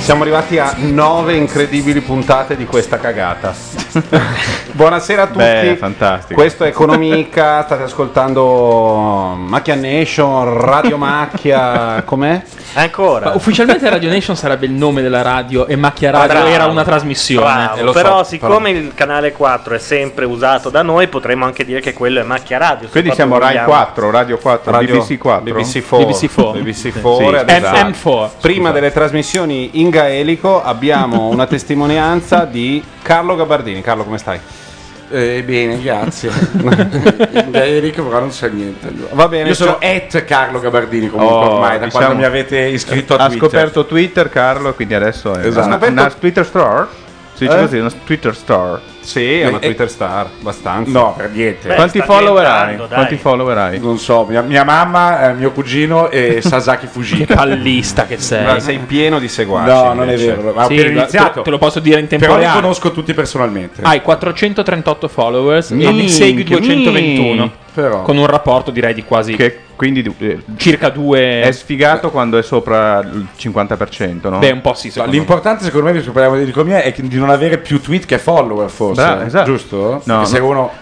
Siamo arrivati a 9 incredibili puntate di questa cagata. Buonasera a tutti. Beh, fantastico. Questo è Economica, state ascoltando Macchia Nation, Radio Macchia, com'è? Ancora. Ma ufficialmente Radio Nation sarebbe il nome della radio e Macchia Radio era una trasmissione. Però siccome il canale 4 è sempre usato da noi, potremmo anche dire che quello è Macchia Radio. Quindi siamo Rai 4, Radio 4, BBC 4, BBC 4, BBC 4, M4. Prima delle trasmissioni in gaelico abbiamo una testimonianza di Carlo Gabardini. Carlo, come stai? Bene, grazie. In gaelico però non so niente. Va bene. Io sono Carlo Gabardini comunque ormai, da quando mi avete iscritto a Twitter. Ha scoperto Twitter, Carlo, quindi adesso è una Twitter Store? Si dice così, una Twitter Store. Sì, è una Twitter star, abbastanza. No, per niente. Beh, quanti follower hai? Non so, mia mamma, mio cugino e Sasaki Fujita. Che pallista che sei. Ma sei pieno di seguaci. No, non è vero. Ma ho appena iniziato. Te lo posso dire in tempo reale. reale. Però li conosco tutti personalmente. Hai 438 followers e ne segui 221. Però. Con un rapporto direi di quasi quindi circa 2. È sfigato quando è sopra il 50%, no? Beh, un po' sì. L'importante secondo me, se parliamo di economia, è di non avere più tweet che follower, forse. Esatto. Giusto? No, se uno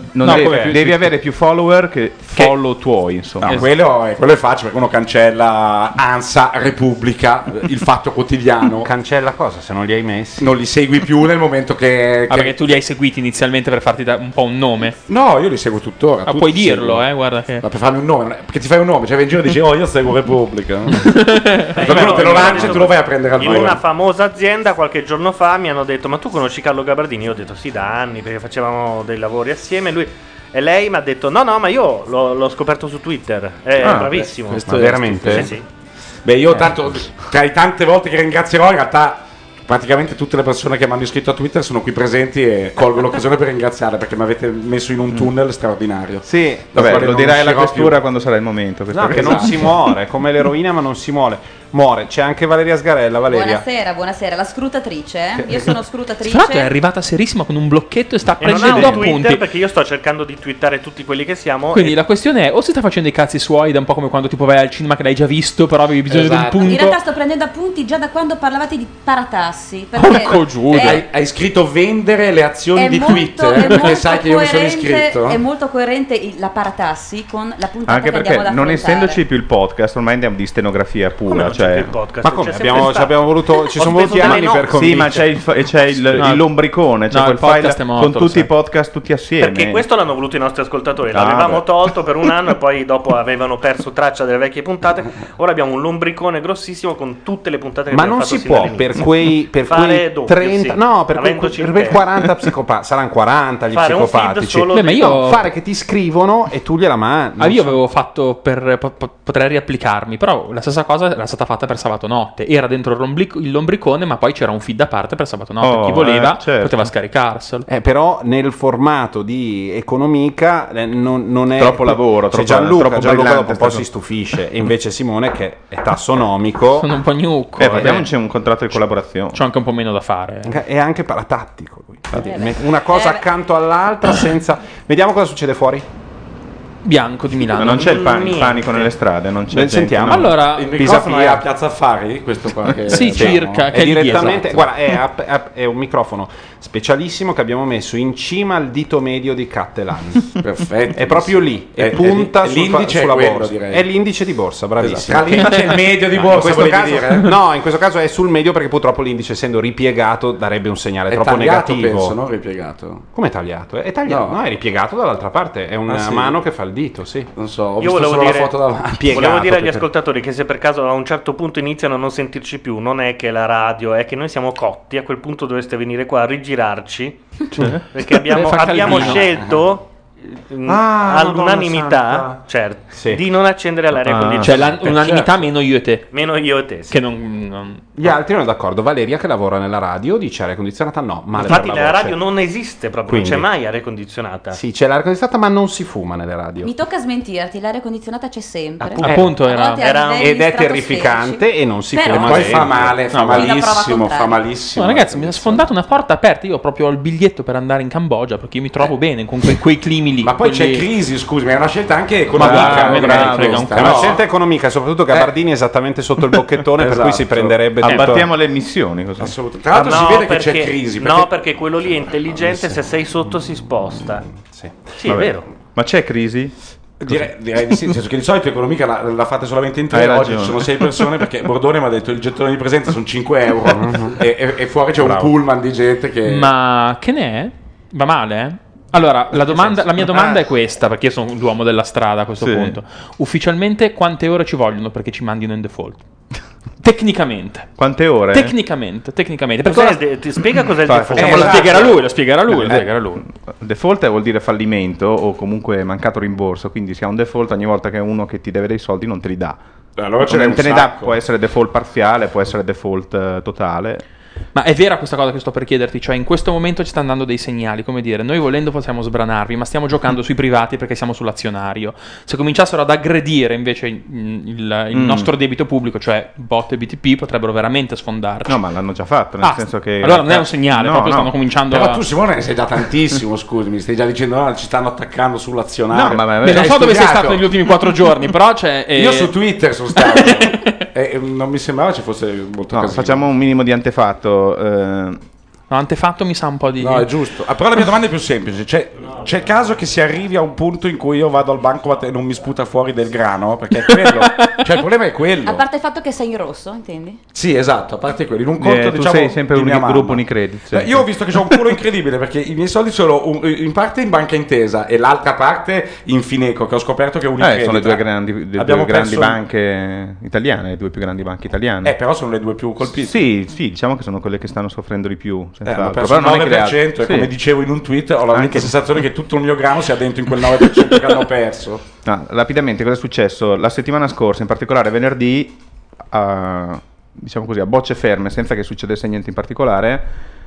devi avere più follower che follow tuoi, insomma. No, quello è facile, perché uno cancella ANSA, Repubblica, Il Fatto Quotidiano. Cancella cosa se non li hai messi? Non li segui più nel momento che... perché tu li hai seguiti inizialmente per farti un po' un nome? No, io li seguo tuttora. Puoi dirlo, guarda che... Ma per farmi un nome, perché ti fai un nome, cioè vai in giro e dici io seguo Repubblica. Qualcuno te lo lancia e tu lo vai a prendere al In una famosa azienda qualche giorno fa mi hanno detto: ma tu conosci Carlo Gabardini? Io ho detto sì, da anni, perché facevamo dei lavori assieme. E lei mi ha detto no, ma io l'ho scoperto su Twitter. È bravissimo. Questo veramente? Sì. Beh, io tanto, tra le tante volte che ringrazierò, in realtà praticamente tutte le persone che mi hanno iscritto a Twitter sono qui presenti e colgo l'occasione per ringraziare, perché mi avete messo in un tunnel straordinario. Sì, vabbè, lo dirai alla questura quando sarà il momento. No, che non si muore, come l'eroina, ma non si muore. C'è anche Valeria Sgarella. Valeria. Buonasera, la scrutatrice. Io sono scrutatrice. Tra l'altro è arrivata serissima con un blocchetto e sta prendendo non ha un appunti. Twitter, perché io sto cercando di twittare tutti quelli che siamo. Quindi la questione è: o si sta facendo i cazzi suoi, da un po' come quando tipo vai al cinema che l'hai già visto, però avevi bisogno di un punto. In realtà sto prendendo appunti già da quando parlavate di paratassi. Perché hai scritto vendere le azioni di Twitter, perché sai che io mi sono iscritto. È molto coerente la paratassi con la puntata anche che andiamo ad perché non affrontare. essendoci più il podcast, ormai andiamo di stenografia pura. Cioè... Ma come? Ci abbiamo voluto, ci sono voluti anni per convincere. Sì, ma c'è il lombricone, c'è quel file con tutti i podcast tutti assieme. Perché questo l'hanno voluto i nostri ascoltatori. L'avevamo tolto per un anno e poi dopo avevano perso traccia delle vecchie puntate. Ora abbiamo un lombricone grossissimo con tutte le puntate che ma abbiamo non fatto si può per quei 30 no, per quei 40 psicopatici, saranno 40 gli fare psicopatici. Fare che ti scrivono e tu gliela mandi. Io avevo fatto per potrei riapplicarmi, però la stessa cosa era stata fatta per sabato notte. Era dentro il lombricone, ma poi c'era un feed a parte per sabato notte. Chi voleva poteva scaricarselo. Però nel formato di Economica non è troppo lavoro. C'è Gianluca dopo un po' si stufisce, e invece Simone, che è tassonomico, sono un po' gnucco. Vediamoci un contratto di collaborazione. C'ho anche un po' meno da fare. È anche paratattico lui. Una cosa accanto all'altra senza. Vediamo cosa succede fuori. Bianco di Milano. Ma non c'è il panico nelle strade, non c'è sentiamo. No. Allora, il microfono è a Piazza Affari, questo qua che sì, circa, che è direttamente, esatto. Guarda, è un microfono specialissimo che abbiamo messo in cima al dito medio di Cattelan. Perfetto. È proprio lì, e punta l'indice sulla quello, borsa. direi. È l'indice di borsa, bravissimo. Esatto. L'indice e il medio di borsa, in questo caso, dire? No, in questo caso è sul medio, perché purtroppo l'indice, essendo ripiegato, darebbe un segnale troppo tagliato, negativo. Penso, non ripiegato. Come è tagliato? È tagliato, no, è ripiegato dall'altra parte, è una mano che fa il dito, sì. Non so, ho visto solo la foto davanti. Volevo dire agli ascoltatori che se per caso a un certo punto iniziano a non sentirci più, non è che la radio, è che noi siamo cotti. A quel punto dovreste venire qua a rigirarci, perché abbiamo scelto all'unanimità, certo, di non accendere l'aria condizionata. Cioè l'unanimità meno io e te. Meno io e te, sì. Che non... Gli altri non è d'accordo. Valeria, che lavora nella radio, dice aria condizionata no. Male. Infatti la radio non esiste proprio, quindi, non c'è mai aria condizionata. Sì, c'è l'aria condizionata, ma non si fuma nelle radio. Mi tocca smentirti, l'aria condizionata c'è sempre. Appunto era ed è terrificante e non si fuma. Poi fa male, fa malissimo. No, ragazzi, mi ha sfondato una porta aperta. Io proprio ho il biglietto per andare in Cambogia, perché io mi trovo bene con quei climi primi lì. Ma poi c'è crisi, scusami, è una scelta anche economica. È una scelta economica, soprattutto Gabardini è esattamente sotto il bocchettone, per cui si prenderebbe tutto. Abbattiamo le emissioni così. Assolutamente. Tra l'altro si vede che c'è crisi. No, perché quello lì è intelligente, se sei sotto si sposta. Sì, è vero. Ma c'è crisi? Direi di sì, nel senso che di solito economica la fate solamente in 3, oggi ci sono 6 persone perché Bordone mi ha detto il gettone di presenza sono 5 euro e fuori c'è un pullman di gente che... Ma che ne è? Va male? Allora, la mia domanda è questa, perché io sono l'uomo della strada a questo punto. Ufficialmente quante ore ci vogliono perché ci mandino in default? Tecnicamente. Quante ore? Tecnicamente. Ti spiega cos'è il default? Lo spiegherà lui. Default vuol dire fallimento o comunque mancato rimborso, quindi se ha un default ogni volta che uno che ti deve dei soldi non te li dà. Allora te ne dà, può essere default parziale, può essere default totale. Ma è vera questa cosa che sto per chiederti? Cioè in questo momento ci stanno dando dei segnali, come dire, noi volendo possiamo sbranarvi, ma stiamo giocando sui privati perché siamo sull'azionario. Se cominciassero ad aggredire invece il nostro debito pubblico, cioè bot e BTP, potrebbero veramente sfondarci. No, ma l'hanno già fatto, nel senso che... Allora non è un segnale, proprio stanno cominciando Però tu Simone ne sei da tantissimo, scusami, stai già dicendo ci stanno attaccando sull'azionario. No, ma non so dove sei stato negli ultimi 4 giorni, però c'è... Io su Twitter sono stato... non mi sembrava ci fosse molto casino. Facciamo un minimo di antefatto. No, antefatto mi sa un po' di... No, è giusto. Però la mia domanda è più semplice. C'è il caso che si arrivi a un punto in cui io vado al bancomat e non mi sputa fuori del grano? Perché è quello. Cioè il problema è quello. A parte il fatto che sei in rosso, intendi? Sì, esatto, a parte quello. In un conto, tu sei sempre un gruppo Unicredit. Io ho visto che c'ho un culo incredibile perché i miei soldi sono in parte in Banca Intesa e l'altra parte in Fineco, che ho scoperto che è Unicredit. Sono le due grandi banche italiane, le due più grandi banche italiane. Però sono le due più colpite. Sì, diciamo che sono quelle che stanno soffrendo di più. Hanno perso il 9% e come dicevo in un tweet ho la sensazione che tutto il mio grano sia dentro in quel 9% che hanno perso. No, rapidamente cosa è successo? La settimana scorsa, in particolare venerdì, diciamo così, a bocce ferme, senza che succedesse niente in particolare,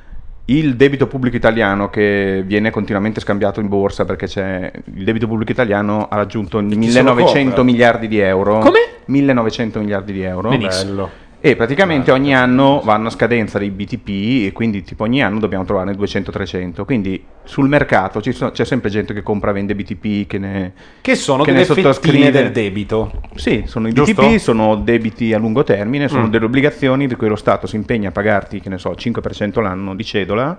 il debito pubblico italiano, che viene continuamente scambiato in borsa perché il debito pubblico italiano ha raggiunto 1900 miliardi di euro. Come? 1900 miliardi di euro. Benissimo. E praticamente ogni anno vanno a scadenza dei BTP e quindi tipo ogni anno dobbiamo trovarne 200-300. Quindi sul mercato c'è sempre gente che compra e vende BTP, che sono delle fettine del debito. Sì, sono i BTP, sono debiti a lungo termine, sono delle obbligazioni di cui lo Stato si impegna a pagarti, che ne so, 5% l'anno di cedola.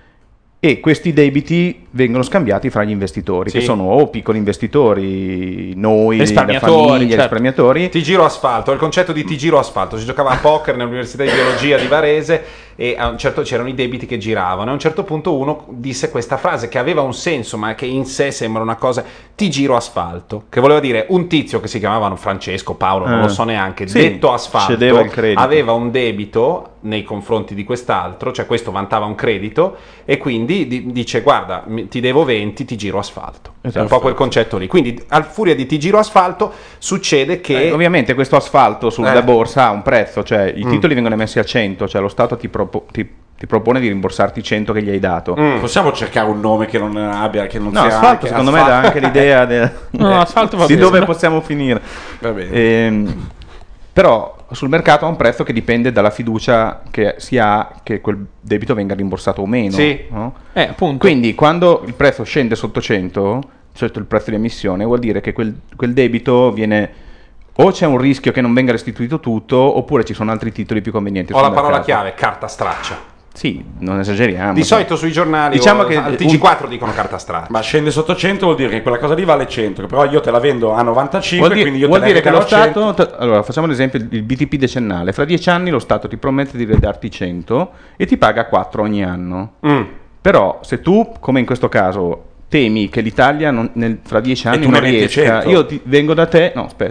E questi debiti vengono scambiati fra gli investitori, che sono o piccoli investitori, noi, la famiglia, risparmiatori. T-Giro Asfalto, il concetto di T-Giro Asfalto. Si giocava a poker nell'Università di Biologia di Varese e a un certo c'erano i debiti che giravano. A un certo punto uno disse questa frase che aveva un senso, ma che in sé sembra una cosa: T-Giro Asfalto, che voleva dire un tizio che si chiamavano Francesco, Paolo, non lo so neanche, detto Asfalto, aveva un debito nei confronti di quest'altro, cioè questo vantava un credito e quindi dice guarda ti devo 20, ti giro asfalto. È un po' quel concetto lì. Quindi al furia di ti giro asfalto succede che ovviamente questo asfalto sulla borsa ha un prezzo, cioè i titoli vengono emessi a 100, cioè lo Stato ti propone di rimborsarti 100 che gli hai dato. Possiamo cercare un nome che non abbia, che non sia asfalto, secondo me dà anche l'idea di dove possiamo finire. Va bene. Però sul mercato ha un prezzo che dipende dalla fiducia che si ha che quel debito venga rimborsato o meno. Sì, no? Appunto. Quindi quando il prezzo scende sotto 100, cioè il prezzo di emissione, vuol dire che quel debito viene... O c'è un rischio che non venga restituito tutto, oppure ci sono altri titoli più convenienti. Ho la parola chiave, carta straccia. Sì, non esageriamo. Di solito sui giornali diciamo che al TG4 dicono carta straccia. Ma scende sotto 100 vuol dire che quella cosa lì vale 100, che però io te la vendo a 95, quindi io vuol te dire che lo 100. Stato, allora facciamo l'esempio il BTP decennale, fra 10 anni lo Stato ti promette di ridarti 100 e ti paga 4 ogni anno. Però se tu, come in questo caso, temi che l'Italia fra 10 anni non riesca, 100. io vengo da te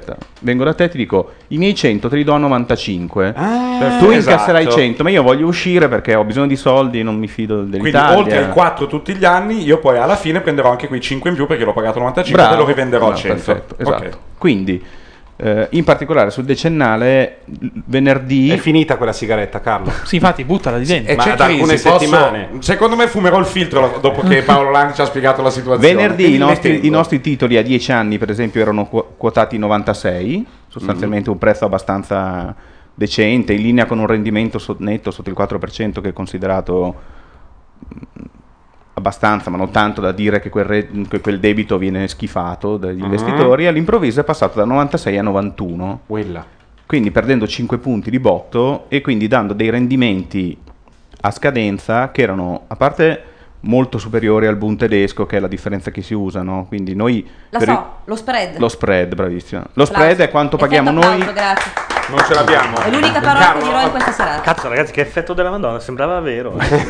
e ti dico i miei 100 te li do a 95, tu incasserai 100, ma io voglio uscire perché ho bisogno di soldi e non mi fido dell'Italia. Quindi oltre ai 4 tutti gli anni io poi alla fine prenderò anche quei 5 in più perché l'ho pagato 95 e lo rivenderò a 100. Perfetto, esatto. Okay. Quindi in particolare sul decennale venerdì è finita quella sigaretta, Carlo. Sì, infatti buttala di dentro. Ma da alcune settimane secondo me fumerò il filtro dopo che Paolo Lang ci ha spiegato la situazione. Venerdì i nostri titoli a 10 anni per esempio erano quotati 96, sostanzialmente un prezzo abbastanza decente, in linea con un rendimento netto sotto il 4% che è considerato abbastanza, ma non tanto da dire che quel debito viene schifato dagli investitori, all'improvviso è passato da 96 a 91. Quindi perdendo 5 punti di botto e quindi dando dei rendimenti a scadenza che erano, a parte molto superiori al Bund tedesco, che è la differenza che si usa, no? Quindi noi lo spread. Lo spread, bravissima. Lo spread è quanto paghiamo noi. Grazie. Non ce l'abbiamo. È l'unica parola che dirò in questa serata. Cazzo, ragazzi, che effetto della Madonna, sembrava vero.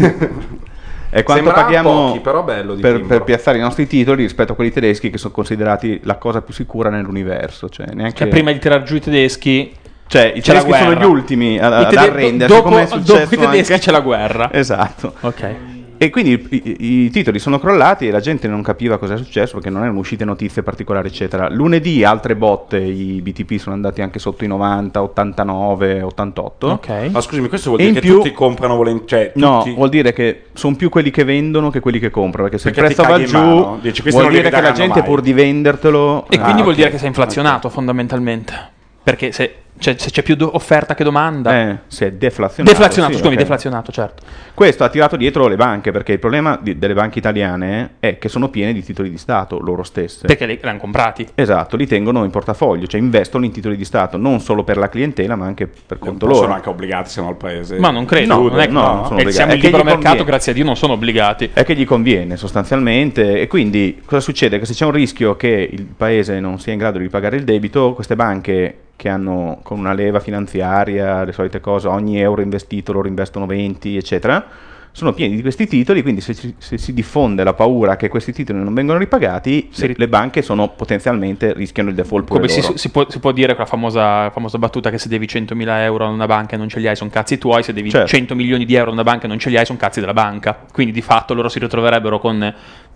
È quanto Sembrava paghiamo pochi, però bello di per piazzare i nostri titoli rispetto a quelli tedeschi, che sono considerati la cosa più sicura nell'universo. Cioè, neanche... Cioè, prima di tirar giù i tedeschi, cioè, i tedeschi sono gli ultimi ad arrendersi. Dopo i tedeschi c'è la guerra. Esatto. Ok. E quindi i titoli sono crollati e la gente non capiva cosa è successo perché non erano uscite notizie particolari, eccetera. Lunedì altre botte, i BTP sono andati anche sotto i 90, 89, 88. Ok. Ma scusami, questo vuol dire che tutti comprano volentieri? No, vuol dire che sono più quelli che vendono che quelli che comprano, perché se Perché il prezzo va giù vuol dire che la gente pur di vendertelo... E quindi vuol dire che sei inflazionato fondamentalmente. Perché se c'è più offerta che domanda. Si è deflazionato. Deflazionato, certo. Questo ha tirato dietro le banche, perché il problema delle banche italiane è che sono piene di titoli di Stato, loro stesse. Perché li hanno comprati. Esatto, li tengono in portafoglio, cioè investono in titoli di Stato, non solo per la clientela, ma anche per conto loro. Sono anche obbligati, se no il paese... Ma non credo, non è che non sono obbligati. Siamo in libero mercato, grazie a Dio non sono obbligati. È che gli conviene sostanzialmente, e quindi cosa succede? Che se c'è un rischio che il paese non sia in grado di ripagare il debito, queste banche che hanno con una leva finanziaria, le solite cose, ogni euro investito loro investono 20, eccetera, sono pieni di questi titoli, quindi se si diffonde la paura che questi titoli non vengono ripagati, le banche potenzialmente rischiano il default pure come loro. si può dire quella famosa battuta che se devi 100.000 euro in una banca e non ce li hai sono cazzi tuoi, se devi 100 milioni di euro in una banca e non ce li hai sono cazzi della banca, quindi di fatto loro si ritroverebbero con...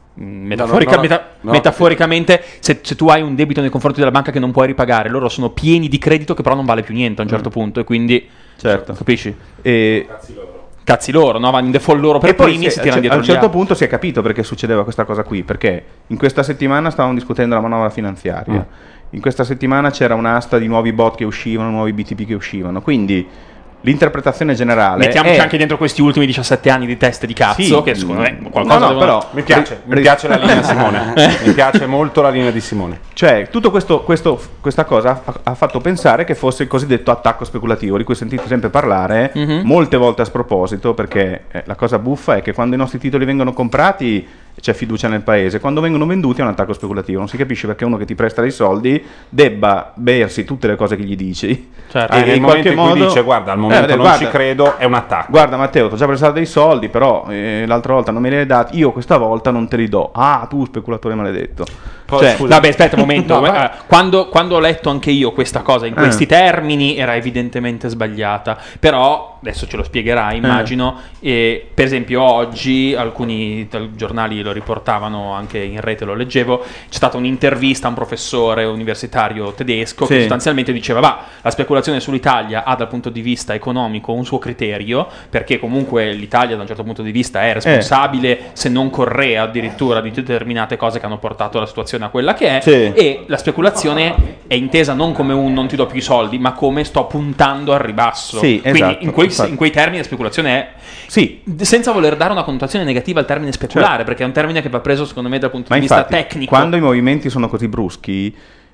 metaforicamente, se tu hai un debito nei confronti della banca che non puoi ripagare, loro sono pieni di credito che però non vale più niente a un certo punto, e quindi capisci? Cazzi loro, no? Vanno in default loro per primi e si tirano dietro. A un certo punto si è capito perché succedeva questa cosa qui, perché in questa settimana stavamo discutendo la manovra finanziaria, in questa settimana c'era un'asta di nuovi bot che uscivano, nuovi BTP che uscivano, quindi l'interpretazione generale mettiamoci anche dentro questi ultimi 17 anni di test di cazzo, che secondo me qualcosa però mi piace la linea di Simone. Mi piace molto la linea di Simone. Cioè, tutto questa cosa ha fatto pensare che fosse il cosiddetto attacco speculativo, di cui sentite sempre parlare molte volte a sproposito, perché la cosa buffa è che quando i nostri titoli vengono comprati c'è fiducia nel paese, quando vengono venduti è un attacco speculativo, non si capisce perché uno che ti presta dei soldi debba bersi tutte le cose che gli dici, e in qualche modo dice guarda al momento non ci credo, è un attacco. Guarda Matteo, ti ho già prestato dei soldi, però l'altra volta non me li hai dati, io questa volta non te li do. Ah, tu speculatore maledetto. Vabbè, aspetta un momento. Quando ho letto anche io questa cosa in questi termini era evidentemente sbagliata, però adesso ce lo spiegherai, immagino. Per esempio oggi alcuni giornali lo riportavano, anche in rete lo leggevo, c'è stata un'intervista a un professore universitario tedesco che sostanzialmente diceva la speculazione sull'Italia ha dal punto di vista economico un suo criterio, perché comunque l'Italia da un certo punto di vista è responsabile, se non correa addirittura, di determinate cose che hanno portato la situazione a quella che è, e la speculazione è intesa non come un non ti do più i soldi, ma come sto puntando al ribasso. Quindi in quei termini la speculazione è senza voler dare una connotazione negativa al termine speculare, perché è un termine che va preso secondo me dal punto di vista tecnico. Quando i movimenti sono così bruschi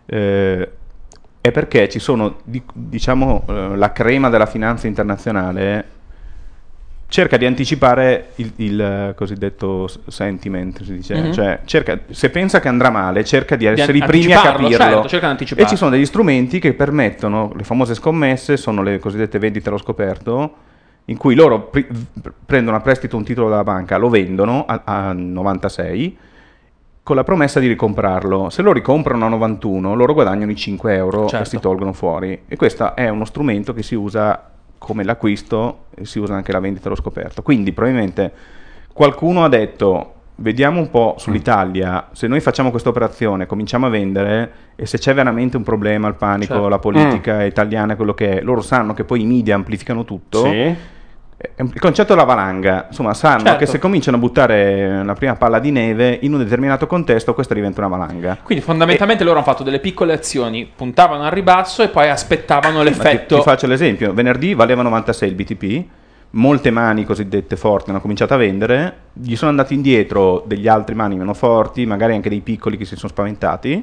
è perché ci sono diciamo la crema della finanza internazionale cerca di anticipare il cosiddetto sentiment, si dice, cioè se pensa che andrà male cerca di essere i primi a capirlo, e ci sono degli strumenti che permettono, le famose scommesse sono le cosiddette vendite allo scoperto, in cui loro prendono a prestito un titolo dalla banca, lo vendono a 96 con la promessa di ricomprarlo. Se lo ricomprano a 91 loro guadagnano i 5 euro e si tolgono fuori, e questo è uno strumento che si usa come l'acquisto e si usa anche la vendita allo scoperto. Quindi probabilmente qualcuno ha detto vediamo un po' sull'Italia, se noi facciamo questa operazione cominciamo a vendere, e se c'è veramente un problema, il panico, la politica italiana, quello che è, loro sanno che poi i media amplificano tutto. Il concetto della valanga, insomma, sanno che se cominciano a buttare la prima palla di neve in un determinato contesto, questa diventa una valanga. Quindi fondamentalmente loro hanno fatto delle piccole azioni, puntavano al ribasso e poi aspettavano l'effetto. Ti faccio l'esempio: venerdì valeva 96 il BTP, molte mani cosiddette forti hanno cominciato a vendere, gli sono andati indietro degli altri mani meno forti, magari anche dei piccoli che si sono spaventati,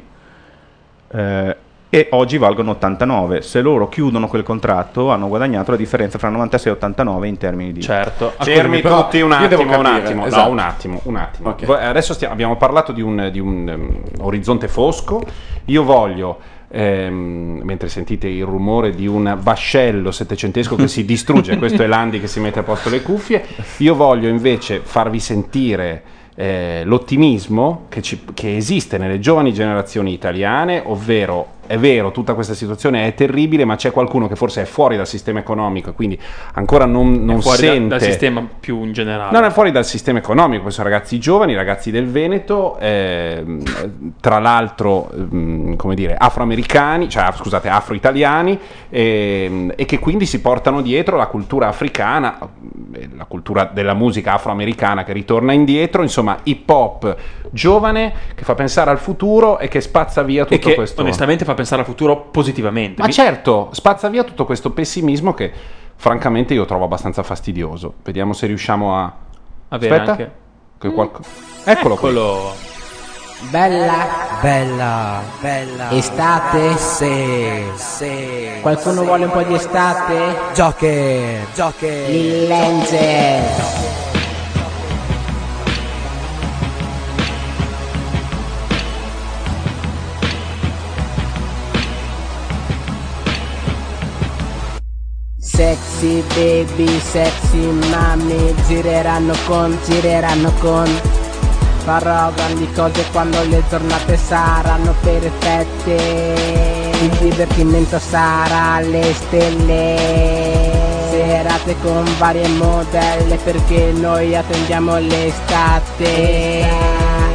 e oggi valgono 89. Se loro chiudono quel contratto hanno guadagnato la differenza fra 96 e 89 in termini di... Certo. Fermi tutti un attimo. Esatto. No, un attimo. Ok. Adesso abbiamo parlato di un orizzonte fosco. Io voglio, mentre sentite il rumore di un vascello settecentesco che si distrugge, questo è Landi che si mette a posto le cuffie, io voglio invece farvi sentire l'ottimismo che esiste nelle giovani generazioni italiane, ovvero è vero, tutta questa situazione è terribile, ma c'è qualcuno che forse è fuori dal sistema economico e quindi ancora non fuori sente dal sistema più in generale. non è fuori dal sistema economico. Questi sono ragazzi giovani, ragazzi del Veneto, tra l'altro come dire afroamericani, cioè scusate, afro-italiani, e che quindi si portano dietro la cultura africana, la cultura della musica afroamericana che ritorna indietro, insomma hip hop giovane che fa pensare al futuro e che spazza via tutto e che questo, onestamente fa pensare al futuro positivamente. ma certo, spazza via tutto questo pessimismo che francamente io trovo abbastanza fastidioso. Vediamo se riusciamo a avere aspetta anche eccolo qui. Bella, estate, se qualcuno vuole un po' di estate, Joker, Lil Angel. Sexy baby, sexy mami, gireranno con farò grandi cose quando le giornate saranno perfette. Il divertimento sarà alle stelle, serate con varie modelle perché noi attendiamo l'estate.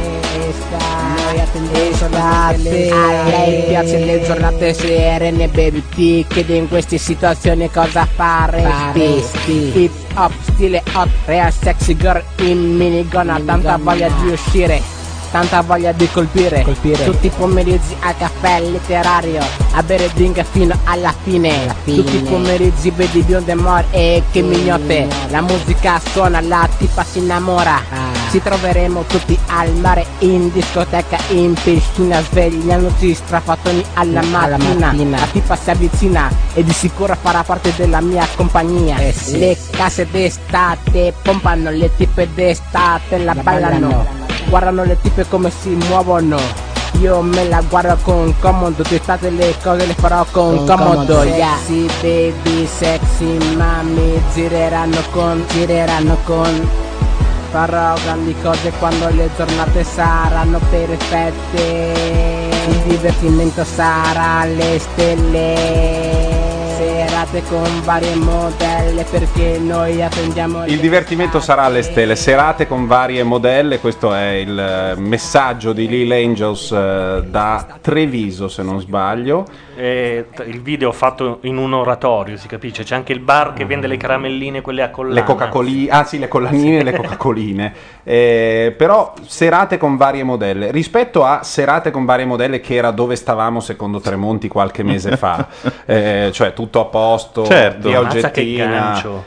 Noi attendiamo estate. A lei piace le giornate serene, baby, ti chiede in queste situazioni cosa faresti. Hip hop, stile hot, real sexy girl in minigun, ha tanta voglia di uscire, tanta voglia di colpire. Tutti i pomeriggi al caffè letterario, a bere drink fino alla fine. Tutti i pomeriggi vedi bionde more e che mignotte. La musica suona, la tipa si innamora. Ci troveremo tutti al mare, in discoteca, in piscina, svegliandoci strafattoni alla mattina. La tipa si avvicina e di sicuro farà parte della mia compagnia. Le case d'estate pompano, le tipe d'estate la ballano. Guardano le tipe come si muovono, io me la guardo con comodo, d'estate le cose le farò con comodo. Sexy baby, sexy mami, gireranno con farò grandi cose quando le giornate saranno perfette. Il divertimento sarà alle stelle, serate con varie modelle perché noi attendiamo. Il divertimento sarà alle stelle, serate con varie modelle. Questo è il messaggio di Lil Angels da Treviso, se non sbaglio. Il video fatto in un oratorio, si capisce. C'è anche il bar che vende le caramelline, quelle a collana. Le Coca-Coline, le collanine e le Coca-Coline. Però serate con varie modelle. Rispetto a serate con varie modelle, che era dove stavamo secondo Tremonti qualche mese fa, cioè tutto a posto, certo, via Mazza che Oggettina. gancio.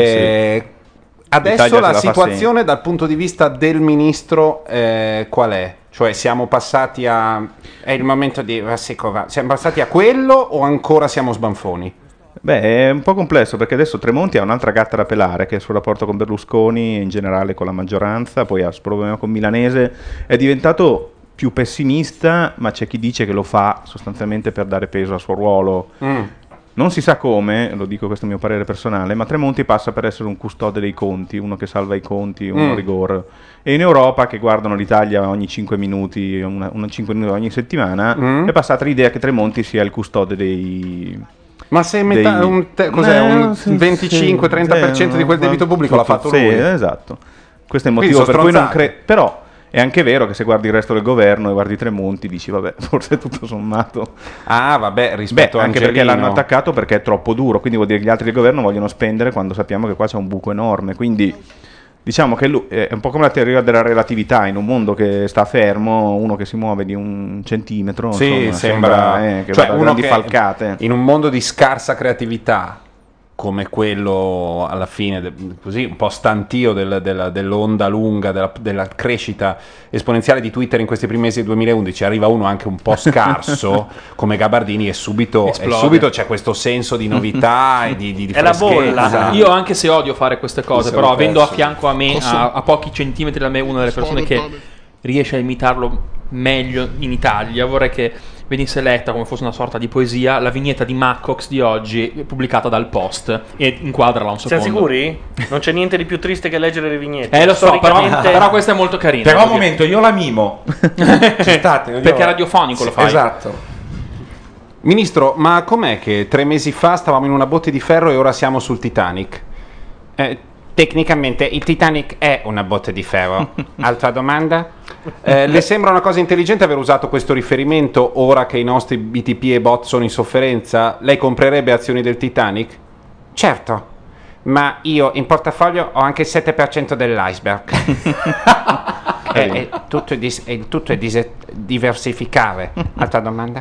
Adesso L'Italia la se la fa situazione dal punto di vista del ministro qual è? Cioè siamo passati a... è il momento di... siamo passati a quello o ancora siamo sbanfoni? Beh, è un po' complesso perché adesso Tremonti ha un'altra gatta da pelare, che è il suo rapporto con Berlusconi e in generale con la maggioranza, poi ha il problema con Milanese, è diventato più pessimista, ma c'è chi dice che lo fa sostanzialmente per dare peso al suo ruolo. Non si sa come, lo dico, questo è il mio parere personale, ma Tremonti passa per essere un custode dei conti, uno che salva i conti, uno a rigore. E in Europa, che guardano l'Italia ogni 5 minuti, una 5 minuti ogni settimana, è passata l'idea che Tremonti sia il custode dei... Ma se metà, un 25-30% di quel debito pubblico l'ha fatto lui? Sì, esatto. Questo è il motivo per cui non credo. Però è anche vero che se guardi il resto del governo e guardi Tremonti dici vabbè, forse tutto sommato. Ah vabbè, rispetto a anche perché l'hanno attaccato perché è troppo duro, quindi vuol dire che gli altri del governo vogliono spendere quando sappiamo che qua c'è un buco enorme, quindi diciamo che lui è un po' come la teoria della relatività, in un mondo che sta fermo, uno che si muove di un centimetro, sì, insomma, sembra che cioè vada uno grandi che falcate. In un mondo di scarsa creatività come quello alla fine, così un po' stantio dell'onda lunga, della crescita esponenziale di Twitter in questi primi mesi del 2011, arriva uno anche un po' scarso come Gabardini e subito c'è questo senso di novità e di è la freschezza. bolla. Io anche se odio fare queste cose, però avendo a fianco a me, a pochi centimetri da me, una delle persone che riesce a imitarlo meglio in Italia, vorrei che venisse letta come fosse una sorta di poesia la vignetta di Maccox di oggi pubblicata dal Post e inquadrala un secondo. Siamo sicuri? Non c'è niente di più triste che leggere le vignette. Lo so, però questa è molto carina. Però un momento, io la mimo. Perché è radiofonico, lo fai. Esatto. Ministro, ma com'è che 3 mesi fa stavamo in una botte di ferro e ora siamo sul Titanic? Tecnicamente il Titanic è una botte di ferro. Altra domanda? Le sembra una cosa intelligente aver usato questo riferimento ora che i nostri BTP e bot sono in sofferenza? Lei comprerebbe azioni del Titanic? Certo, ma io in portafoglio ho anche il 7% dell'iceberg. Tutto è diversificare. Altra domanda?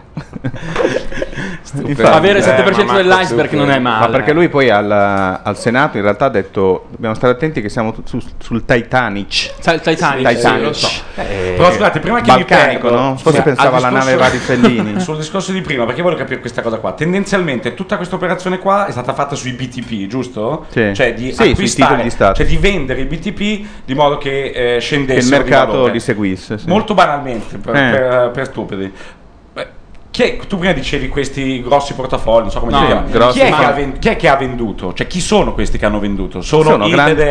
Avere il 7% dell'iceberg non è male. Ma perché lui poi al Senato in realtà ha detto dobbiamo stare attenti che siamo sul Titanic. Titanic. Lo so. Però scusate, prima che balcanico, mi perdo, no? Forse pensava alla nave vari Fellini. Sul discorso di prima, perché voglio capire questa cosa qua. Tendenzialmente tutta questa operazione qua è stata fatta sui BTP, giusto? Sì. Cioè di sui titoli di Stato. cioè di vendere i BTP di modo che scendesse Che il mercato li seguisse. Sì. Molto banalmente per stupidi. Tu prima dicevi questi grossi portafogli, non so come si chiama. Chi è che ha venduto? Cioè chi sono questi che hanno venduto? Sono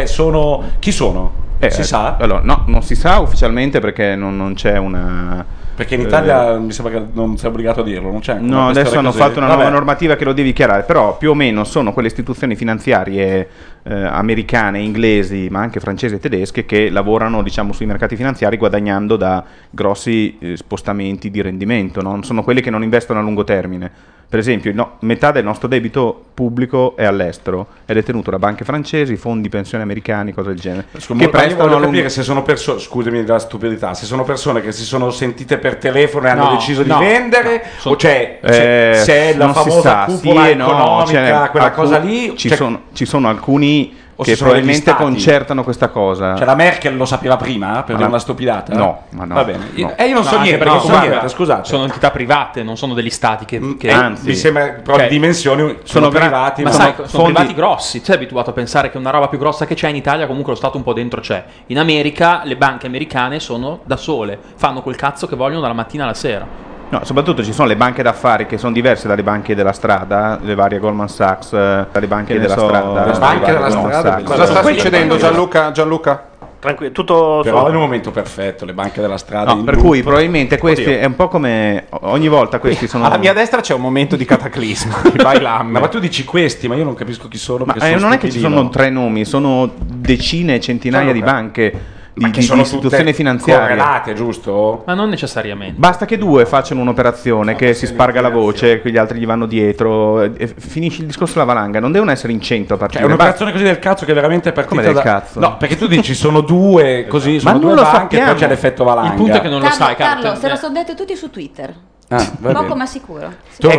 chi sono? Si sa? Allora, no, non si sa ufficialmente perché non c'è una. Perché in Italia mi sembra che non sei obbligato a dirlo, non c'è. No, adesso hanno fatto una nuova normativa che lo devi dichiarare, però più o meno sono quelle istituzioni finanziarie americane, inglesi, ma anche francesi e tedesche che lavorano, diciamo, sui mercati finanziari guadagnando da grossi spostamenti di rendimento, no? Sono quelli che non investono a lungo termine. Per esempio, metà del nostro debito pubblico è all'estero, è detenuto da banche francesi, fondi pensioni americani, cose del genere. Che prestano capire se sono persone, scusami della stupidità, se sono persone che si sono sentite per telefono e hanno deciso di vendere, o se è la famosa cupola economica, quella cosa lì. Ci sono alcuni che probabilmente concertano questa cosa. Cioè la Merkel lo sapeva prima per dire una stupidata? No, ma no. Va bene. No. Io non so niente, perché scusate. Sono entità private, non sono degli stati che anzi, mi sembra però di dimensioni sono privati, ma sai, sono privati grossi. Sei abituato a pensare che una roba più grossa che c'è in Italia comunque lo Stato un po' dentro c'è. In America le banche americane sono da sole, fanno quel cazzo che vogliono dalla mattina alla sera. No, soprattutto ci sono le banche d'affari che sono diverse dalle banche della strada, le varie Goldman Sachs, dalle banche della strada. Le banche della strada. Cosa sta succedendo, Gianluca? Tranquillo, tutto però in un momento perfetto, le banche della strada. No, per cui probabilmente questi è un po' come ogni volta questi sono. Alla mia destra c'è un momento di cataclisma. Ma tu dici questi, ma io non capisco chi sono. Ma non è che ci sono 3 nomi, sono decine e centinaia di banche. Di istituzioni finanziarie correlate, giusto? Ma non necessariamente. Basta che 2 facciano un'operazione, che si sparga la voce, che gli altri gli vanno dietro e finisce il discorso della valanga. Non devono essere in 100 a partire. È un'operazione così del cazzo che veramente è partita come del cazzo? No, perché tu dici sono 2 così, sono 2 banche e poi c'è l'effetto valanga. Il punto è che non lo sai, Carlo, se lo sono dette tutti su Twitter. Poco ma sicuro.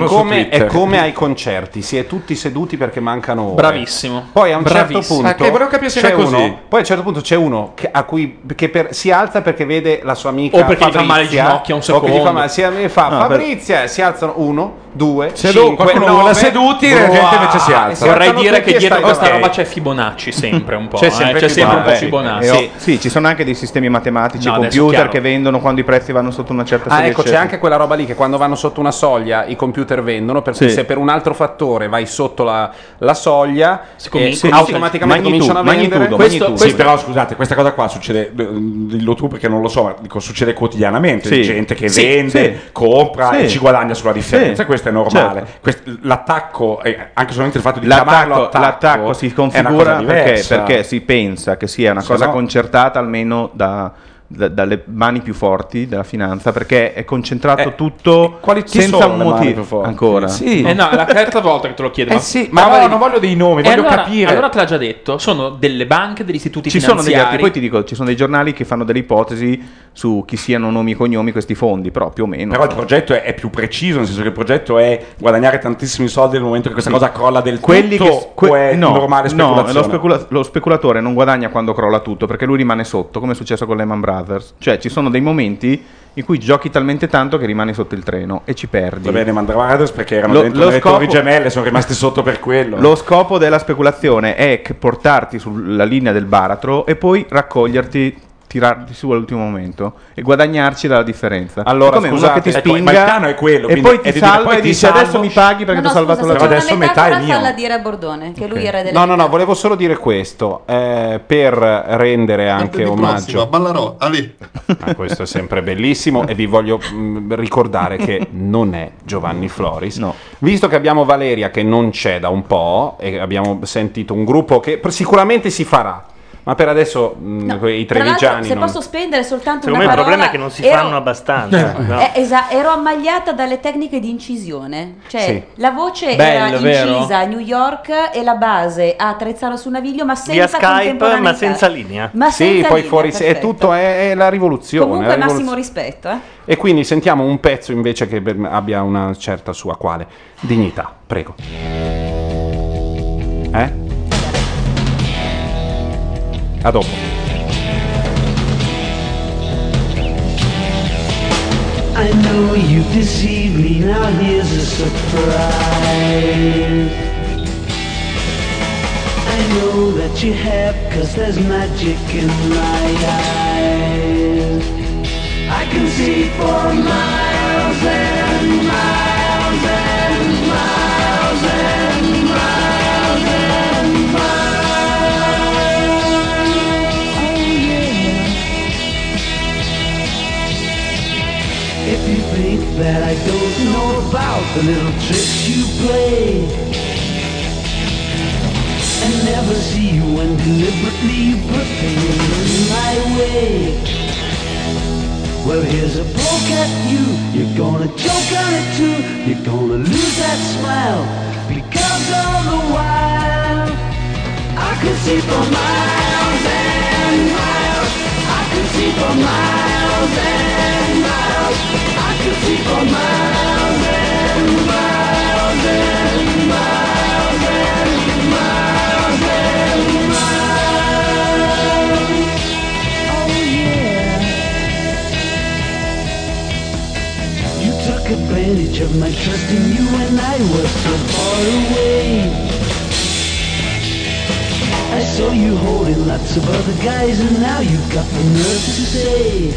È come ai concerti, si è tutti seduti perché mancano ore. Bravissimo. Poi a un certo punto volevo capire se era così. Poi a un certo punto c'è uno si alza perché vede la sua amica o perché Fabrizia, gli fa male le ginocchia un secondo. O che gli fa male, Fabrizia, si alzano 1, 2, 5, qualcuno 9, seduti e la gente invece si alza. Vorrei dire che dietro questa roba c'è Fibonacci sempre un po'. C'è sempre un po' Fibonacci. Sì, ci sono anche dei sistemi matematici, computer che vendono quando i prezzi vanno sotto una certa soglia. Ecco, c'è anche quella roba lì che quando vanno sotto una soglia i computer vendono, per cui se per un altro fattore vai sotto la soglia automaticamente cominciano a vendere. Sì, però scusate, questa cosa qua succede, dillo tu perché non lo so, ma dico, succede quotidianamente, di gente che vende, compra e ci guadagna sulla differenza, questo è normale. L'attacco, anche solamente il fatto di chiamarlo l'attacco si configura perché si pensa che sia una cosa concertata almeno da dalle mani più forti della finanza, perché è concentrato tutto senza un motivo ancora. Sì. No, è la terza volta che te lo chiedo. Ma non voglio dei nomi, voglio capire. Allora te l'ha già detto, sono delle banche, degli istituti Sono degli finanziari. altri, poi ti dico, ci sono dei giornali che fanno delle ipotesi su chi siano nomi e cognomi questi fondi, però più o meno. Però il progetto è più preciso, nel senso che il progetto è guadagnare tantissimi soldi nel momento che questa cosa crolla del tutto, o è normale speculazione? No, lo speculatore non guadagna quando crolla tutto, perché lui rimane sotto, come è successo con Lehman Brothers. Cioè ci sono dei momenti in cui giochi talmente tanto che rimani sotto il treno e ci perdi. Va bene, Lehman Brothers perché erano dentro le torri gemelle, sono rimasti sotto per quello. Lo scopo della speculazione è portarti sulla linea del baratro e poi raccoglierti, tirarti su all'ultimo momento e guadagnarci dalla differenza. Allora, come uno che ti spinga, ma il piano è quello, e poi ti salva e dice adesso mi paghi perché ti ho salvato la vita. Adesso metà è mio. Falla dire a Bordone che lui era delle No, volevo solo dire questo per rendere anche omaggio. Ballarò, Ali. Questo è sempre bellissimo e vi voglio ricordare che non è Giovanni Floris. No. Visto che abbiamo Valeria che non c'è da un po' e abbiamo sentito un gruppo che sicuramente si farà. Ma per adesso i trevigiani. Se posso spendere soltanto secondo una me parola. Il problema è che non si fanno abbastanza. No? Ero ammagliata dalle tecniche di incisione. Cioè, Sì. la voce Bello, era incisa vero? a New York e la base a Trezzano sul Naviglio, ma Via senza Skype, contemporaneità. ma senza linea. Ma Sì, senza poi linea, fuori è perfetto. tutto, è la rivoluzione. Comunque la massimo rivoluzione. rispetto. E quindi sentiamo un pezzo invece che abbia una certa sua quale dignità. Prego. A dopo. I know you deceived me, now here's a surprise. I know that you have, 'cause there's magic in my eyes. I can see for miles and miles and miles and miles and miles. Oh yeah. If you think that I don't know about the little tricks you play, and never see you when deliberately you put things in my way, well here's a poke at you, you're gonna choke on it too, you're gonna lose that smile, because all the while I can see for miles and miles, I can see for miles and miles, I can see for miles and miles and miles and miles and miles. Oh yeah. You took advantage of my trust in you when I was so far away. I saw you holding lots of other guys, and now you've got the nerve to say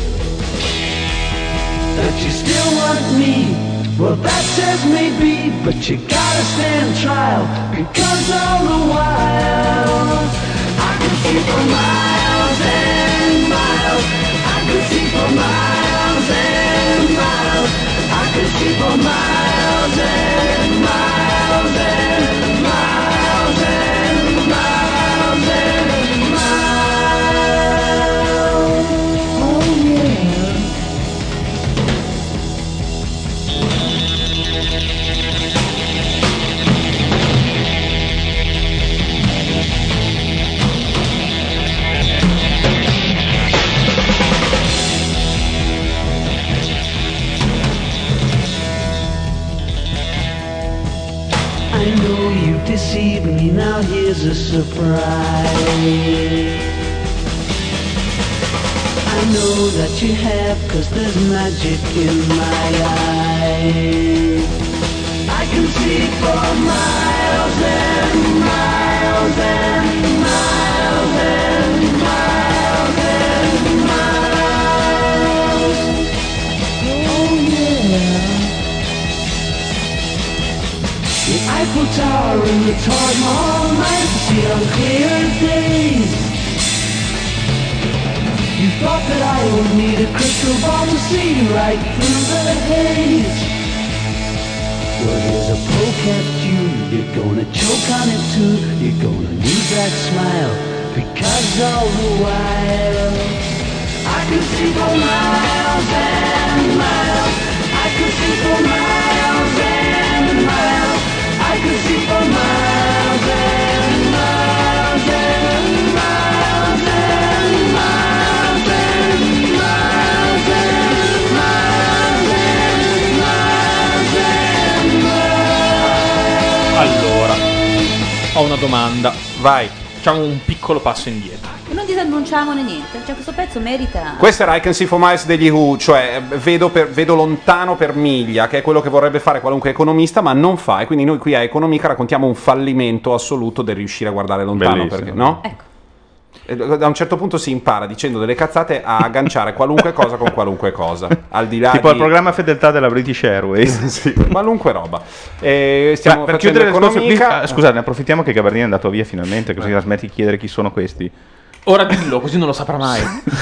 that you still want me. Well, that says maybe, but you gotta stand trial, because all the while I can see for miles and miles, I can see for miles and miles, I can see for miles and miles and miles and miles and miles. Oh yeah. I know you deceived me, now here's a surprise. I know that you have, 'cause there's magic in my eyes. I can see for miles and miles and miles and miles and miles. Oh yeah. The Eiffel Tower and the Taj Mahal might see on clear days. You thought that I would need a crystal ball to see right through the haze. Well, here's a poke at you, you're gonna choke on it too, you're gonna lose that smile, because all the while I could see for miles and miles. I could see for miles and miles. I could see for miles and miles and miles and miles and miles and miles and miles and miles. Allora, ho una domanda. Vai. Facciamo un piccolo passo indietro. E non disannunciamone niente. Cioè, questo pezzo merita. Questo era I Can See For Miles degli Who, cioè vedo lontano per miglia, che è quello che vorrebbe fare qualunque economista, ma non fa. E quindi noi qui a Economica raccontiamo un fallimento assoluto del riuscire a guardare lontano. Bellissimo. Perché, no? Ecco. E da un certo punto si impara dicendo delle cazzate a agganciare qualunque cosa con qualunque cosa. Al di là tipo il programma fedeltà della British Airways. sì, qualunque roba. Stiamo per facendo chiudere il discorso, Economica. scusate, ne approfittiamo che Gabardini è andato via finalmente, così la smetti di chiedere chi sono questi. Ora dillo, così non lo saprà mai.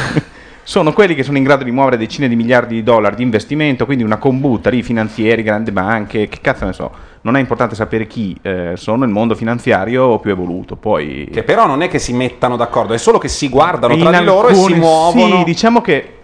Sono quelli che sono in grado di muovere decine di miliardi di dollari di investimento, quindi una combutta di finanzieri, grandi banche, che cazzo ne so. Non è importante sapere chi sono il mondo finanziario più evoluto. Poi Che però non è che si mettano d'accordo, è solo che si guardano tra di loro e si muovono. Sì, diciamo che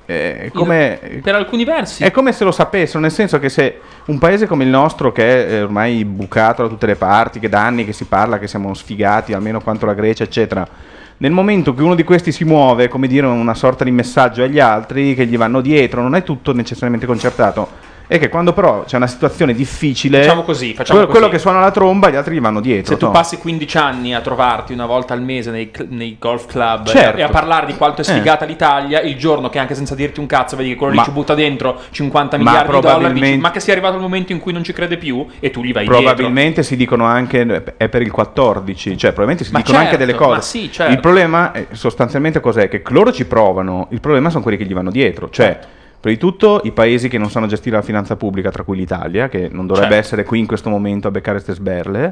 Per alcuni versi. è come se lo sapessero, nel senso che se un paese come il nostro, che è ormai bucato da tutte le parti, che da anni che si parla che siamo sfigati, almeno quanto la Grecia, eccetera, nel momento che uno di questi si muove, come dire, una sorta di messaggio agli altri che gli vanno dietro, non è tutto necessariamente concertato. E che quando però c'è una situazione difficile, Facciamo così. quello che suona la tromba, gli altri gli vanno dietro. Se tu passi 15 anni a trovarti una volta al mese nei golf club Certo. e a parlare di quanto è sfigata l'Italia, il giorno che anche senza dirti un cazzo vedi che quello lì ci butta dentro 50 miliardi di dollari, dici, ma che sia arrivato il momento in cui non ci crede più e tu gli vai probabilmente si dicono anche è per il 14, cioè probabilmente si dicono anche delle cose. Ma sì, certo. Il problema è, sostanzialmente cos'è? Che loro ci provano, il problema sono quelli che gli vanno dietro, cioè prima di tutto i paesi che non sanno gestire la finanza pubblica, tra cui l'Italia, che non dovrebbe essere qui in questo momento a beccare ste sberle,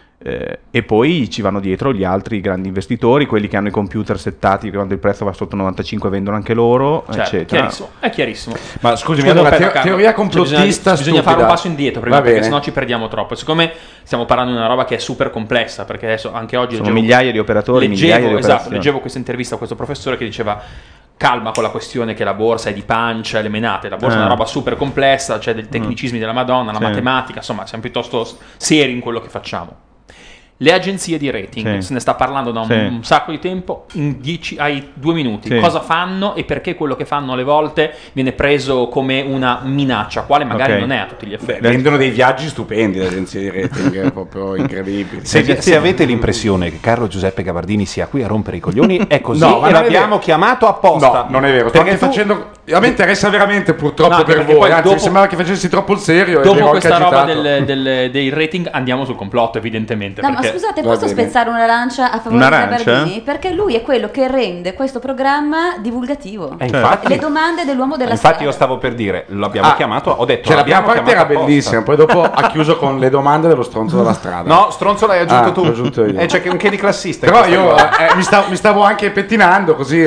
e poi ci vanno dietro gli altri grandi investitori, quelli che hanno i computer settati che quando il prezzo va sotto 95 vendono anche loro, eccetera. È chiarissimo. Ma scusami, allora, teoria complottista bisogna fare un passo indietro prima, Va perché bene. sennò ci perdiamo troppo. Siccome stiamo parlando di una roba che è super complessa, perché adesso anche oggi sono migliaia di operatori, migliaia di operazioni. leggevo questa intervista a questo professore che diceva: calma con la questione che la borsa è di pancia e le menate, la borsa è una roba super complessa, c'è dei tecnicismi della Madonna, la matematica, insomma siamo piuttosto seri in quello che facciamo. Le agenzie di rating, se ne sta parlando da un sacco di tempo, hai 2 minuti, cosa fanno e perché quello che fanno alle volte viene preso come una minaccia, quale magari non è a tutti gli effetti. Vendono dei viaggi stupendi le agenzie di rating, è proprio incredibile. Se avete l'impressione che Carlo Giuseppe Gabardini sia qui a rompere i coglioni, è così, No, ma e non è l'abbiamo vero. chiamato apposta. No, non è vero, sto Perché anche facendo. A me interessa veramente, purtroppo, No, per perché voi. poi Anzi, dopo- mi sembrava che facessi troppo il serio. Dopo e questa roba agitato. dei rating andiamo sul complotto, evidentemente. No, ma perché... scusate, Va posso bene. spezzare una lancia a favore Una di lancia? Gabardini? Perché lui è quello che rende questo programma divulgativo. Infatti, Le domande dell'uomo della infatti sera. io stavo per dire, l'abbiamo chiamato, ho detto Cioè, la prima l'abbiamo parte era chiamato bellissima, apposta. poi dopo ha chiuso con le domande dello stronzo della strada. No, stronzo l'hai aggiunto tu. l'ho aggiunto io. C'è che di classista. Però in io questa cosa. mi stavo anche pettinando così,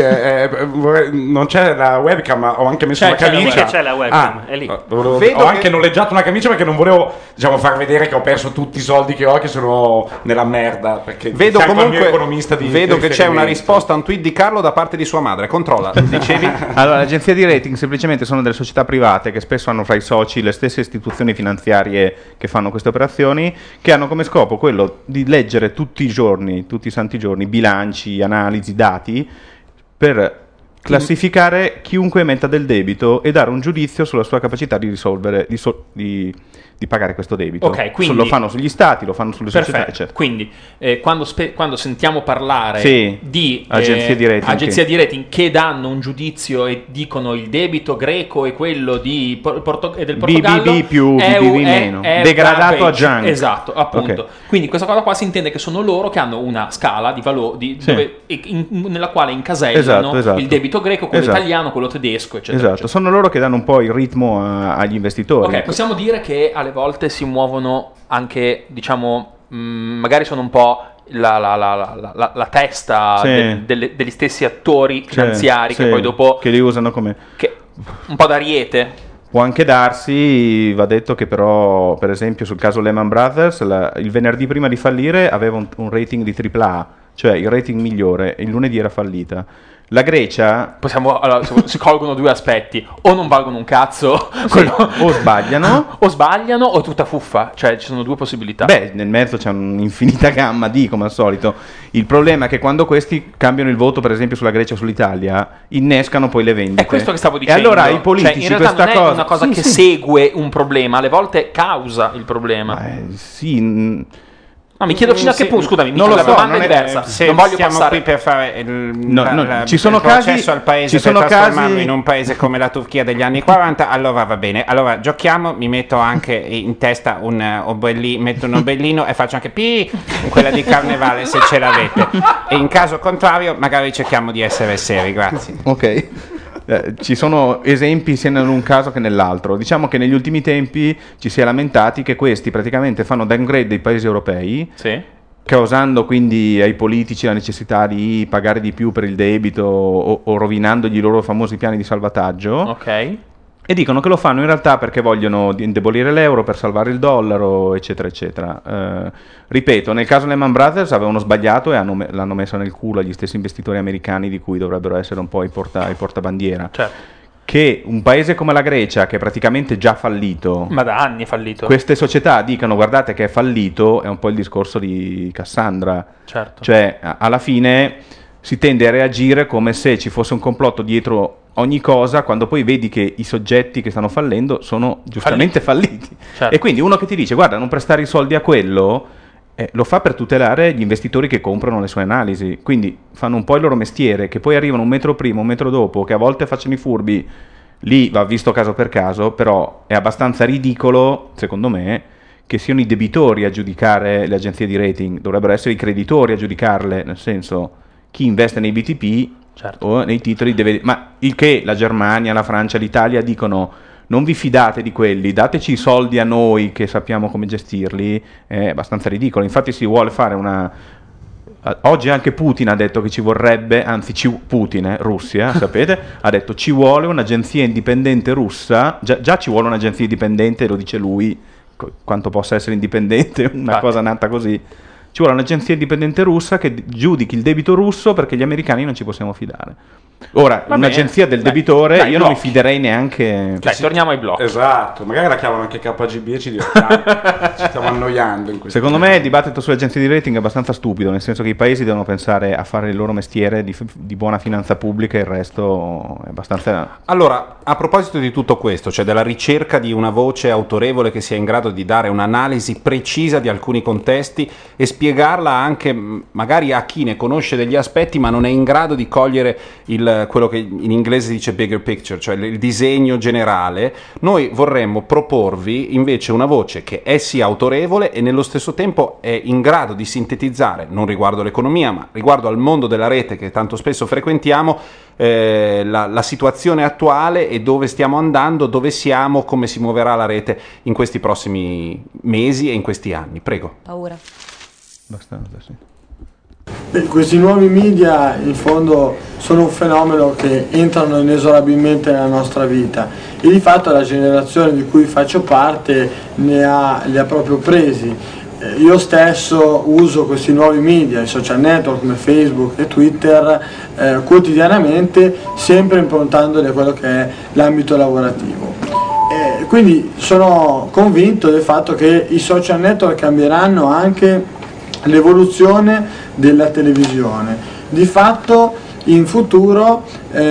non c'è la webcam, ma ho anche messo C'è, la c'è la camicia. webcam, c'è la webcam, è lì. Vedo Ho che- anche noleggiato una camicia perché non volevo, diciamo, far vedere che ho perso tutti i soldi che ho, che sono nella merda. Perché Vedo fianco al mio comunque economista di vedo che c'è una riferimento. risposta a un tweet di Carlo da parte di sua madre. Controlla, dicevi? Allora, le agenzie di rating semplicemente sono delle società private che spesso hanno fra i soci le stesse istituzioni finanziarie che fanno queste operazioni, che hanno come scopo quello di leggere tutti i giorni, tutti i santi giorni, bilanci, analisi, dati, per classificare chiunque emetta del debito e dare un giudizio sulla sua capacità di risolvere, di pagare questo debito. Ok, quindi- lo fanno sugli stati, lo fanno sulle società, Perfetto. eccetera. Quindi quando sentiamo parlare Sì, di agenzie di rating agenzie che- di rating che danno un giudizio e dicono il debito greco e quello del Portogallo BBB più, è BBB è- meno. è Degradato garbage. a junk. Esatto, appunto. Ok. Quindi questa cosa qua si intende che sono loro che hanno una scala di valori nella quale incasellano Esatto. il debito greco, quello Esatto. italiano, quello tedesco, eccetera. Esatto, eccetera. sono loro che danno un po' il ritmo agli investitori. Ok, possiamo dire che alle volte si muovono anche, diciamo, magari sono un po' la testa Sì. degli stessi attori finanziari che Sì, poi dopo che li usano come un po' d'ariete. può anche darsi. Va detto che però, per esempio, sul caso Lehman Brothers, il venerdì prima di fallire aveva un rating di AAA, cioè il rating migliore, e il lunedì era fallita. La Grecia allora, si colgono due aspetti: o non valgono un cazzo, o sbagliano, o è tutta fuffa. Cioè, ci sono due possibilità. Beh, nel mezzo c'è un'infinita gamma come al solito. Il problema è che quando questi cambiano il voto, per esempio sulla Grecia o sull'italia, innescano poi le vendite. È questo che stavo dicendo. E allora i politici, in realtà questa non è una cosa che segue un problema, alle volte causa il problema. No, mi chiedo fino a che punto, scusami, non lo so, la domanda è diversa. Se non voglio siamo passare qui per fare ci sono il casi, processo al paese ci sono per trasformarlo casi in un paese come la Turchia degli anni 40, allora va bene. Allora giochiamo, mi metto anche in testa metto un ombrellino e faccio anche pi in quella di Carnevale se ce l'avete. E in caso contrario magari cerchiamo di essere seri, grazie. Ok. Ci sono esempi sia in un caso che nell'altro. Diciamo che negli ultimi tempi ci si è lamentati che questi praticamente fanno downgrade dei paesi europei, causando quindi ai politici la necessità di pagare di più per il debito o rovinandogli i loro famosi piani di salvataggio. Ok. E dicono che lo fanno in realtà perché vogliono indebolire l'euro per salvare il dollaro, eccetera, eccetera. Ripeto, nel caso Lehman Brothers avevano sbagliato e l'hanno messa nel culo agli stessi investitori americani di cui dovrebbero essere un po' i portabandiera. Certo. Che un paese come la Grecia, che è praticamente già fallito, ma da anni è fallito, queste società dicano guardate che è fallito, è un po' il discorso di Cassandra. Certo. Cioè, alla fine si tende a reagire come se ci fosse un complotto dietro ogni cosa, quando poi vedi che i soggetti che stanno fallendo sono giustamente falliti. Certo. E quindi uno che ti dice guarda, non prestare i soldi a quello, lo fa per tutelare gli investitori che comprano le sue analisi, quindi fanno un po' il loro mestiere, che poi arrivano un metro prima, un metro dopo, che a volte facciano i furbi, lì va visto caso per caso, però è abbastanza ridicolo, secondo me, che siano i debitori a giudicare le agenzie di rating, dovrebbero essere i creditori a giudicarle, nel senso chi investe nei BTP o nei titoli deve... Ma il che la Germania, la Francia, l'Italia dicono non vi fidate di quelli, dateci i soldi a noi che sappiamo come gestirli, è abbastanza ridicolo. Infatti si vuole fare una... Oggi anche Putin ha detto che ci vorrebbe, Putin, Russia, sapete, ha detto ci vuole un'agenzia indipendente russa, già ci vuole un'agenzia indipendente, lo dice lui, quanto possa essere indipendente una cosa nata così. Ci vuole un'agenzia indipendente russa che giudichi il debito russo perché gli americani non ci possiamo fidare. Ora, un'agenzia del debitore io non mi fiderei neanche. Dai, torniamo ai blocchi. Esatto, magari la chiamano anche KGB e ci stiamo annoiando in questo. Secondo me il dibattito sulle agenzie di rating è abbastanza stupido, nel senso che i paesi devono pensare a fare il loro mestiere di buona finanza pubblica e il resto è abbastanza... Allora, a proposito di tutto questo, cioè della ricerca di una voce autorevole che sia in grado di dare un'analisi precisa di alcuni contesti e spiegarla anche magari a chi ne conosce degli aspetti ma non è in grado di cogliere quello che in inglese si dice bigger picture, cioè il disegno generale, noi vorremmo proporvi invece una voce che è sì autorevole e nello stesso tempo è in grado di sintetizzare, non riguardo l'economia ma riguardo al mondo della rete che tanto spesso frequentiamo, la situazione attuale e dove stiamo andando, dove siamo, come si muoverà la rete in questi prossimi mesi e in questi anni. Prego. Paura. Abbastanza, sì. Questi nuovi media in fondo sono un fenomeno che entrano inesorabilmente nella nostra vita e di fatto la generazione di cui faccio parte li ha proprio presi. Io stesso uso questi nuovi media, i social network come Facebook e Twitter quotidianamente, sempre improntandoli a quello che è l'ambito lavorativo. Quindi sono convinto del fatto che i social network cambieranno anche l'evoluzione della televisione. Di fatto in futuro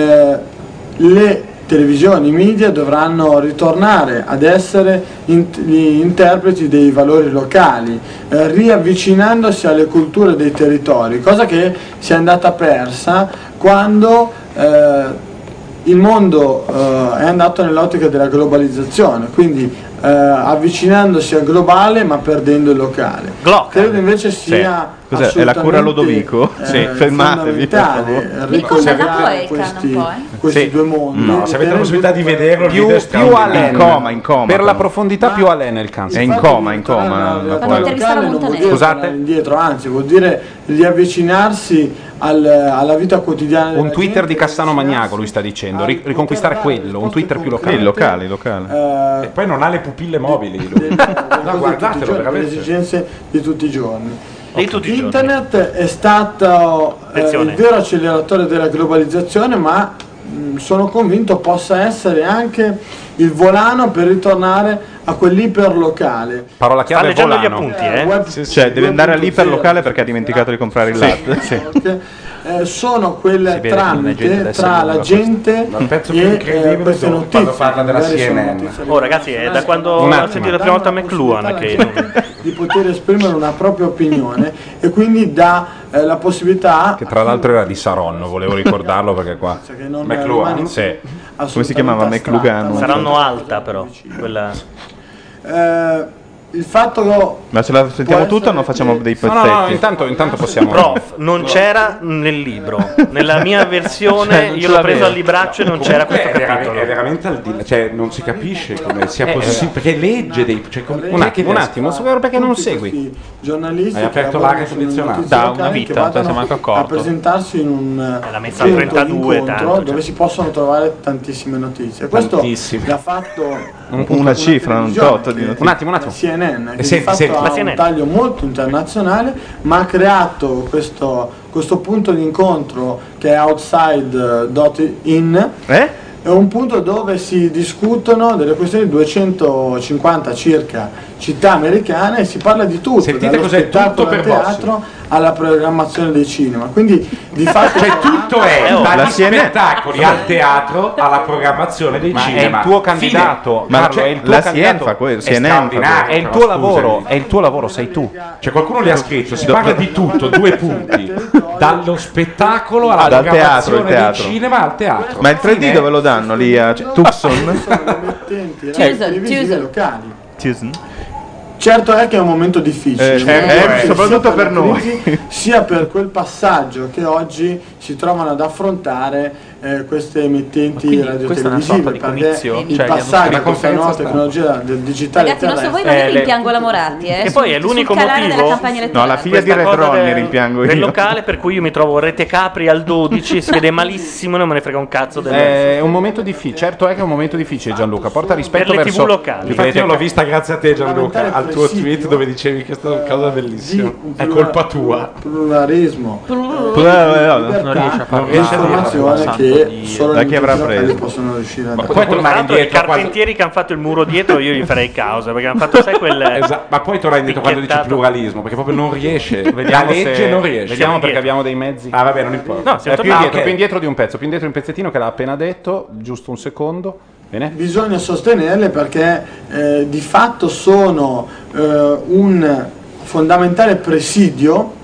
le televisioni, i media dovranno ritornare ad essere gli interpreti dei valori locali, riavvicinandosi alle culture dei territori, cosa che si è andata persa quando il mondo è andato nell'ottica della globalizzazione, quindi avvicinandosi al globale ma perdendo il locale. Credo invece sia Cos'è? È la cura Lodovico? Fermatevi, fondamentale ricollegare questi due mondi. No, se avete la possibilità di vederlo, più Alain, in coma. Per la profondità più Alain il cancer. È in coma. Scusate. Indietro, anzi vuol dire riavvicinarsi alla vita quotidiana. Un Twitter di Cassano Magnago, lui sta dicendo, riconquistare quello, un Twitter più locale. Locale. E poi non ha le pupille mobili. No, guardatelo, le esigenze di tutti i giorni. Di tutti i giorni. Internet è stato il vero acceleratore della globalizzazione, ma sono convinto possa essere anche il volano per ritornare a quell'iperlocale. Parola chiave Sta leggendo volano. gli appunti, Cioè, deve andare all'iperlocale perché ha dimenticato di comprare il latte. Sono quelle vede che non è gente tramite adesso tra lunga, la gente Il pezzo più incredibile queste dopo, notizie. quando parla della Magari sono CNN. notizie Oh ragazzi, è da quando Un ho attimo. sentito la prima volta McLuhan che di poter esprimere una propria opinione e quindi dà la possibilità, Che tra l'altro era di Saronno, volevo ricordarlo perché qua. che non McLuhan, rimane sì. Come si chiamava? assolutamente McLugano? astratta, saranno alta però quella il fatto Ma ce la sentiamo tutta o non facciamo dei No, pezzetti? no, intanto possiamo. Prof, non c'era nel libro. Nella mia versione Cioè, non io ce l'ho preso l'avevo. al libraccio e non c'era questo capitolo. È veramente al di là, cioè non si capisce come sia possibile, perché legge dei... Cioè, Un attimo, perché non segui? giornalisti Hai che aperto lavorano l'aria sulle condizionata. notizie Da locali una che vita, non vadano si è manco a accorto. presentarsi in un l'ha messa al punto 32 d'incontro tanto, dove cioè. si possono trovare tantissime notizie. Questo Tantissime. l'ha fatto Una cifra, un tot di notizie. Un attimo. la CNN, che Senti, di fatto senti. ha La un CNN. taglio molto internazionale, ma ha creato questo punto di incontro che è outside.in. È un punto dove si discutono delle questioni di 250 circa città americane e si parla di tutto, Sentite dallo cos'è spettacolo tutto al per teatro alla programmazione dei cinema. Quindi di fatto Cioè tutto è la dagli CNN spettacoli al teatro alla programmazione dei Ma cinema. è il tuo candidato, Ma Carlo, cioè, è il tuo la candidato. CNN fa quello, È CNN fa straordinario. È il Però, tuo lavoro, scusami. è il tuo lavoro, sei tu. Cioè qualcuno li ha scritto, si parla di tutto, due punti, dallo spettacolo alla Dal teatro, programmazione il teatro. del cinema al teatro. Ma il 3D dove lo danno? Lì a Tucson? televisivi locali. Tucson? Certo è che è un momento difficile, soprattutto sia per la noi. crisi, sia per quel passaggio che oggi si trovano ad affrontare queste emittenti quindi questa è una sorta radiotelevisive, di perché comizio? il Cioè, passaggio una di questa nuova conferenza tecnologia del digitale Ragazzi, non so voi, ma terrestre io rimpiango la Moratti, E poi è l'unico sul canale motivo- della campagna No, elettorale. la figlia di Questa cosa Redroni rimpiango del io. locale per cui io mi trovo Rete Capri al 12, si vede malissimo, non me ne frega un cazzo È un momento difficile, certo è che è un momento difficile, Gianluca. Porta rispetto per le verso TV locali. Infatti io l'ho vista grazie a te Gianluca, Fondamentale al tuo presidio tweet dove dicevi che questa è una cosa bellissima. di È colpa tua. pluralismo, Non riesce a fare informazione che solo Da le chi avrà entités locali preso? possono riuscire a Ma dare. poi Tra tornare l'altro i indietro quando... carpentieri che hanno fatto il muro dietro io gli farei causa perché hanno fatto sai quel Esatto, ma poi tornare indietro quando dici Ticchettato. pluralismo, perché proprio non riesce. Vediamo la legge se- non riesce. Vediamo perché indietro. abbiamo dei mezzi. Ah vabbè, non importa. No, siamo Più tornati. indietro, più indietro di un pezzo, più indietro di un pezzettino che l'ha appena detto, giusto un secondo. Bene? Bisogna sostenerle perché di fatto sono un fondamentale presidio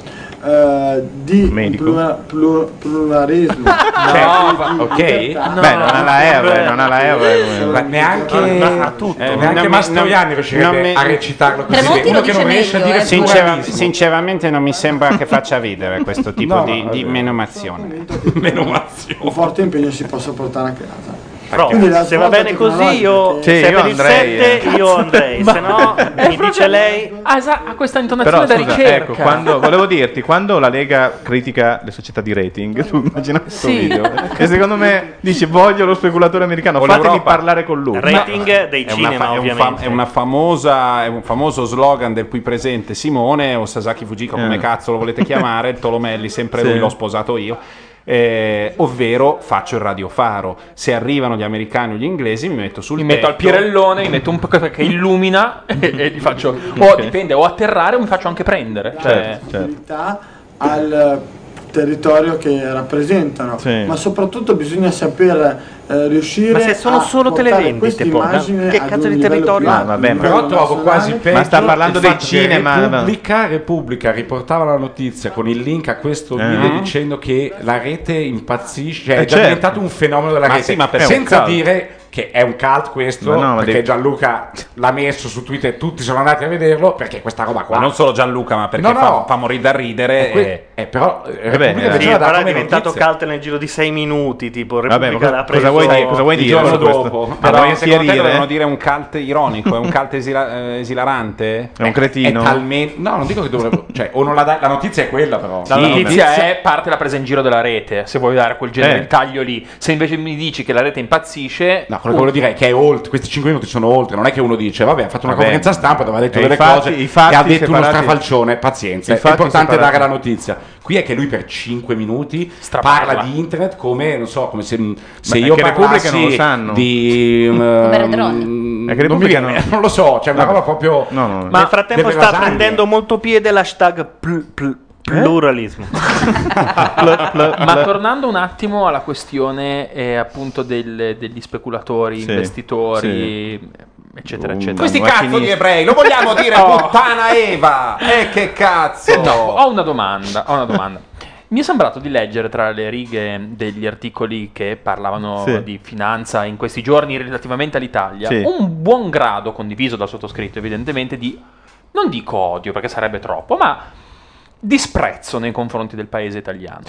di Medico. pluralismo. Ok? Beh, non ha la R, non ha la R. Ma neanche non mi- Mastroianni non riuscirebbe mi- a recitarlo così. Tremonti Uno lo che non dice riesce a meglio, dire pluralismo. Sinceramente non mi sembra che faccia ridere questo tipo No, di vabbè. menomazione. Un forte impegno si possa portare a casa. Però, Quindi la se va svolta bene così io Sì, se io per il andrei, 7 io andrei, se no mi dice lei Ah, esatto, ha questa intonazione Però da scusa, ricerca. ecco, quando, volevo dirti, quando la Lega critica le società di rating, tu immagina questo Sì. video, e secondo me dice voglio lo speculatore americano, O fatemi l'Europa. parlare con lui. rating dei È, cinema ovviamente. è un famoso slogan del qui presente Simone o Sasaki Fujiko, come cazzo lo volete chiamare, il Tolomelli, sempre Sì. lui, l'ho sposato io. Ovvero faccio il radiofaro. Se arrivano gli americani o gli inglesi mi metto sul Mi metto al tetto. pirellone, mi metto un po' che illumina e gli faccio o dipende, o atterrare o mi faccio anche prendere. Cioè, Abilità al territorio che rappresentano, Sì. ma soprattutto bisogna saper riuscire Ma se sono a solo portare televendite, questa poi, immagine che ad cazzo un di livello territorio? più alto, Ah, vabbè, un Però livello trovo quasi nazionale. peggio sta parlando il dei fatto che cinema. Repubblica riportava la notizia con il link a questo video dicendo che la rete impazzisce, cioè è già certo. diventato un fenomeno della Ma rete, sì, ma per- senza è un cult. dire che è un cult questo, Ma no, ma perché devi- Gianluca l'ha messo su Twitter e tutti sono andati a vederlo, perché questa roba qua Ma non solo Gianluca, ma perché No, no. fa morire da ridere. però Repubblica invece Sì, la dà però è come diventato notizia. cult nel giro di 6 minuti, tipo Vabbè, Repubblica ma l'ha cosa preso vuoi dire? Cosa vuoi il dire giorno su questo? dopo. Ma Però vuoi secondo te chiarire? dovevano dire un cult ironico, è un cult esilarante? È un cretino. È talmente no, non dico che dovrebbe, cioè o non la dai, la notizia è quella però. la notizia è parte la presa in giro della rete, se vuoi dare quel genere di taglio lì. Se invece mi dici che la rete impazzisce, No, quello che voglio dire è che è oltre, questi 5 minuti sono oltre, non è che uno dice vabbè ha fatto una conferenza stampa dove ha detto delle cose e ha detto uno strafalcione, pazienza, è importante dare la notizia. Qui è che lui per 5 minuti parla di internet come, non so, come se io parlassi non lo sanno. di Come Repubblica non lo so, c'è una roba proprio Ma nel frattempo sta prendendo molto piede l'hashtag pluralismo. Ma tornando un attimo alla questione appunto degli speculatori, investitori, eccetera, eccetera. Questi cazzo di ebrei, lo vogliamo dire puttana Eva? Che cazzo? No, ho una domanda. Mi è sembrato di leggere tra le righe degli articoli che parlavano di finanza in questi giorni relativamente all'Italia un buon grado, condiviso dal sottoscritto evidentemente, di, non dico odio perché sarebbe troppo, ma disprezzo nei confronti del paese italiano.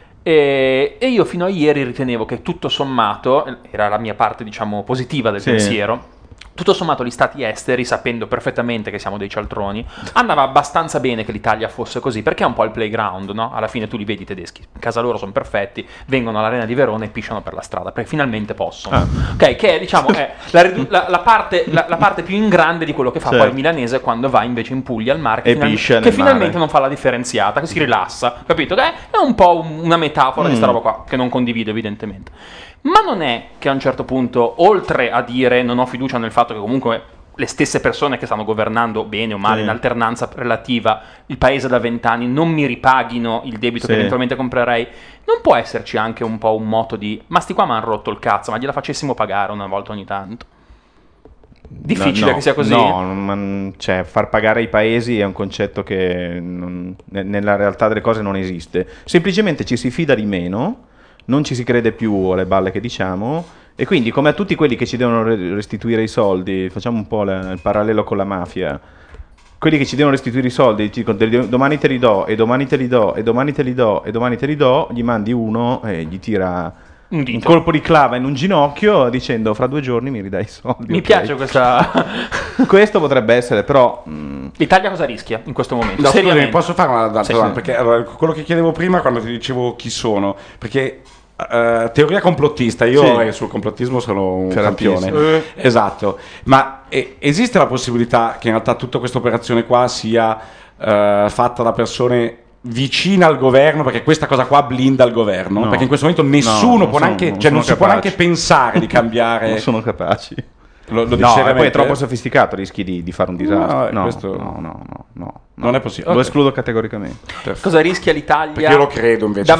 E io fino a ieri ritenevo che tutto sommato, era la mia parte diciamo positiva del pensiero, tutto sommato gli stati esteri, sapendo perfettamente che siamo dei cialtroni, andava abbastanza bene che l'Italia fosse così, perché è un po' il playground, no? Alla fine tu li vedi i tedeschi, a casa loro sono perfetti, vengono all'Arena di Verona e pisciano per la strada, perché finalmente possono. Ok, che è, diciamo, è la parte più in grande di quello che fa poi il milanese quando va invece in Puglia al mare, che finalmente non fa la differenziata, che si rilassa, capito? Che è un po' una metafora di sta roba qua, che non condivido evidentemente. Ma non è che a un certo punto, oltre a dire non ho fiducia nel fatto che comunque le stesse persone che stanno governando bene o male in alternanza relativa il paese da 20 anni non mi ripaghino il debito che eventualmente comprerei, non può esserci anche un po' un moto di ma sti qua mi hanno rotto il cazzo, ma gliela facessimo pagare una volta ogni tanto? Difficile che sia così? No, cioè far pagare i paesi è un concetto che nella realtà delle cose non esiste. Semplicemente ci si fida di meno, non ci si crede più alle balle che diciamo, e quindi come a tutti quelli che ci devono restituire i soldi, facciamo un po' il parallelo con la mafia, quelli che ci devono restituire i soldi ti dicono domani te li do, e domani te li do, e domani te li do, e domani te li do, gli mandi uno e gli tira un colpo di clava in un ginocchio dicendo fra 2 giorni mi ridai i soldi. Mi piace questa... Questo potrebbe essere, però... L'Italia cosa rischia in questo momento? No, scusami, posso fare una domanda? Perché allora, quello che chiedevo prima quando ti dicevo chi sono, perché... teoria complottista, io sul complottismo sono un campione, esatto, ma esiste la possibilità che in realtà tutta questa operazione qua sia fatta da persone vicine al governo, perché questa cosa qua blinda il governo, perché in questo momento nessuno può neanche, cioè non si può neanche pensare di cambiare, non sono capaci. Lo poi è troppo sofisticato, rischi di fare un disastro. No, non è possibile. Lo escludo categoricamente. Cosa rischia l'Italia? Perché io lo credo invece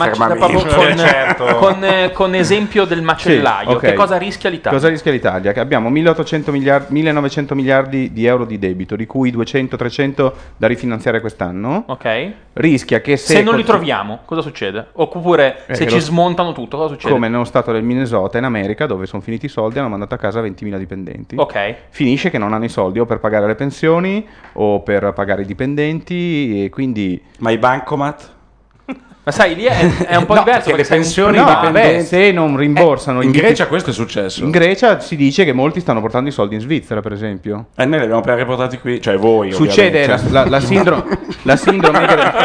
fermamente. Con esempio del macellaio. Che cosa rischia l'Italia? Cosa rischia l'Italia? Che abbiamo 1900 miliardi di euro di debito, di cui 200-300 da rifinanziare quest'anno. Ok. Rischia che se non li troviamo, cosa succede? Oppure se ci smontano tutto, cosa succede? Come nello stato del Minnesota in America, dove sono finiti i soldi, hanno mandato a casa 20.000 dipendenti. Ok. Finisce che non hanno i soldi o per pagare le pensioni o per pagare i dipendenti, e quindi... Ma i bancomat? Ma sai, lì è un po' diverso, perché le pensioni dipendenti... se non rimborsano... in Grecia questo è successo. In Grecia si dice che molti stanno portando i soldi in Svizzera, per esempio. E noi li abbiamo appena riportati qui, cioè voi. Succede la sindrome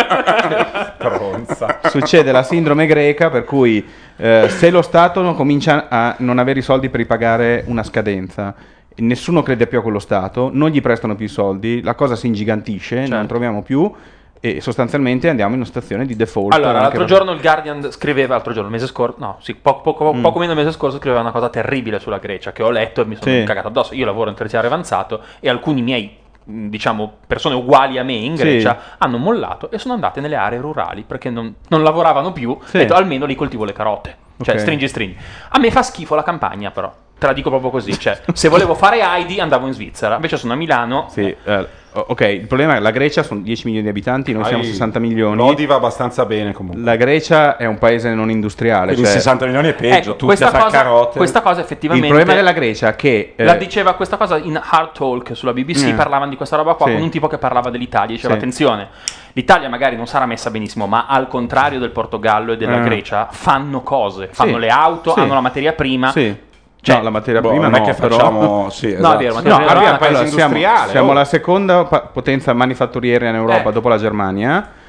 succede la sindrome greca, per cui se lo Stato non comincia a non avere i soldi per ripagare una scadenza, nessuno crede più a quello Stato, non gli prestano più i soldi, la cosa si ingigantisce, non troviamo più, e sostanzialmente andiamo in una situazione di default. Allora, l'altro giorno il Guardian scriveva, il mese scorso, poco meno del mese scorso, scriveva una cosa terribile sulla Grecia, che ho letto e mi sono cagato addosso. Io lavoro in terziario avanzato e alcuni miei, diciamo, persone uguali a me in Grecia hanno mollato e sono andate nelle aree rurali perché non lavoravano più. Ho detto, almeno lì coltivo le carote. Cioè, stringi. A me fa schifo la campagna, però. Te la dico proprio così. Cioè, se volevo fare Heidi andavo in Svizzera. Invece sono a Milano. Ok, il problema è che la Grecia sono 10 milioni di abitanti, noi siamo 60 milioni. Lodi va abbastanza bene comunque. La Grecia è un paese non industriale. Quindi 60 milioni è peggio, tutti a far carote. Questa cosa effettivamente... Il problema della Grecia è che... la diceva questa cosa in Hard Talk sulla BBC, parlavano di questa roba qua con un tipo che parlava dell'Italia, diceva attenzione, l'Italia magari non sarà messa benissimo, ma al contrario del Portogallo e della Grecia fanno cose, fanno le auto, hanno la materia prima... Cioè, no, la materia prima non è che facciamo... No, è vero, abbiamo un paese industriale. Siamo la seconda potenza manifatturiera in Europa dopo la Germania.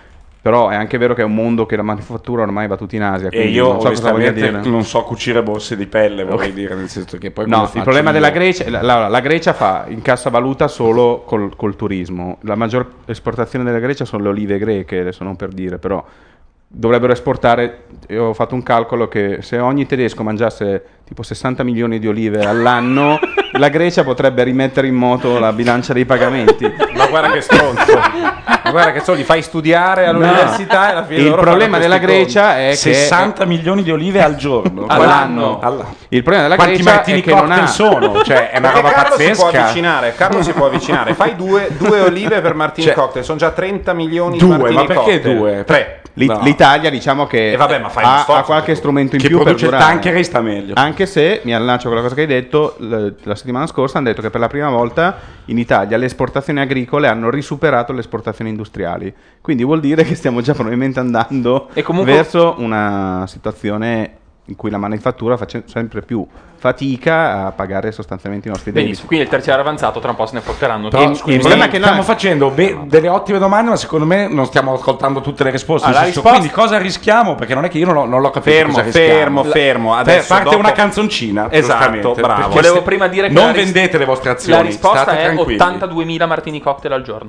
Però è anche vero che è un mondo che la manifattura ormai va tutti in Asia. E io non so cosa voglia onestamente dire. non so cucire borse di pelle, vorrei dire, nel senso che poi No, il problema della Grecia, la Grecia incassa valuta solo col turismo. La maggior esportazione della Grecia sono le olive greche, adesso non per dire, però dovrebbero esportare. Io ho fatto un calcolo che se ogni tedesco mangiasse tipo 60 milioni di olive all'anno, la Grecia potrebbe rimettere in moto la bilancia dei pagamenti. Ma guarda che stronzo. Ma guarda che li fai studiare all'università e alla fine il loro problema fanno della questi Grecia conti. è che 60 milioni di olive al giorno. all'anno. Il problema della Quanti Grecia martini è che non cocktail ha sono? Cioè, è una Perché roba Carlo pazzesca. Carlo si può avvicinare. Fai due olive per martini cocktail, sono già 30 milioni di martini ma perché cocktail. 2? 3. No. L'Italia diciamo che E vabbè, ma fai uno sforzo ha qualche strumento in che più per produce il durare. Tanqueray sta meglio. Anche se mi allaccio con la cosa che hai detto, la settimana scorsa hanno detto che per la prima volta in Italia le esportazioni agricole hanno risuperato le esportazioni industriali. Quindi vuol dire che stiamo già probabilmente andando verso una situazione in cui la manifattura fa sempre più fatica a pagare sostanzialmente i nostri debiti. Benissimo, quindi il terziario avanzato tra un po' se ne porteranno. Però, il problema è che stiamo facendo delle ottime domande, ma secondo me non stiamo ascoltando tutte le risposte. Allora, Nel senso, quindi cosa rischiamo? Perché non è che io non l'ho capito. cosa rischiamo. Fermo. Adesso parte dopo- una canzoncina. Esatto, giustamente, bravo. perché Volevo prima dire che non vendete le vostre azioni. La risposta state è tranquilli. 82.000 martini cocktail al giorno.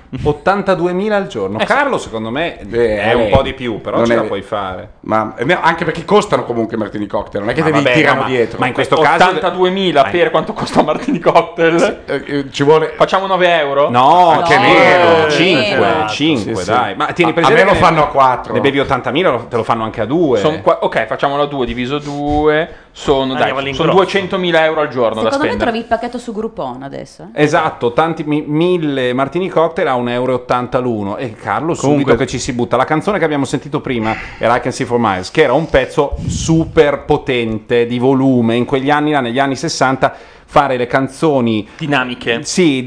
82.000 al giorno. Carlo, secondo me, è un po' di più, però non ce è- la puoi fare. Ma anche perché costano comunque i martini cocktail, non è che Ma te li vabbè, tirano ma- dietro. ma in questo caso 82.000 per quanto costa un martini cocktail? ci vuole. Facciamo 9 euro? No, che meno, meno. 5, Sì, sì. dai. Ma tieni A presente me lo che fanno a 4. Ne bevi 80.000, te lo fanno anche a 2. Ok, facciamolo a 2 diviso 2. Sono Andiamo 200.000 euro al giorno da Secondo me spendere. trovi il pacchetto su Groupon adesso. Esatto, 1000 martini cocktail a 1,80 euro l'uno. E Carlo subito Comunque- che ci si butta. La canzone che abbiamo sentito prima era I Can See For Miles, che era un pezzo super potente di volume. In quegli anni, là, negli anni 60, fare le canzoni dinamiche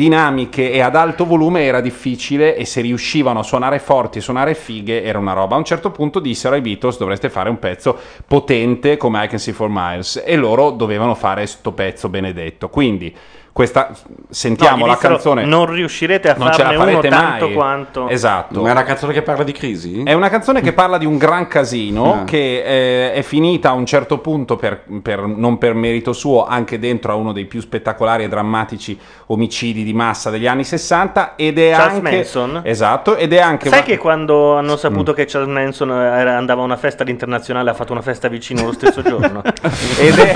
e ad alto volume era difficile, e se riuscivano a suonare forti e suonare fighe era una roba. A un certo punto dissero ai Beatles: dovreste fare un pezzo potente come I Can See For Miles, e loro dovevano fare sto pezzo benedetto. Quindi sentiamo No, gli la dissero, canzone, non riuscirete a non ce la farne uno farete tanto mai. quanto. Esatto. Ma è una canzone che parla di crisi? È una canzone che parla di un gran casino Ah. che è finita a un certo punto non per merito suo, anche dentro a uno dei più spettacolari e drammatici omicidi di massa degli anni 60, ed è Charles anche Manson? Esatto, ed è anche Sai che quando hanno saputo che Charles Manson andava a una festa all'internazionale, ha fatto una festa vicino lo stesso giorno? ed è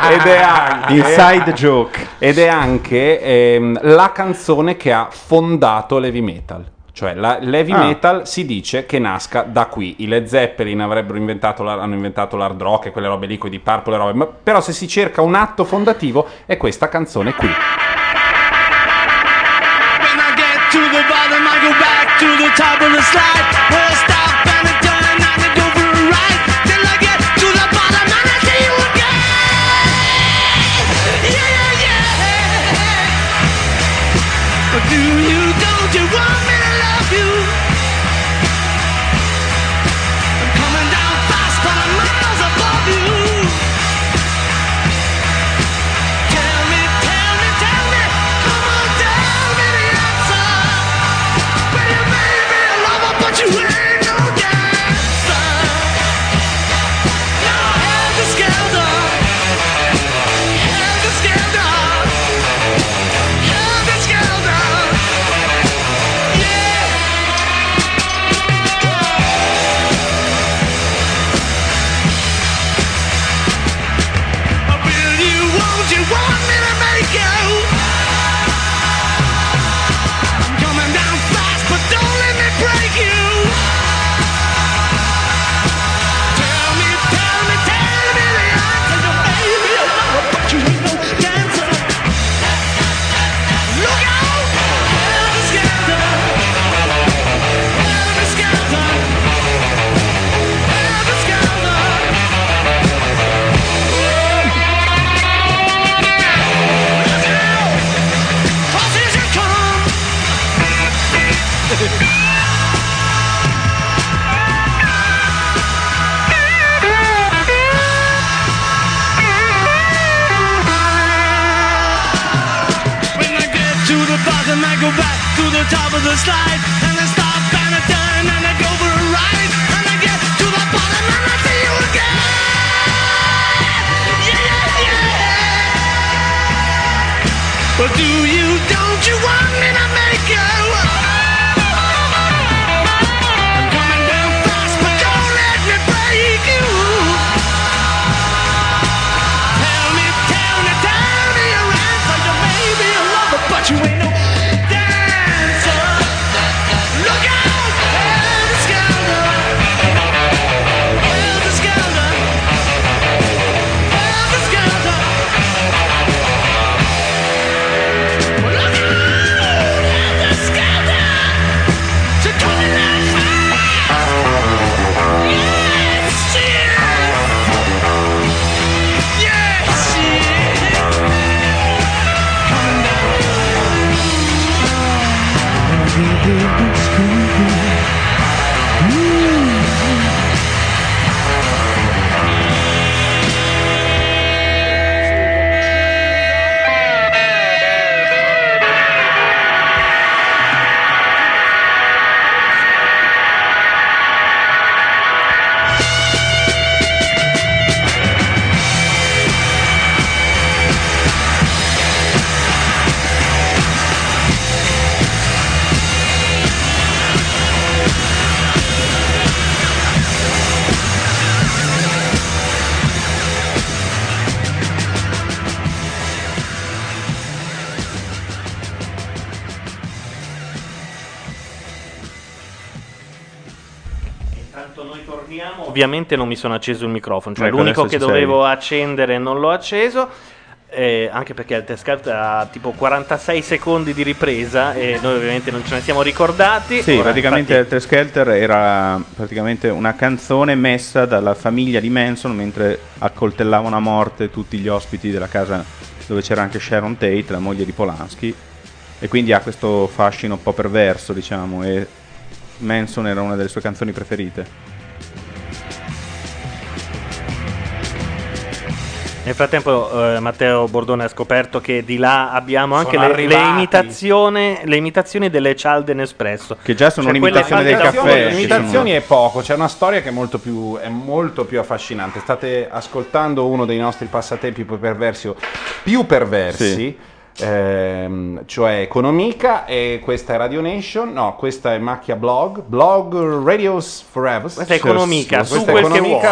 anche Inside joke. ed è anche la canzone che ha fondato l'heavy metal. Cioè l'heavy metal si dice che nasca da qui. I Led Zeppelin hanno inventato l'hard rock e quelle robe lì, con i Purple e robe, però se si cerca un atto fondativo è questa canzone qui. When I get to the bottom, I go back to the top of the slide. Where I stop and I turn and I go for a ride. Till I get to the bottom and I see you again. Yeah, yeah, yeah. But don't you want me to love you? I'm coming down fast, but I'm miles above you. Tell me, come on, tell me the answer. Well, you made me a lover, but you ain't no dancer. Now helter skelter, helter skelter, helter skelter. Won't you want me to make you? I'm coming down fast, but don't let me break you. Tell me the answer. You made me a lover, but you ain't no dancer. Look out! Helter skelter, helter skelter, helter skelter. When I get to the bottom, I go back to the top of the slide, and I stop and I turn and I go for Intanto noi torniamo. Ovviamente non mi sono acceso il microfono, cioè Ecco, l'unico adesso che ci dovevo accendere non l'ho acceso. Anche perché il test card ha tipo 46 secondi di ripresa e noi ovviamente non ce ne siamo ricordati. Sì, praticamente Helter Skelter era praticamente una canzone messa dalla famiglia di Manson mentre accoltellavano a morte tutti gli ospiti della casa dove c'era anche Sharon Tate, la moglie di Polanski, e quindi ha questo fascino un po' perverso, diciamo, e Manson era una delle sue canzoni preferite. Nel frattempo Matteo Bordone ha scoperto che di là abbiamo anche Sono le imitazioni delle cialde Nespresso. Che già sono Cioè, un'imitazione del caffè. Le imitazioni è poco, c'è una storia che è molto più affascinante. State ascoltando uno dei nostri passatempi più perversi. Cioè Economica, e questa è Radio Nation, no, questa è Macchia Blog Radios Forever. Questa è Economica, questa è Economica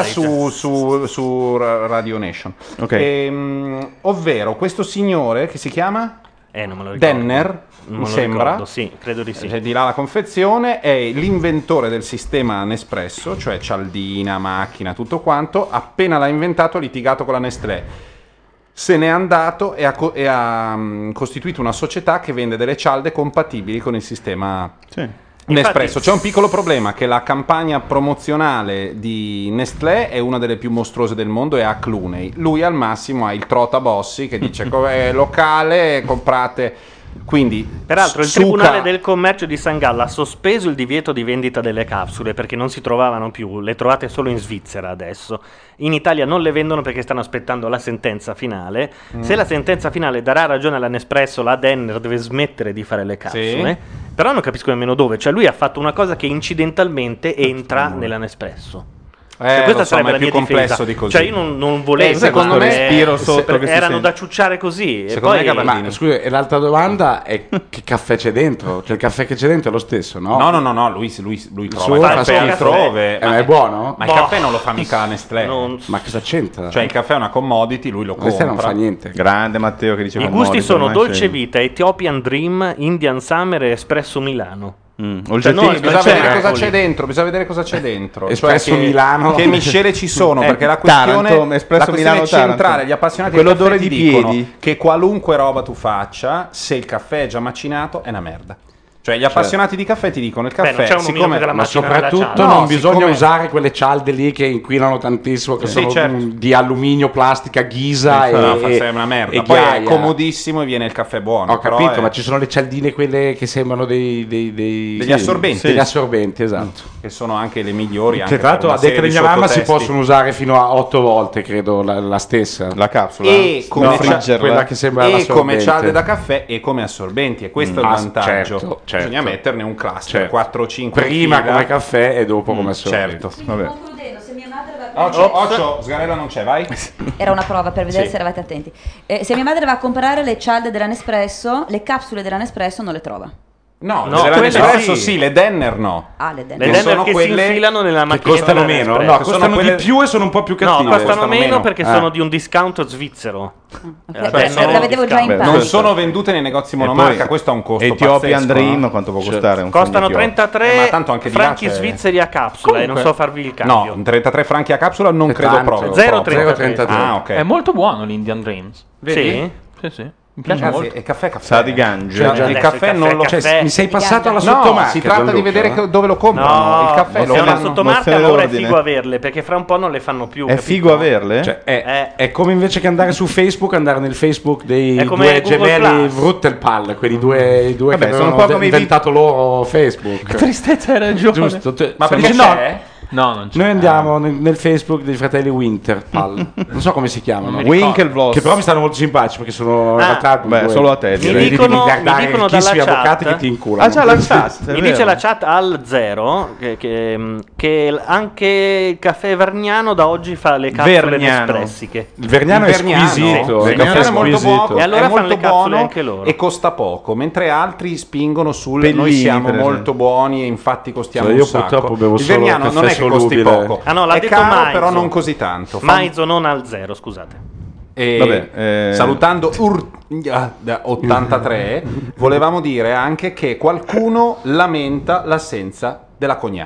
su Radio Nation. Okay. Ovvero questo signore che si chiama non me lo ricordo. Denner, mi sembra. Ricordo, sì, credo di sì. C'è di là la confezione, è l'inventore del sistema Nespresso, cioè cialdina, macchina, tutto quanto. Appena l'ha inventato ha litigato con la Nestlé. Se n'è andato e ha costituito una società che vende delle cialde compatibili con il sistema Nespresso. Infatti, c'è un piccolo problema, che la campagna promozionale di Nestlé è una delle più mostruose del mondo e ha Clooney. Lui al massimo ha il Trota Bossi che dice è locale, comprate. Quindi, peraltro il Tribunale del Commercio di San Gallo ha sospeso il divieto di vendita delle capsule perché non si trovavano più, le trovate solo in Svizzera adesso. In Italia non le vendono perché stanno aspettando la sentenza finale. Se la sentenza finale darà ragione alla Nespresso, la Denner deve smettere di fare le capsule. Però non capisco nemmeno dove, cioè lui ha fatto una cosa che incidentalmente entra nella Nespresso. Questa sarebbe la più mia complesso difesa. di così. Cioè io non volevo, secondo me respiro sotto che si erano sente. da ciucciare così. Secondo e poi ma scusa, e l'altra domanda è che caffè c'è dentro? Cioè il caffè che c'è dentro è lo stesso, no? No, lui trova il fa caffè schifo. altrove. Ma è buono? Ma il caffè non lo fa mica la Nestlé. Ma cosa c'entra? Cioè il caffè è una commodity, lui lo Nestlé compra. non fa niente. Grande Matteo che dice i gusti sono Dolce Vita, Ethiopian Dream, Indian Summer e Espresso Milano. Bisogna vedere cosa c'è dentro. Espresso Cioè Milano. Che miscele ci sono, perché la questione, Taranto, Espresso Milano, centrale, Taranto. gli appassionati Quell'odore del caffè di ti dicono piedi. che qualunque roba tu faccia, se il caffè è già macinato è una merda. Cioè gli appassionati di caffè ti dicono il caffè, siccome ma soprattutto non bisogna usare quelle cialde lì che inquinano tantissimo, che sono di alluminio, plastica, ghisa è una merda. Poi ghiaia. è comodissimo e viene il caffè buono. Ho capito, ma ci sono le cialdine quelle che sembrano degli assorbenti. Degli assorbenti, esatto. Che sono anche le migliori. Che tra l'altro a detta di mia mamma si possono usare fino a 8 volte, credo, la stessa. La capsula? E come, quella che sembra come cialde da caffè e come assorbenti. E questo è il vantaggio. Certo. Bisogna metterne un cluster, 4 o 5 prima come caffè e dopo come assorbenti. Certo. Vabbè. Se mia madre va a Occhio, Sgarella non c'è, vai. Era una prova per vedere se eravate attenti. Se mia madre va a comprare le cialde della Nespresso, le capsule della Nespresso non le trova. No, della Nespresso sì, le Denner no. Le Denner. Le Denner che si infilano nella macchina che costano meno, no, costano di più e sono un po' più cattive. No, costano meno perché sono di un discount svizzero. La vedevo già in non tanto. sono vendute nei negozi monomarca, questo ha un costo Ethiopian pazzesco, Dream quanto può costare? Un Costano fogno Ethiopian? 33 ma tanto anche di là franchi c'è- svizzeri a capsula e non so farvi il cambio. No, 33 franchi a capsula non credo tanto. proprio. 0,33. Ah, ok. È molto buono l'Indian Dreams. Sì? Sì, sì. Mi piace Ragazzi, molto. è caffè. Sa di gange. Cioè, Adesso il caffè non lo caffè. Mi sei passato alla No, sottomarca. si tratta di vedere dove lo comprano. No, il caffè se lo è una fanno. sottomarca mozione allora è d'ordine. figo averle perché fra un po' non le fanno più. È capito? figo averle? Cioè, è come invece che andare su Facebook, andare nel Facebook dei È come due Google gemelli Plus. Vruttelpal, quelli due Vabbè, che sono un avevano po' come i inventato loro Facebook. Tristezza, hai ragione. Giusto? Ma perché no, c'è? No, non c'è. noi andiamo nel Facebook dei fratelli Winterpal, non so come si chiamano, Winklevoss. che però mi stanno molto simpatici perché sono in realtà Beh, due- solo a te, direi. Mi dicono miliardari dalla ricchissimi chat. avvocati che ti inculano. Ah, già la chat. è Mi vero. dice la chat al 0 che anche il caffè Vergnano da oggi fa le capsule Vergnano. nespressiche. Il Vergnano è Vergnano, squisito, sì. il caffè Vergnano è molto squisito. buono, E allora è fanno molto le capsule buono anche loro. e costa poco, mentre altri spingono sul Pellini, noi siamo per esempio. molto buoni e infatti costiamo Cioè, un io sacco. purtroppo bevo il solo Vergnano caffè non è che costi solubile. poco. Ah no, l'ha è detto caro, Maizo. però non così tanto. Fa- Maizo non al 0, scusate. E Vabbè, salutando 83, volevamo dire anche che qualcuno lamenta l'assenza della cognata.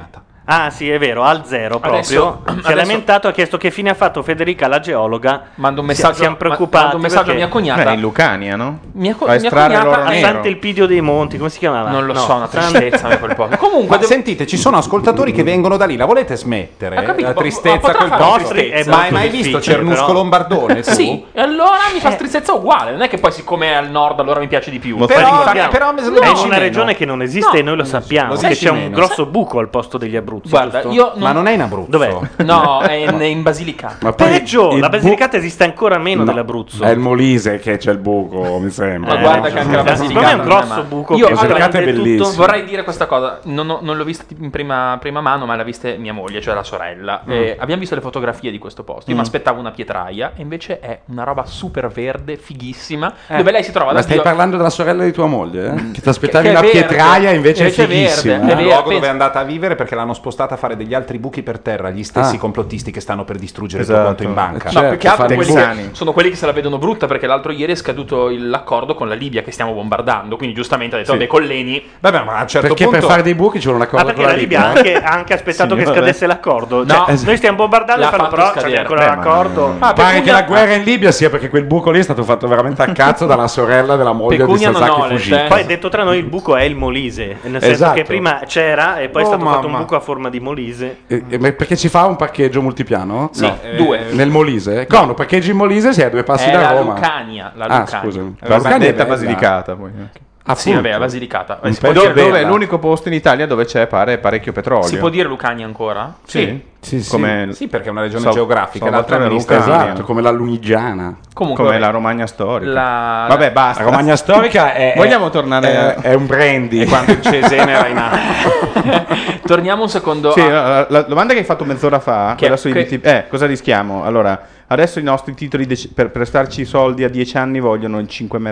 Ah sì, è vero, al zero proprio. Si è lamentato, ha chiesto che fine ha fatto Federica, la geologa. Mando un messaggio, siamo preoccupati. mando un messaggio a mia cognata. in Lucania, no? Mia Va a estrarre cognata l'oro è nero. Sant'Elpidio dei Monti, come si chiamava? Non lo No, so, una tristezza quel posto. Comunque, Ma sentite, ci sono ascoltatori che vengono da lì, la volete smettere? Ho capito, La ma tristezza potrà quel fare posto. tristezza. Ma hai mai visto Cernusco però. Lombardone? Tu? Sì, e allora mi fa tristezza uguale. Non è che poi, siccome è al nord, allora mi piace di più. Però è dici una meno. regione che non esiste e noi lo sappiamo. Lo Che dici c'è un meno. grosso buco al posto degli Abruzzi. Guarda, giusto? io Ma non è in Abruzzo. Dov'è? No, è in Basilicata. Ma poi Peggio, il la Basilicata esiste ancora meno No, dell'Abruzzo. È il Molise che c'è il buco, mi sembra. Ma guarda che anche la secondo Basilicata me è un non grosso male. buco Io che allora, Basilicata è prende bellissimo. tutto. vorrei dire questa cosa. Non l'ho vista in prima mano, ma l'ha vista mia moglie, cioè la sorella. Abbiamo visto le fotografie di questo posto. Io mi aspettavo una pietraia, e invece è una roba super verde, fighissima, dove lei si trova Ma da stai Dio. parlando della sorella di tua moglie? Che ti aspettavi Che è una verde, pietraia invece è invece è verde, fighissima. è È vero. il luogo dove penso- è andata a vivere perché l'hanno spostata a fare degli altri buchi per terra, gli stessi Ah. complottisti che stanno per distruggere il tuo Esatto. conto in banca. Certo, No, più che altro fare quelli texani. che, sono quelli che se la vedono brutta, perché l'altro ieri è scaduto l'accordo con la Libia che stiamo bombardando, quindi giustamente ha detto, vabbè, con l'Eni. Vabbè, ma a un certo Perché punto per fare dei buchi ci vuole un accordo Ah, perché con la Libia ha anche aspettato che Signore. scadesse l'accordo. No. Cioè, noi stiamo bombardando, L'ha fanno, fatto però scadere. c'è ancora l'accordo. Ah, Pare Pecunia- che la guerra in Libia sia perché quel buco lì è stato fatto veramente a cazzo dalla sorella della moglie Pecunia di non ho Sasaki le Fujita. Poi detto tra noi, il buco è il Molise, nel senso Esatto. che prima c'era e poi è Oh, stato fatto un mamma. buco a forma di Molise. Ma perché ci fa un parcheggio multipiano? Sì, due. Nel Molise? Come? Parcheggi in Molise sei a due passi È da la Roma. Lucania. La Ah, Lucania. scusami. La Lucania è detta bella. Basilicata poi. Ah, Sì, appunto. vabbè, la Basilicata. Un Si può, pezzo dire, bella. Dove è l'unico posto in Italia dove c'è parecchio petrolio. si può dire Lucania ancora? Sì. Sì, sì. Come Sì, perché è una regione Sal- geografica, l'altra è Salvatore amministrativa. Esatto, come la Lunigiana. Comunque, come vabbè, la Romagna storica. la- Vabbè, basta. La Romagna storica è... Vogliamo tornare è un brandy. Quando il Cesena era in atto. torniamo un secondo Sì, a- la domanda che hai fatto mezz'ora fa, Che- quella sui che- BTP, cosa rischiamo? Allora, adesso i nostri titoli per prestarci i soldi a 10 anni vogliono il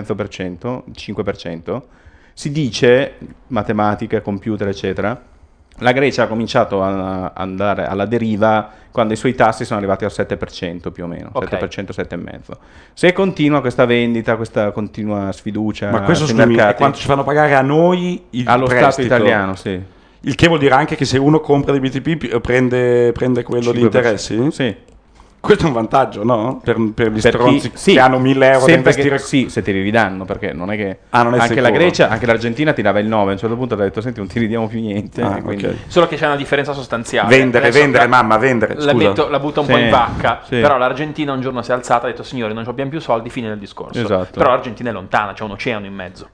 5,5%, il 5%. Si dice, matematica, computer, eccetera, la Grecia ha cominciato a andare alla deriva quando i suoi tassi sono arrivati al 7% più o meno, Ok. 7%, 7,5%. Se continua questa vendita, questa continua sfiducia Ma questo sui scusami, è mercati, quanto ci fanno pagare a noi il allo prestito? Stato italiano, sì. Il che vuol dire anche che se uno compra dei BTP prende quello di 5%. interessi? Sì. Questo è un vantaggio, no? Per gli Per chi- stronzi sì, che hanno 1.000 euro da sempre investire. che, sì, se ti li ridanno, perché non è che Ah, non è anche la sicuro. Grecia, anche l'Argentina ti dava il 9, a un certo punto ti ha detto senti non ti ridiamo più niente, Ah, e quindi- ok. Solo che c'è una differenza sostanziale. Vendere, Adesso vendere, mamma, vendere. La, Scusa. la butta un Sì, po' in vacca. sì. Però l'Argentina un giorno si è alzata e ha detto signori non abbiamo più soldi, fine del discorso. Esatto. Però l'Argentina è lontana, c'è un oceano in mezzo.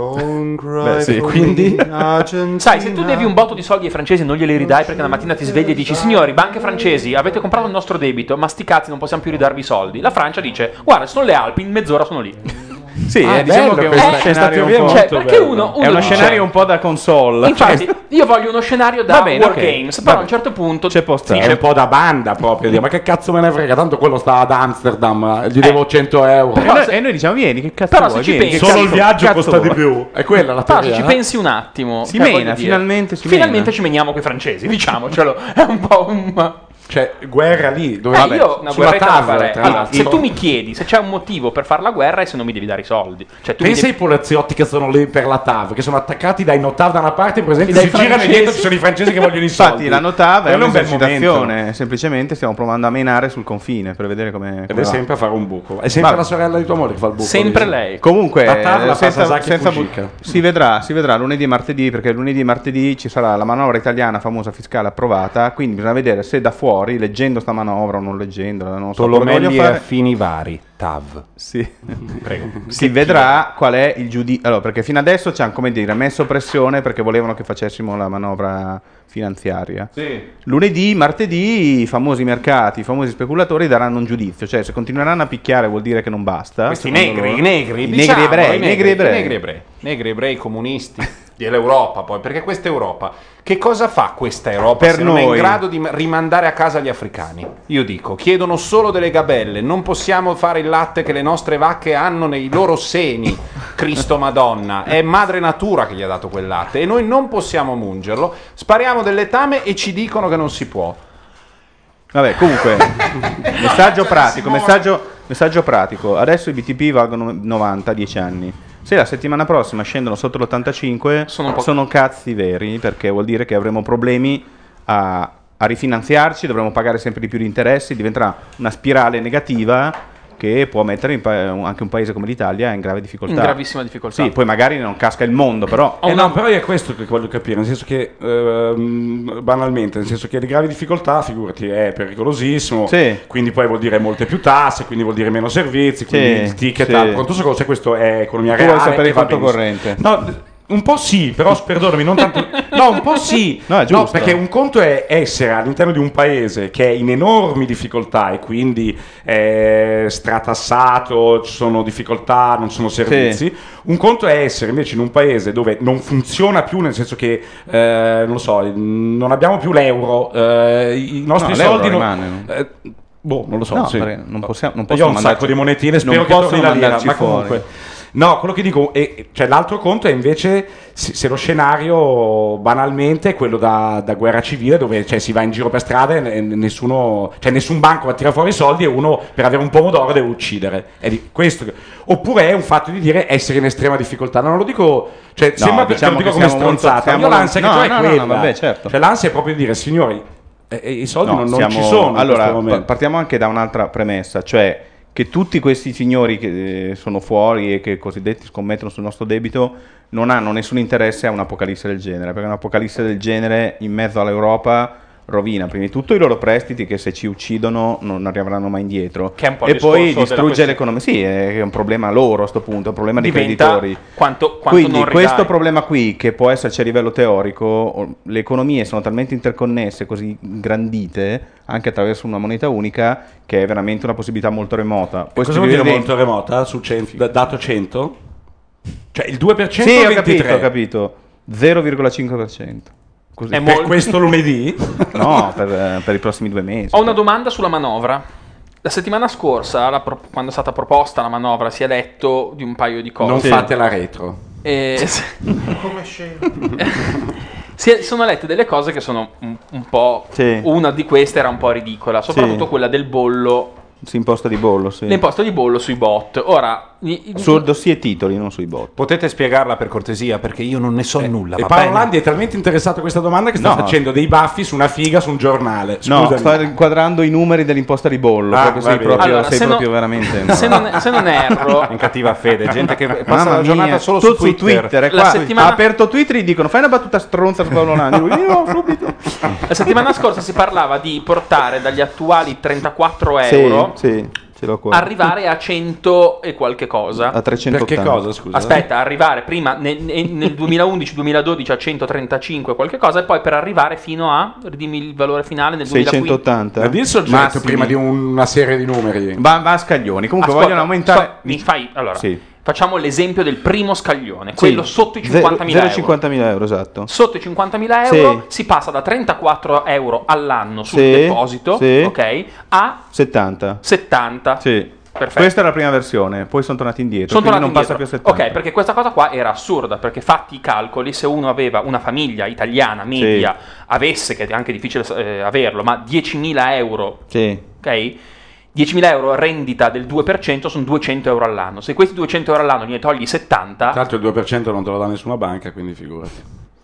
Beh, sì, quindi Sai, se tu devi un botto di soldi ai francesi e non glieli ridai perché una mattina ti svegli e dici signori, banche francesi, avete comprato il nostro debito, ma sti cazzi non possiamo più ridarvi i soldi. La Francia dice guarda, sono le Alpi, in mezz'ora sono lì. Sì, Ah, diciamo bello, che è questa- uno questa scenario un teoria po', è Cioè, perché uno è uno dice- scenario un po' da console. Infatti, io voglio uno scenario da Va bene, War ok. Games, però a un certo punto C'è posta. È un po' da banda proprio. dire, Ma che cazzo me ne frega? Tanto quello sta ad Amsterdam. Gli devo 100 euro. E noi diciamo vieni, che cazzo Però vuoi? se ci Vieni, che pensi- Solo cazzo- il viaggio cazzo costa di vuoi? più. È quella la però se teoria. ci pensi un attimo, Si cioè, mena, voglio dire, finalmente si finalmente mena. ci meniamo coi francesi, diciamocelo. È un po' un... Cioè, guerra lì. Dove io una sulla guerretta la TAV, farei. tra Allora, l'altro. se tu mi chiedi se c'è un motivo per fare la guerra è se non mi devi dare i soldi. Cioè, tu mi Pensa devi- ai poliziotti che sono lì per la TAV, che sono attaccati dai notav da una parte, per esempio, E si dai girano e francesi. dietro ci sono i francesi che vogliono i soldi. Infatti la notava è Quello un bel un'esercitazione, momento. semplicemente stiamo provando a menare sul confine per vedere come Ed va. è sempre a fare un buco. È sempre Vabbè. la sorella di tua moglie che fa il buco. Sempre lì. lei. Comunque, La TAV la fa senza, Sasaki senza Fujita. si vedrà lunedì e martedì, perché lunedì e martedì ci sarà la manovra italiana famosa fiscale approvata, quindi bisogna vedere se da fuori, leggendo sta manovra o non leggendola, non so quello che voglio Tolomelli e fare. affini vari, TAV. Sì. Prego. Si vedrà qual è il giudizio. Allora, perché fino adesso ci hanno, come dire, messo pressione perché volevano che facessimo la manovra finanziaria. Sì. Lunedì, martedì, i famosi mercati, i famosi speculatori daranno un giudizio. Cioè, se continueranno a picchiare vuol dire che non basta. Questi secondo negri, loro. i negri, I diciamo, negri ebrei, i negri ebrei. negri ebrei, negri ebrei comunisti dell'Europa poi, perché questa Europa, che cosa fa questa Europa Per se non è in noi. grado di rimandare a casa gli africani? Io dico, chiedono solo delle gabelle, non possiamo fare il latte che le nostre vacche hanno nei loro seni, Cristo Madonna, è madre natura che gli ha dato quel latte e noi non possiamo mungerlo, spariamo del letame e ci dicono che non si può. Vabbè, comunque, messaggio pratico. Adesso i BTP valgono 90 a 10 anni. Se la settimana prossima scendono sotto l'85, Sono un po'- sono cazzi veri, perché vuol dire che avremo problemi a rifinanziarci, dovremo pagare sempre di più di interessi, diventerà una spirale negativa che può mettere anche un paese come l'Italia in grave difficoltà. In gravissima difficoltà. Sì, poi magari non casca il mondo, però... No, però è questo che voglio capire, nel senso che, banalmente, nel senso che le gravi difficoltà, figurati, è pericolosissimo, quindi poi vuol dire molte più tasse, quindi vuol dire meno servizi, quindi il ticket al pronto soccorso, se questo è economia reale... Tu vuoi sapere il conto corrente? No, un po' sì, però perdonami, non tanto. No, un po' sì. No, è giusto. Perché un conto è essere all'interno di un paese che è in enormi difficoltà e quindi è stratassato, ci sono difficoltà, non sono servizi. Sì. Un conto è essere invece in un paese dove non funziona più, nel senso che non lo so, non abbiamo più l'euro, i nostri soldi non non lo so. No, sì. Non possiamo io ho un sacco di monetine, spero che torni la lira, ma comunque. No, quello che dico, cioè l'altro conto è invece se lo scenario banalmente è quello da guerra civile, dove si va in giro per strada e nessun banco va a tirare fuori i soldi e uno per avere un pomodoro deve uccidere. Questo. Oppure è un fatto di dire essere in estrema difficoltà. Non lo dico, sembra diciamo lo dico come stronzata. Io l'ansia che ho è quella. Vabbè, certo. Cioè l'ansia è proprio di dire, signori, i soldi non ci sono. Allora, partiamo anche da un'altra premessa, cioè che tutti questi signori che sono fuori e che cosiddetti scommettono sul nostro debito non hanno nessun interesse a un'apocalisse del genere, perché un'apocalisse del genere in mezzo all'Europa rovina prima di tutto i loro prestiti, che se ci uccidono non arriveranno mai indietro, e poi distrugge l'economia. Sì, è un problema loro a sto punto, è un problema dei creditori. Quanto quindi questo problema qui, che può esserci a livello teorico, le economie sono talmente interconnesse, così ingrandite anche attraverso una moneta unica, che è veramente una possibilità molto remota. Cosa vuol dire molto remota? Su 100, dato 100? Cioè il 2% sì, ho capito 0,5%. Così. Per questo lunedì? No, per i prossimi 2 mesi. Ho una domanda sulla manovra. La settimana scorsa, quando è stata proposta la manovra, si è detto di un paio di cose. Non fate la retro. Come scemo. Sono lette delle cose che sono un po'... Sì. Una di queste era un po' ridicola, soprattutto quella del bollo. L'imposta di bollo, sì. L'imposta di bollo sui bot. Ora, sul dossier titoli, non sui bot. Potete spiegarla per cortesia, perché io non ne so nulla. E Paolo Landi è talmente interessato a questa domanda che sta facendo dei baffi su una figa su un giornale. Scusami. No, sta inquadrando i numeri dell'imposta di bollo. Sei proprio veramente. Se non erro, in cattiva fede, gente che passa la giornata solo su Twitter. Ha aperto Twitter e gli dicono: fai una battuta stronza su Paolo Landi. Io subito. La settimana scorsa si parlava di portare dagli attuali 34 euro. Sì, ce l'ho qua. Arrivare a 100 e qualche cosa. A 380. Perché cosa, scusa? Aspetta, arrivare prima nel 2011-2012 a 135 qualche cosa, e poi per arrivare fino a, ridimmi il valore finale, nel 680. Ma di il soggetto prima di una serie di numeri. Va a scaglioni. Comunque vogliono aumentare. Allora, sì. Facciamo l'esempio del primo scaglione, quello sotto i 50.000 euro. 50.000 euro, esatto. Sotto i 50.000 euro si passa da 34 euro all'anno sul deposito, ok, a 70. Sì. Perfetto. Questa è la prima versione, poi sono tornati indietro, quindi non passa più a 70. Ok, perché questa cosa qua era assurda, perché fatti i calcoli, se uno aveva una famiglia italiana media, avesse, che è anche difficile averlo, ma 10.000 euro, ok? 10.000 euro rendita del 2% sono 200 euro all'anno. Se questi 200 euro all'anno ne togli 70... Tra l'altro il 2% non te lo dà nessuna banca, quindi figurati.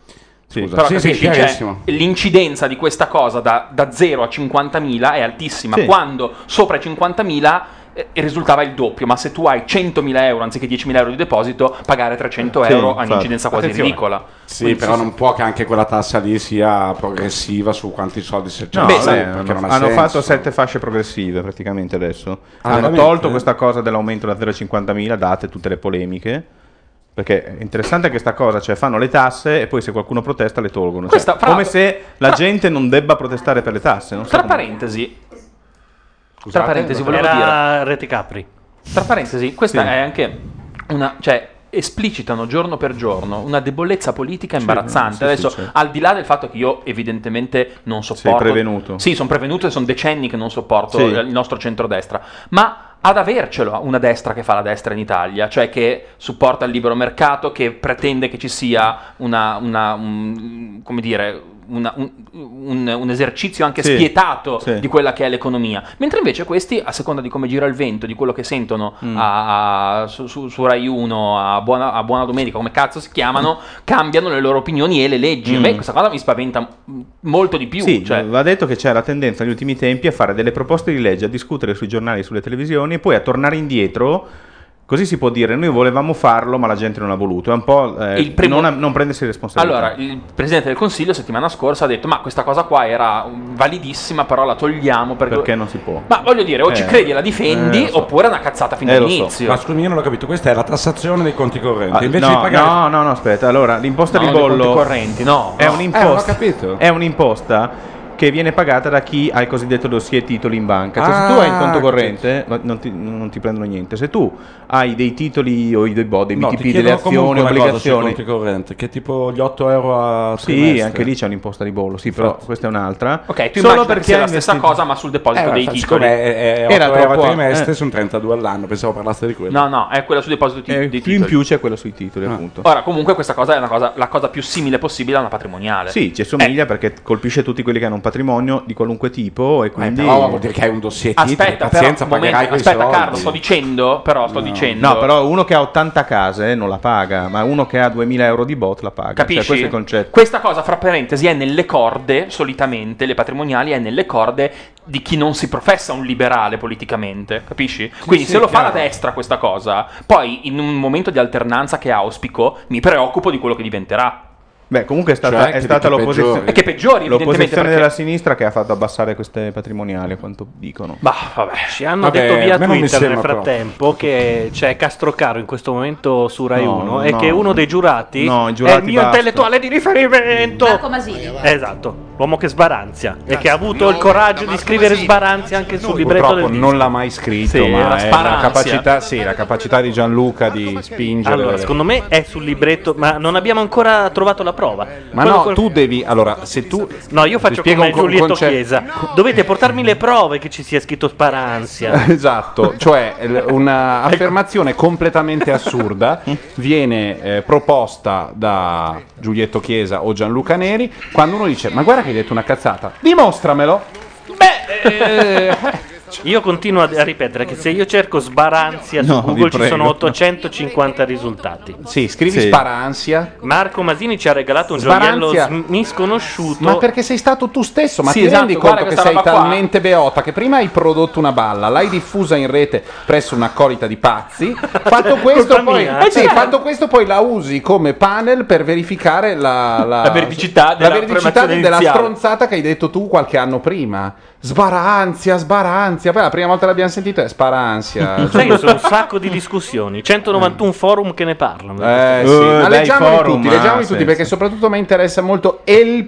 Però capisci, l'incidenza di questa cosa da 0 a 50.000 è altissima. Quando sopra i 50.000 risultava il doppio, ma se tu hai 100.000 euro anziché 10.000 euro di deposito, pagare 300 euro ha un'incidenza quasi ridicola. Sì, quindi però non può che anche quella tassa lì sia progressiva su quanti soldi si c'è. Hanno fatto 7 fasce progressive praticamente adesso. Hanno tolto questa cosa dell'aumento da 0 a 50.000, date tutte le polemiche. Perché è interessante questa cosa, cioè fanno le tasse e poi se qualcuno protesta le tolgono. Come se la gente non debba protestare per le tasse. Tra parentesi, volevo dire Rete Capri. Tra parentesi, questa è anche una, cioè esplicitano giorno per giorno una debolezza politica imbarazzante. Adesso, al di là del fatto che io evidentemente non sopporto. Sei prevenuto. Sì, sono prevenuto e sono decenni che non sopporto il nostro centrodestra, ma ad avercelo una destra che fa la destra in Italia, cioè che supporta il libero mercato, che pretende che ci sia come dire, un esercizio anche spietato di quella che è l'economia, mentre invece questi, a seconda di come gira il vento, di quello che sentono su Rai 1, a Buona Domenica, come cazzo si chiamano, cambiano le loro opinioni e le leggi. A me questa cosa mi spaventa molto di più. Sì, va detto che c'è la tendenza negli ultimi tempi a fare delle proposte di legge, a discutere sui giornali, sulle televisioni e poi a tornare indietro. Così si può dire, noi volevamo farlo ma la gente non ha voluto, è un po' non prendersi responsabilità. Allora, il Presidente del Consiglio settimana scorsa ha detto ma questa cosa qua era validissima, però la togliamo perché non si può. Ma voglio dire, o ci credi e la difendi oppure è una cazzata fin dall'inizio. Ma scusami, io non l'ho capito, questa è la tassazione dei conti correnti. Invece di pagare... No, aspetta, allora l'imposta di bollo... dei conti correnti, è un'imposta, non ho capito. È un'imposta che viene pagata da chi ha il cosiddetto dossier titoli in banca. Cioè, se tu hai il conto corrente non ti prendono niente. Se tu hai dei titoli o dei BTP, delle azioni, obbligazioni, conti correnti, che tipo gli 8 euro a sì, trimestre. anche lì c'è un'imposta di bollo. Sì, però questa è un'altra. Ok, tu solo perché è la stessa cosa, ma sul deposito dei titoli. È 8 euro a trimestre, sono 32 all'anno. Pensavo parlasse di quello. No, è quella sul deposito dei titoli. In più c'è quello sui titoli, appunto. Ora, comunque, questa cosa è la cosa più simile possibile a una patrimoniale. Sì, ci somiglia perché colpisce tutti quelli che hanno un patrimonio di qualunque tipo e quindi però vuol dire che hai un dossier aspetta, pazienza, pagherai quei soldi. Carlo, sto dicendo no, però uno che ha 80 case non la paga, ma uno che ha 2000 euro di bot la paga. Capisci? Cioè, questo è il concetto. Questa cosa, fra parentesi, è nelle corde, solitamente le patrimoniali è nelle corde di chi non si professa un liberale politicamente, capisci? Quindi se lo fa la destra questa cosa, poi in un momento di alternanza che auspico mi preoccupo di quello che diventerà. Beh, comunque è stata l'opposizione. E che peggiori, l'opposizione della sinistra che ha fatto abbassare queste patrimoniali, a quanto dicono. Vabbè. Ci hanno detto via Twitter nel frattempo che c'è Castrocaro in questo momento su Rai 1 e che uno dei giurati, è il mio intellettuale di riferimento. Marco Masini. Esatto, l'uomo che sbaranzia e che ha avuto il coraggio di scrivere sbaranzia anche sul libretto Purtroppo del non l'ha mai scritto, ma è la capacità di Gianluca di spingere. Allora, secondo me è sul libretto, ma non abbiamo ancora trovato la prova. Ma no, tu devi. Allora, se tu. No, io faccio come Giulietto Chiesa. Dovete portarmi le prove che ci sia scritto sparanzia. Esatto, cioè un'affermazione completamente assurda viene proposta da Giulietto Chiesa o Gianluca Neri quando uno dice: ma guarda che hai detto una cazzata, dimostramelo. Io continuo a ripetere che se io cerco sbaranzia su Google ci sono 850 risultati. Sì, scrivi sparansia. Marco Masini ci ha regalato un gioiello misconosciuto. Ma perché sei stato tu stesso? Ma ti rendi conto che sei talmente beota che prima hai prodotto una balla, l'hai diffusa in rete presso un'accolita di pazzi. Fatto questo poi la usi come panel per verificare la veridicità della stronzata che hai detto tu qualche anno prima. Sbaranzia. Poi la prima volta l'abbiamo sentito è sparanzia. Sai che sono un sacco di discussioni, 191 forum che ne parlano. Ma leggiamoli tutti perché soprattutto mi interessa molto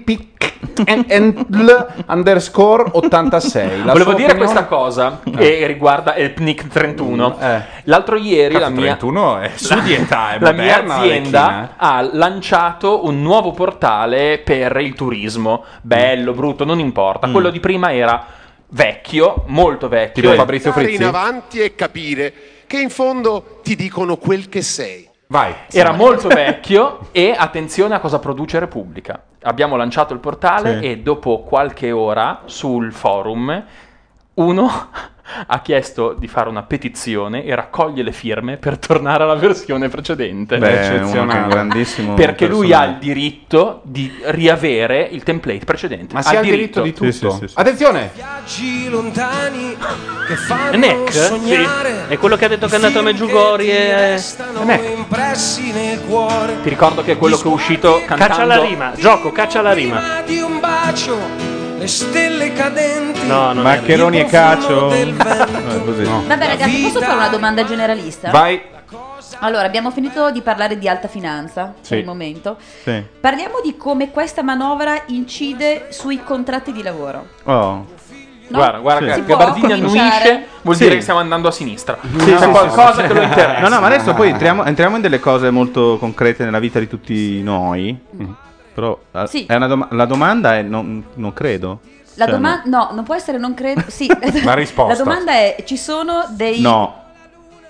_86. Volevo dire questa cosa che riguarda il PNIC 31. L'altro ieri la mia 31 è su di età, è la moderna, mia azienda ha lanciato un nuovo portale per il turismo. Bello, brutto, non importa. Quello di prima era vecchio, molto vecchio. Tipo Fabrizio Frizzi. Andare in avanti e capire che in fondo ti dicono quel che sei. Vai. Era molto vecchio e attenzione a cosa produce Repubblica. Abbiamo lanciato il portale e dopo qualche ora sul forum uno ha chiesto di fare una petizione e raccoglie le firme per tornare alla versione precedente. Eccezionale, grandissimo. Perché lui ha il diritto di riavere il template precedente. Ma si ha il diritto di tutto. Sì. Attenzione! Viaggi lontani che fanno Neck? sognare. Sì. È quello che ha detto che è andato a Meggiugorje. Impressi nel cuore. Ti ricordo che è quello che è uscito cantando. Caccia la rima, caccia la rima. Di un bacio, le stelle cadenti. No, Maccheroni e Cacio. Vabbè ragazzi, posso fare una domanda generalista? Vai. Allora, abbiamo finito di parlare di alta finanza per il momento. Sì. Parliamo di come questa manovra incide sui contratti di lavoro. No? Guarda, Si Gabardini può annuisce, cominciare? vuol dire che stiamo andando a sinistra. C'è qualcosa che lo interessa. No, ma adesso poi entriamo in delle cose molto concrete nella vita di tutti noi. Però è la domanda è non credo. La domanda no, non può essere non credo. Sì. La risposta. La domanda è: ci sono dei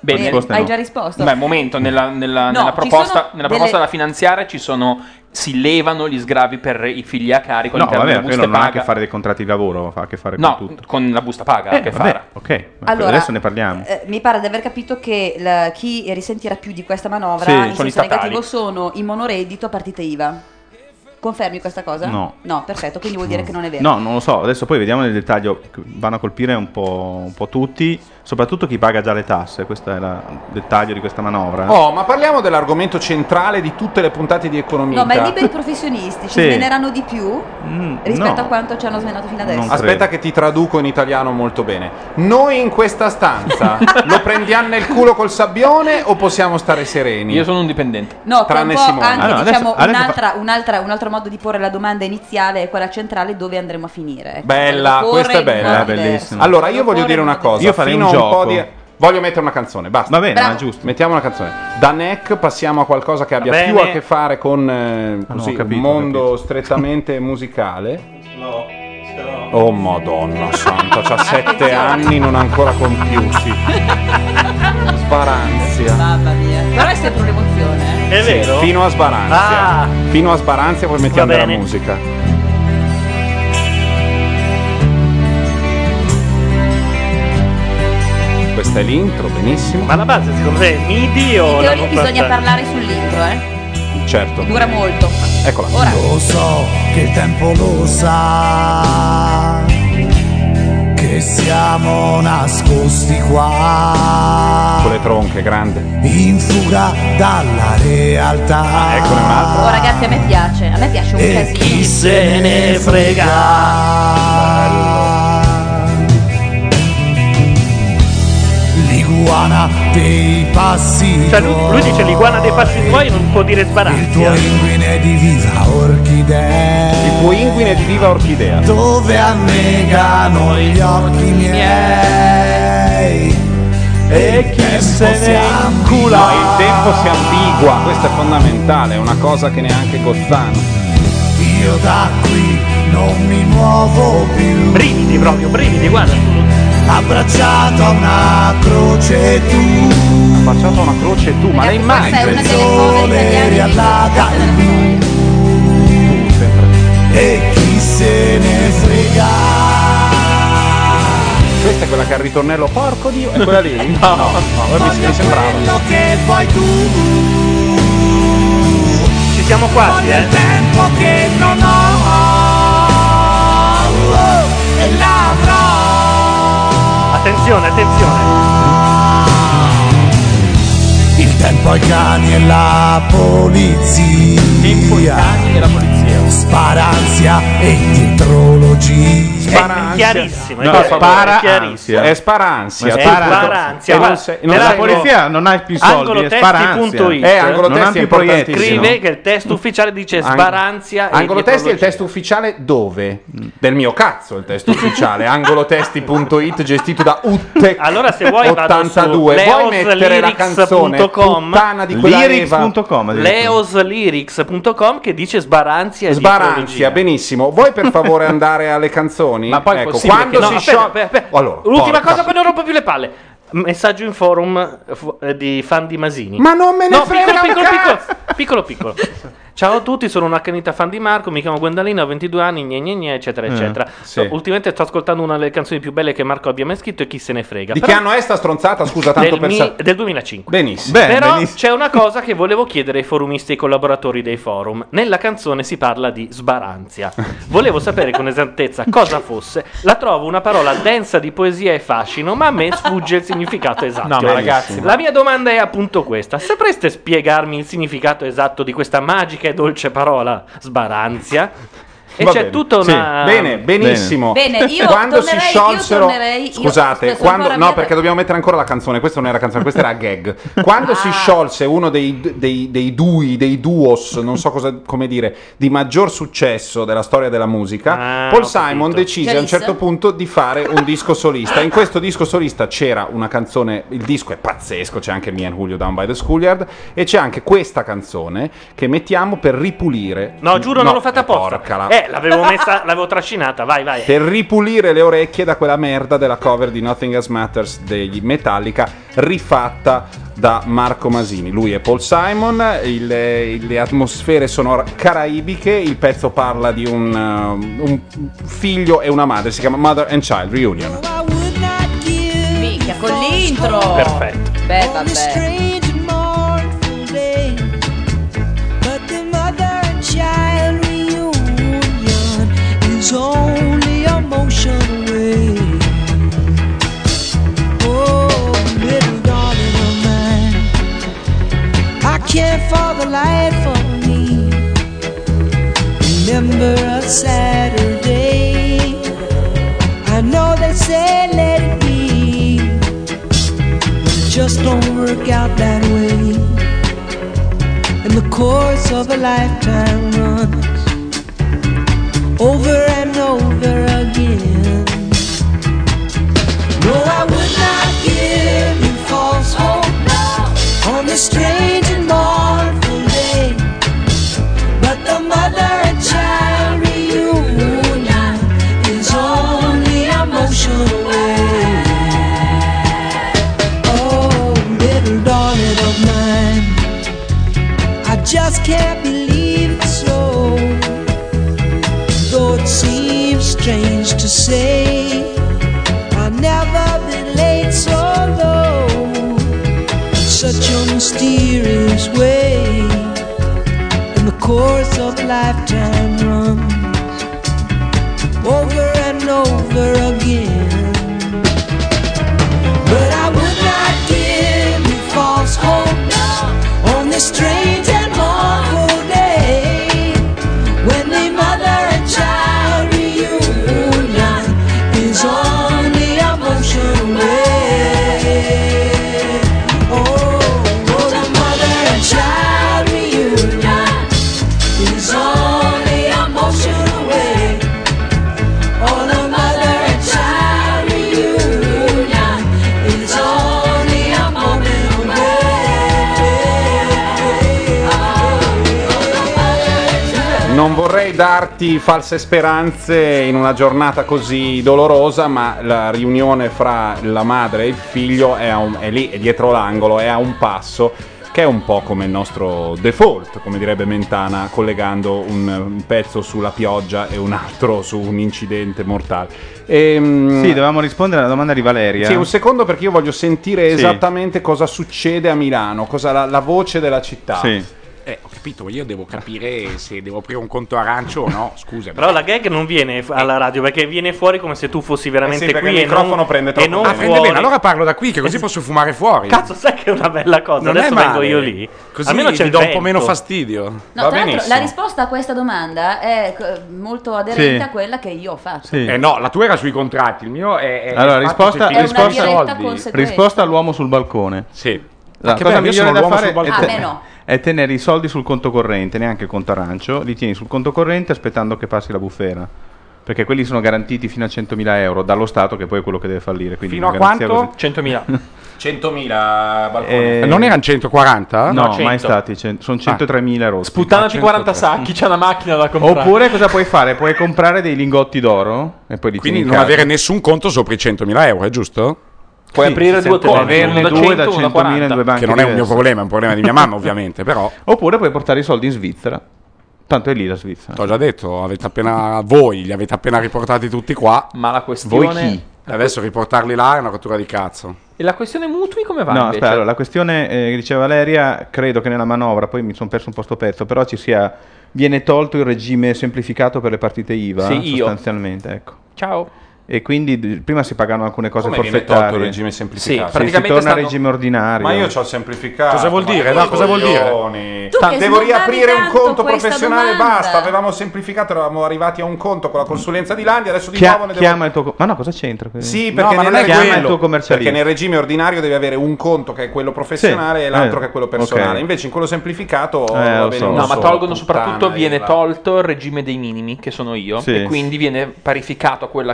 Bene, Hai già risposto? Beh, momento, nella ci proposta sono proposta della finanziaria si levano gli sgravi per i figli a carico No, all'interno vabbè, delle buste quello non ha a paga. che fare dei contratti di lavoro, ha a che fare No, con tutto. con la busta paga ha a che vabbè, fare. ok, Allora, adesso ne parliamo. Mi pare di aver capito che chi risentirà più di questa manovra Sì, in sono senso i statali. negativo sono i monoreddito a partita IVA. Confermi questa cosa? No. No, perfetto, quindi vuol dire che non è vero. No, non lo so, adesso poi vediamo nel dettaglio, vanno a colpire un po' tutti, soprattutto chi paga già le tasse, questo è il dettaglio di questa manovra. Oh, ma parliamo dell'argomento centrale di tutte le puntate di Economia. No, ma i liberi professionisti ci Sì. sveneranno di più rispetto no. a quanto ci hanno svenato fino adesso. Aspetta che ti traduco in italiano molto bene. Noi in questa stanza lo prendiamo nel culo col sabbione o possiamo stare sereni? Io sono un dipendente. No, tra un tranne po' Simone. anche diciamo un altro modo di porre la domanda iniziale è quella centrale, dove andremo a finire. Ecco, Bella, devo questa è porre in bella, modo diverso. Allora, io voglio dire una cosa. Io farei fino un a po' gioco. di... Voglio mettere una canzone, basta. Va bene, ma è giusto. Mettiamo una canzone. Da NEC passiamo a qualcosa che abbia Va più bene. a che fare con no, così, ho capito, un mondo strettamente musicale. No. Oh madonna santa, c'ha 7 anni, non ha ancora compiuti. Sbaranzia. Mamma mia. Però è sempre un'emozione. È vero? Fino a Sbaranzia. Ah. Fino a Sbaranzia, poi mettiamo Va della bene. musica. Questa è l'intro, benissimo. Ma la base secondo te è MIDI o In la teoria bisogna proposta? parlare sull'intro, Certo. Dura molto. Eccola. Ora. Lo so che il tempo lo sa, che siamo nascosti qua, Con le tronche, grande. in fuga dalla realtà. Eccone un'altra. Oh ragazzi, a me piace un E casino. chi se ne frega. L'iguana dei passi Cioè lui dice l'iguana dei passi tuoi non può dire il tuo Sbaranzia. inguine di viva orchidea, Il tuo inguine di viva orchidea. dove annegano gli occhi miei e chi se ne incula. No, il tempo si ambigua, questo è fondamentale, è una cosa che neanche Gozzano. Io da qui non mi muovo più, brividi proprio, brividi, guarda. Abbracciato a una croce tu, Abbracciato a una croce tu, ma le immagini. il sole riallaga il blu e chi se ne frega. Questa è quella che ha il ritornello porco Dio. È quella lì? No, mi sembrava. Quello che vuoi tu, Ci siamo quasi, voglio il tempo che non ho e l'avrò. Attenzione, attenzione. Il tempo ai cani e la polizia. Sparanzia e dietrologia. È chiarissimo, è No, chiarissimo, spara- è chiarissimo. È sparanzia. È sparanzia. E non Ma sei- nella non sei- polizia non ha più soldi, è sparanzia. Angolotesti non ha più proiettili. Scrive che il testo ufficiale dice Sbaranzia e Angolotesti è il dietrologia. testo ufficiale dove? Del mio cazzo il testo ufficiale. Angolotesti.it gestito da Utte Allora se vuoi vado 82. su Vuoi mettere la canzone puttana di quella leva? leoslyrics.com che dice Sbaranzia e Sbaranzia, dietrologia. benissimo. Vuoi per favore andare alle canzoni? Ma poi è ecco, possibile quando che- si no, aspetta, scioglie aspetta. Allora, L'ultima porca- cosa, poi non rompo più le palle. Messaggio in forum di fan di Masini. Ma non me ne frega un piccolo. Ciao a tutti, sono un'accanita fan di Marco, mi chiamo Gwendalina, ho 22 anni, eccetera, eccetera. sì. Ultimamente sto ascoltando una delle canzoni più belle che Marco abbia mai scritto e chi se ne frega. Di Però- che anno è sta stronzata? Scusa, tanto del 2005. Benissimo. Però c'è una cosa che volevo chiedere ai forumisti e ai collaboratori dei forum. Nella canzone si parla di sbaranzia. Volevo sapere con esattezza cosa fosse. La trovo una parola densa di poesia e fascino, ma a me sfugge il significato esatto. No, ma ragazzi, La mia domanda è appunto questa. Sapreste spiegarmi il significato esatto di questa magica e dolce parola sbaranzia? E Va c'è bene. tutta una... Bene, benissimo. Bene, io quando tornerei- si sciolsero, io tornerei- io- scusate, sono quando, ancora no, mia- perché dobbiamo mettere ancora la canzone. Questa non era canzone, questa era gag. Quando si sciolse uno dei duos, non so come dire, di maggior successo della storia della musica, Paul Simon decise a un Jalis? certo punto di fare un disco solista. In questo disco solista c'era una canzone, il disco è pazzesco, c'è anche Me and Julio Down by the Schoolyard e c'è anche questa canzone che mettiamo per ripulire. No, giuro, non l'ho fatta apposta. porca la- l'avevo trascinata, vai. Per ripulire le orecchie da quella merda della cover di Nothing Else Matters degli Metallica, rifatta da Marco Masini. Lui è Paul Simon, le atmosfere sono caraibiche, il pezzo parla di un figlio e una madre, si chiama Mother and Child Reunion. Minchia, con l'intro! Perfetto. Beh, vabbè. Child reunion is only a motion away. Oh, little darling of mine, I can't for the life of me remember a Saturday. I know they say let it be, but it just don't work out that way. And the course of a lifetime runs over and over again. No, I would not give you false hope on this strange and mournful day, but the mother and child reunion is only a motion away. Oh, little darling of mine, I just can't believe it's so, though it seems strange to say. I've never been late so low, in such a mysterious way. And the course of a lifetime runs over and over again. But I would not give you false hope on this strange and mournful day, when the mother and child reunion is only a motion away. Oh, the mother and child reunion is only a motion away. Oh, the mother and child reunion is only a moment away. Non vorrei darti false speranze in una giornata così dolorosa, ma la riunione fra la madre e il figlio è lì, è dietro l'angolo, è a un passo, che è un po' come il nostro default, come direbbe Mentana, collegando un pezzo sulla pioggia e un altro su un incidente mortale. Sì, dovevamo rispondere alla domanda di Valeria. Sì, un secondo, perché io voglio sentire esattamente cosa succede a Milano, cosa la voce della città. Sì. Ho capito, io devo capire se devo aprire un conto arancio o no, scusa. Però la gag non viene alla radio, perché viene fuori come se tu fossi veramente sì, perché qui il microfono prende troppo. e non prende fuori. bene, allora parlo da qui, che così posso fumare fuori. Cazzo, sai che è una bella cosa. Non Adesso è male. vengo io lì. Così almeno c'è mi il do un vento. po' meno fastidio. No, Va tra l'altro benissimo. la risposta a questa domanda è molto aderente Sì. a quella che io ho fatto. Sì. No, la tua era sui contratti, il mio è Allora, il fatto risposta, che È una risposta, diretta conseguenza. risposta all'uomo sul balcone. Sì. La Che cosa bello, io migliore sono da l'uomo fare sul balcone. A me no. è tenere i soldi sul conto corrente, neanche il conto arancio, li tieni sul conto corrente aspettando che passi la bufera. Perché quelli sono garantiti fino a 100.000 euro dallo Stato, che poi è quello che deve fallire. Quindi Fino a una garanzia quanto? 100.000. 100.000 balconi. Non erano 140? No, 100. mai stati, sono 103.000 rotti. Sputtanati 40 sacchi, c'è una macchina da comprare. Oppure cosa puoi fare? Puoi comprare dei lingotti d'oro e poi li tieni Quindi in non casa. avere nessun conto sopra i 100.000 euro, è giusto? Puoi Sì, aprire se due puoi conti, averne uno da due 100, da uno da 100.000 in 40. due banche Che non è un mio diverse. problema, è un problema di mia mamma ovviamente, però. Oppure puoi portare i soldi in Svizzera. Tanto è lì la Svizzera. T'ho già detto, voi li avete appena riportati tutti qua. Ma la questione... Voi chi? Adesso riportarli là è una rottura di cazzo. E la questione mutui come va No, invece? aspetta, allora, la questione che diceva Valeria, credo che nella manovra, poi mi sono perso un po' sto pezzo, però viene tolto il regime semplificato per le partite IVA, Sì, io. sostanzialmente, ecco. Ciao. E quindi prima si pagano alcune cose Come viene forfettarie. tolto il regime semplificato? Sì, praticamente si torna al regime ordinario. Ma io c'ho il semplificato. Cosa vuol dire? Ma No, cosa vuol dire? coglioni. Tu che Devo smontavi riaprire un tanto conto questa professionale, domanda. basta. Avevamo semplificato, eravamo arrivati a un conto con la consulenza di Landi, adesso di Chia- nuovo ne devo... chiama il tuo ma no, cosa c'entra? Sì, perché, no, ma non è regime- chiama il tuo commercialista. perché nel regime ordinario devi avere un conto che è quello professionale Sì, e l'altro che è quello personale. ok. Invece in quello semplificato va lo bene so. uno No, ma solo, tolgono soprattutto, puttana, viene Eva. tolto il regime dei minimi, che sono io, Sì. e quindi viene parificato a quella che è una Sì,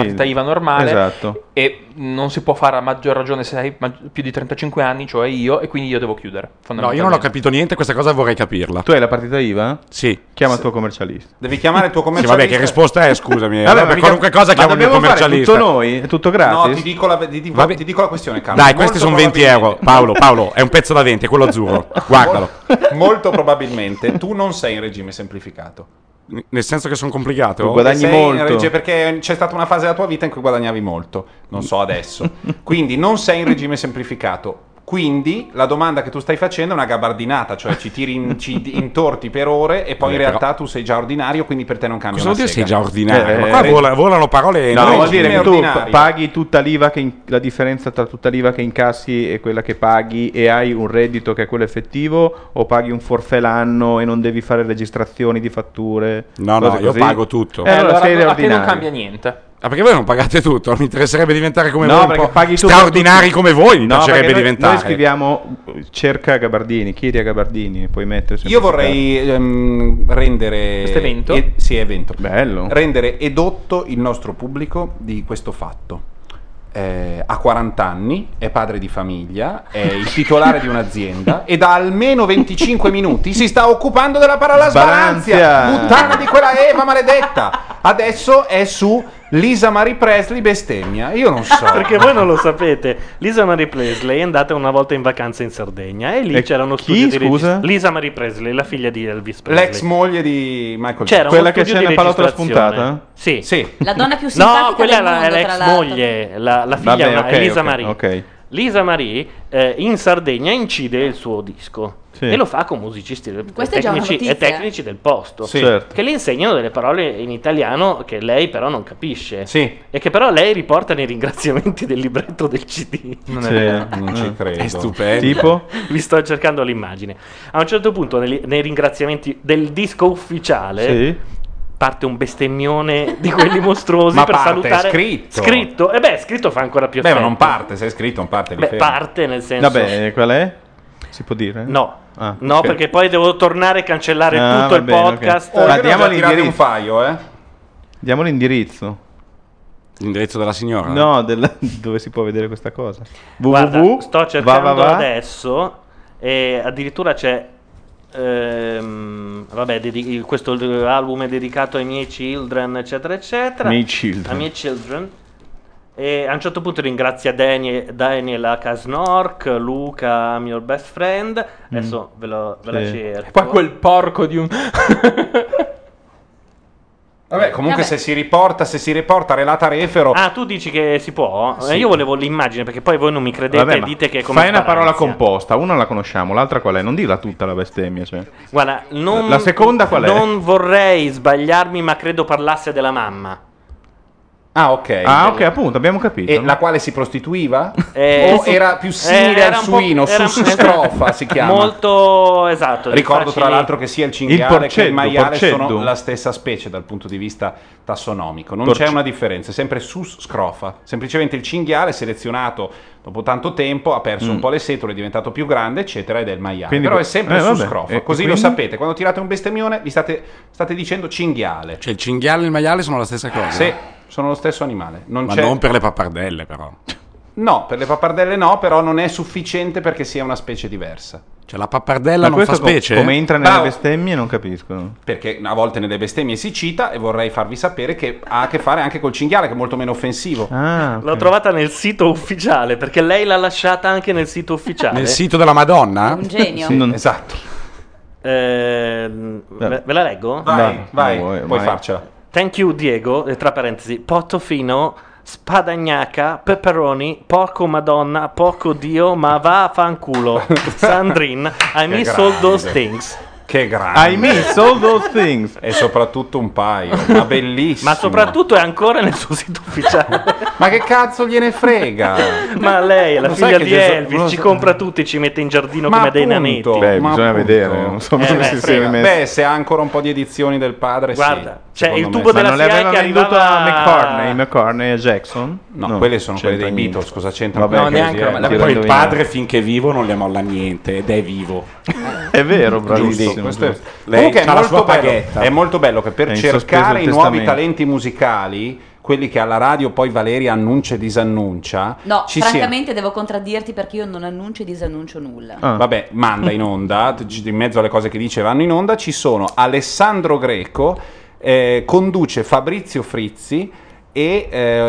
partita IVA normale, esatto. e non si può fare a maggior ragione se hai più di 35 anni, cioè io, e quindi io devo chiudere. No, io non ho capito niente, questa cosa vorrei capirla. Tu hai la partita IVA? Sì. Chiama il tuo commercialista. Devi chiamare il tuo Sì, commercialista. vabbè, che risposta è, scusami? Vabbè, Per qualunque cosa chiamo il mio commercialista. Tutto noi? È tutto gratis? No, ti dico la questione, Cam. Dai, questi sono 20 euro. Paolo, è un pezzo da 20, è quello azzurro. Guardalo. Molto probabilmente tu non sei in regime semplificato. Nel senso che sono complicato? Guadagni molto. Perché c'è stata una fase della tua vita in cui guadagnavi molto. Non so adesso. Quindi non sei in regime semplificato. Quindi la domanda che tu stai facendo è una gabardinata, cioè ci tiri in torti per ore e poi in realtà tu sei già ordinario, quindi per te non cambia Cosa una vuol dire sega. sei già ordinario? Ma qua volano parole. No, vuol dire che tu ordinario. paghi tutta l'IVA, la differenza tra tutta l'IVA che incassi e quella che paghi, e hai un reddito che è quello effettivo, o paghi un forfait l'anno e non devi fare registrazioni di fatture? No, io pago tutto. Allora sei a te non ordinario. cambia niente. Ah, perché voi non pagate tutto? Mi interesserebbe diventare come voi, perché un po' paghi tu straordinari come voi, mi No, piacerebbe perché diventare. Noi scriviamo cerca Gabardini, chiedi a Gabardini, puoi mettere. Io vorrei rendere Questo evento? sì, evento. Bello. Rendere edotto il nostro pubblico di questo fatto. Ha 40 anni, è padre di famiglia, è il titolare di un'azienda e da almeno 25 minuti si sta occupando della parallasbaranzia, puttana di quella Eva maledetta. Adesso è su Lisa Marie Presley bestemmia. Io non so. Perché voi non lo sapete. Lisa Marie Presley è andata una volta in vacanza in Sardegna e lì c'era uno studio di scusa? Lisa Marie Presley, la figlia di Elvis Presley. L'ex moglie di Michael C'era Quella uno che studio c'è di nella pallotta registrazione. spuntata? Sì. La donna più simpatica No, quella del mondo, è tra l'ex l'altro. moglie, la figlia Vabbè, è ok, Lisa ok, Marie. ok. Lisa Marie in Sardegna incide il suo disco. Sì. E lo fa con musicisti Questa è già una e notizia. tecnici del posto, Sì. Certo. che le insegnano delle parole in italiano che lei però non capisce, Sì. e che però lei riporta nei ringraziamenti del libretto del CD. Non è Sì. vero, non ci credo. È stupendo. Tipo? Vi sto cercando l'immagine. A un certo punto nei ringraziamenti del disco ufficiale Sì. parte un bestemmione di quelli mostruosi Ma per parte, salutare. è scritto. Scritto. E beh, scritto fa ancora più Beh, effetto. ma non parte, se è scritto non parte. Beh, parte nel senso. Vabbè, qual è? Si può dire? No. Ah, No, ok. perché poi devo tornare e cancellare Ah, tutto va il bene, ok. podcast. Ma Ma diamo l'indirizzo. un paio, Diamo l'indirizzo. L'indirizzo della signora? No, dove si può vedere questa cosa. Guarda, www. sto cercando va. adesso e addirittura c'è vabbè, questo album è dedicato ai miei children, eccetera eccetera. Miei children. A miei children. E a un certo punto ringrazia Daniel Akasnork, Luca, I'm your best friend. Adesso ve la cerco. E poi quel porco di un... Vabbè, comunque se si riporta relata refero. Ah, tu dici che si può? Sì. Io volevo l'immagine perché poi voi non mi credete Vabbè, e ma dite che è come fai una parola Sparanzia. composta, una la conosciamo, l'altra qual è? Non dirla tutta la bestemmia, cioè. Guarda, La seconda qual è? Non vorrei sbagliarmi, ma credo parlasse della mamma. Ah, ok. Ah, ok, appunto, abbiamo capito. E la quale si prostituiva? Eh, O era più simile era al un po'- suino, era- scrofa si chiama. Molto esatto. Ricordo tra facili. l'altro che sia il cinghiale che il maiale porceddu. sono la stessa specie dal punto di vista tassonomico. Non Porce- c'è una differenza, è sempre sus scrofa. Semplicemente il cinghiale selezionato dopo tanto tempo ha perso un po' le setole, è diventato più grande, eccetera, ed è il maiale. Quindi- Però è sempre sus vabbè. scrofa. E Così quindi? lo sapete. Quando tirate un bestemmione vi state dicendo cinghiale. Cioè il cinghiale e il maiale sono la stessa cosa? Sì, sono lo stesso animale. Non Ma c'è... non per le pappardelle, però. No, per le pappardelle no, però non è sufficiente perché sia una specie diversa. Cioè la pappardella non fa questo specie? come entra nelle Bravo. bestemmie non capisco. Perché a volte nelle bestemmie si cita e vorrei farvi sapere che ha a che fare anche col cinghiale, che è molto meno offensivo. Ah, L'ho trovata nel sito ufficiale perché lei l'ha lasciata anche nel sito ufficiale. Nel sito della Madonna? Un genio. Sì, esatto. Ve la leggo? Vai, No, puoi vai. farcela. Thank you Diego, tra parentesi, Portofino, Spadagnaca, Pepperoni, Porco Madonna, Porco Dio, ma va a fanculo. Sandrine, I miss all those things. Che grande. I miss all those things. E soprattutto un paio. Ma bellissimo. Ma soprattutto è ancora nel suo sito ufficiale. Ma che cazzo gliene frega? Ma lei è la Lo sai figlia che di Gesù- Elvis, lo ci so- compra tutti, ci mette in giardino Ma come dei appunto. nanetti. Beh, Ma bisogna appunto. vedere, non so come beh, si sia frega. messo. Beh, se ha ancora un po' di edizioni del padre, Guarda, Cioè, il secondo tubo me. della Ma non le CIA aveva che venduto arrivava a McCartney e Jackson? No, quelle sono quelle dei c'entra Beatles, cosa c'entra? Vabbè, No, che neanche, sia, ma ti Poi rendo il inganno. padre finché è vivo non le molla niente ed è vivo. È vero, Giusto, bravissimo. questo è- giusto. Lei Comunque c'ha la sua molto bello, paghetta. è molto bello che per È in sospeso cercare il i nuovi testamento. talenti musicali, quelli che alla radio poi Valeria annuncia e disannuncia, No, ci francamente devo contraddirti perché io non annuncio e disannuncio nulla. Vabbè, manda in onda, in mezzo alle cose che dice vanno in onda, ci sono Alessandro Greco, conduce Fabrizio Frizzi e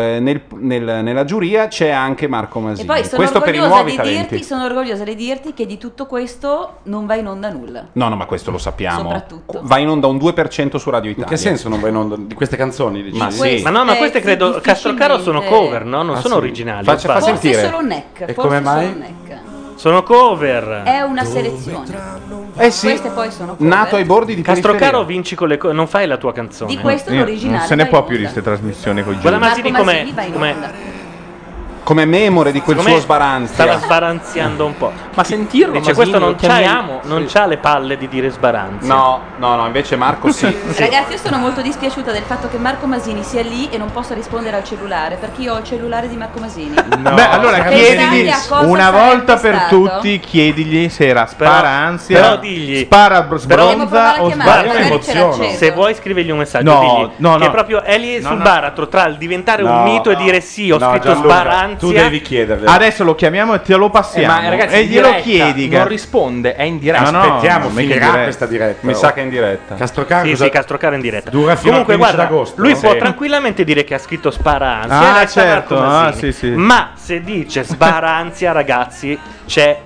nella giuria c'è anche Marco Masini. E poi sono Questo per i orgogliosa, nuovi talenti. sono orgogliosa di dirti che di tutto questo non va in onda nulla. No, ma questo lo sappiamo. Soprattutto. Va in onda un 2% su Radio In Italia. che senso non va in onda di queste canzoni? Dici? Ma sì. Ma no, ma queste credo difficilmente- Castrocaro sono cover, no? Non Ah, sono sì. originali. Fa Infatti. sentire. Forse solo Neck. E forse come mai? solo Neck. Sono cover. È una selezione. Eh sì, Queste poi sono cover. nato ai bordi di Castrocaro periferia. vinci con le non fai la tua canzone. Di questo Io- l'originale. non se ne va può in più di onda. queste trasmissioni con i Quella giudici. Masini Marco com'è? Masini va in com'è? onda. Come memore di quel suo sbaranzia. Stava sbaranziando un po'. Ma sentirlo, Dice Masini, questo lo non chiamiamo. c'ha le palle di dire sbaranzia. No, invece Marco sì. Ragazzi, io sono molto dispiaciuta del fatto che Marco Masini sia lì e non possa rispondere al cellulare, perché io ho il cellulare di Marco Masini. Beh, allora Pensate chiedigli a cosa una sarebbe volta per stato? tutti, chiedigli se era sparanzia, però digli- spara Vogliamo sbronza provare a o chiamarlo, sbaglia. magari ce l'accedo. Se vuoi scrivergli un messaggio, No, digli no, che no. proprio è lì sul no. baratro tra il diventare No, un mito e no. dire sì, ho No, scritto Gianluca, sbaranzia. tu devi chiederle. Adesso lo chiamiamo e te lo passiamo. Ma ragazzi, e in glielo diretta, chiedi. non risponde, è in diretta. No, Aspettiamo, mica in finirà diretta. questa diretta. Mi sa che è in diretta. Castrocaro Sì, Castrocaro in diretta. dura fino Comunque, al 15 guarda, d'agosto. lui può Sì. tranquillamente dire che ha scritto sparanzia. Ah, e resta certo, Marco Masini. sì, sì. Ma se dice sparanzia, ragazzi, c'è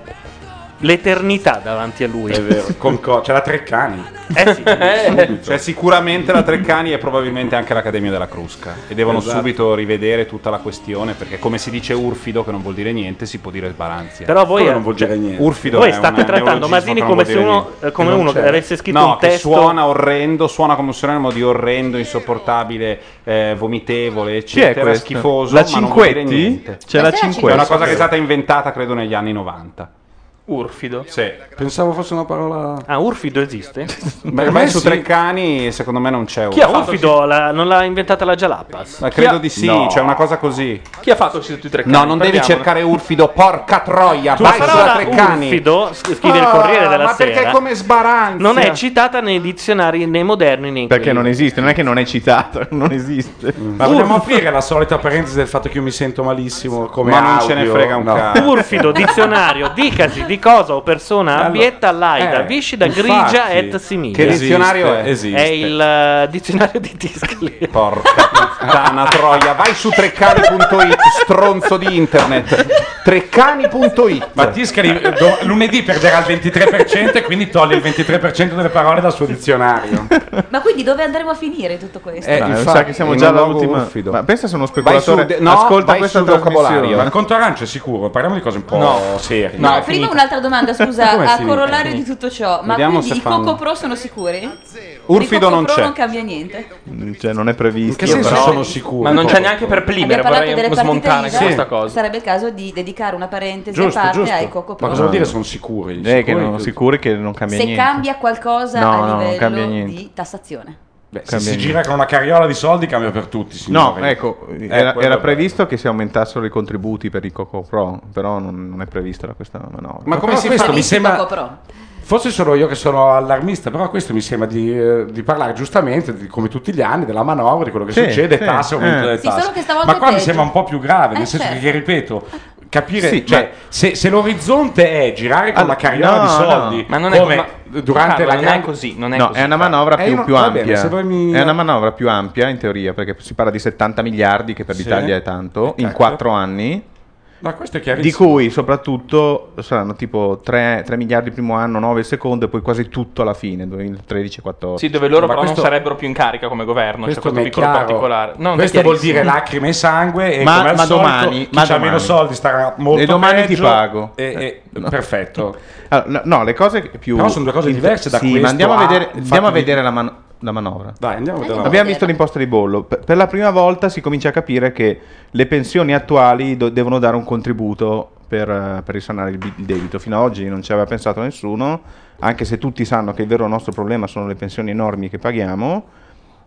l'eternità davanti a lui. È vero, c'è la Treccani. Sì. Cioè sicuramente la Treccani e probabilmente anche l'Accademia della Crusca e devono Esatto. subito rivedere tutta la questione perché come si dice urfido che non vuol dire niente si può dire sbaranzia. Però voi, Come non vuol dire niente. Urfido voi è state un trattando neologismo Masini che non come vuol se dire uno, niente. come Non uno che c'è. avesse scritto No, un che testo. suona orrendo, suona come un sinonimo di orrendo, insopportabile, vomitevole, Chi è eccetera, questo? schifoso, La ma non vuol dire Cinquetti? niente. C'è la Questa è la È Cinquetti. una cosa che è stata inventata credo negli anni 90. Urfido. Sì. Pensavo fosse una parola. Ah, Urfido esiste? Ma ormai su Treccani secondo me non c'è Chi ha uno. fatto Urfido non l'ha inventata la Jalapas? Ma credo ha- di sì, No. c'è una cosa così. Chi ha fatto sui tre No, non devi cercare Urfido, porca troia, vai La sulla parola Treccani. Urfido, scrive il Corriere della ma Sera, perché come sbaranzia? non è citata nei dizionari né moderni né in Perché quelli- non esiste, non è che non è citato, non esiste. Ma vogliamo aprire la solita parentesi del fatto che io mi sento malissimo come Ma non audio? ce ne frega un No. cazzo. Urfido, dizionario, dicasi di cosa o persona abbietta, laida, viscida, grigia infatti. et simile. Che dizionario è? Esiste. È il dizionario di Tiscali. Porca puttana troia, vai su treccani.it, stronzo di internet. Treccani.it. Ma Tiscali lunedì perderà il 23% e quindi toglie il 23% delle parole dal suo dizionario. Ma quindi dove andremo a finire tutto questo? Dai, mi infatti, sa che siamo in già un luogo all'ultima. urfido. Ma pensa se uno Vai su speculatore no, ascolta vai questa sul trasmissione. vocabolario. Ma il conto arancio è sicuro, parliamo di cose un po' serie. No, è prima finita. un'altra domanda, scusa, Com'è a finita? corollario di tutto ciò. Ma Vediamo quindi se i fanno. Coco Pro sono sicuri? Urfido Di Coco non Pro c'è. non cambia niente. Cioè, non è previsto. In che senso però- sono sicuro? Ma non c'è neanche per Plimer, Abbiamo parlato vorrei delle partite smontare IVA, questa cosa. sarebbe il caso di dedicare una parentesi Giusto, a parte giusto. ai Coco Ma Pro. cosa vuol dire sono sicuri? Che non sicuri che non cambia Se niente. cambia qualcosa No, a no, non livello cambia niente. di tassazione. Beh, se Cambia si niente. gira con una carriola di soldi cambia per tutti, No, signori. ecco, era quello- previsto che si aumentassero i contributi per i Coco Pro, però non è prevista da questa manovra. Ma come Però si questo fa? mi Visti sembra... Coco Pro. Forse sono io che sono allarmista, però questo mi sembra di parlare giustamente, come tutti gli anni, della manovra, di quello che Sì, succede, sì, tasse, aumento delle Sì, tasse. solo che stavolta Ma è qua mi peggio. sembra un po' più grave, nel senso certo. che, ripeto, capire, Sì, cioè, se l'orizzonte è girare con Allora, la carriola no, di soldi, no. Ma non è come ma- durante Carlo, la non è grande... così, non è No, così. è una manovra io non- più va ampia. bene, se voi mi- È una manovra più ampia in teoria, perché si parla di 70 miliardi, che per Sì. l'Italia è tanto, in Ecco. 4 anni, Ma questo è di chiarissimo. cui soprattutto saranno tipo 3 miliardi il primo anno, 9 il secondo e poi quasi tutto alla fine, 2013-14. Sì, dove loro Ma però questo- non sarebbero più in carica come governo, c'è Questo questo mi è piccolo chiaro. particolare. No, non è Questo vuol chiarissimo. dire lacrime e sangue e Ma- come al ma solito domani- chi ma ha domani. meno soldi starà molto E domani peggio ti pago. Perfetto. Allora, no, le cose più... Però sono due cose diverse da sì, questo ma andiamo a a vedere, il andiamo a fatto di- vedere la manovra. Dai, andiamo a vedere. Abbiamo visto l'imposta di bollo. Per la prima volta si comincia a capire che le pensioni attuali devono dare un contributo per risanare il debito. Fino ad oggi non ci aveva pensato nessuno, anche se tutti sanno che il vero nostro problema sono le pensioni enormi che paghiamo.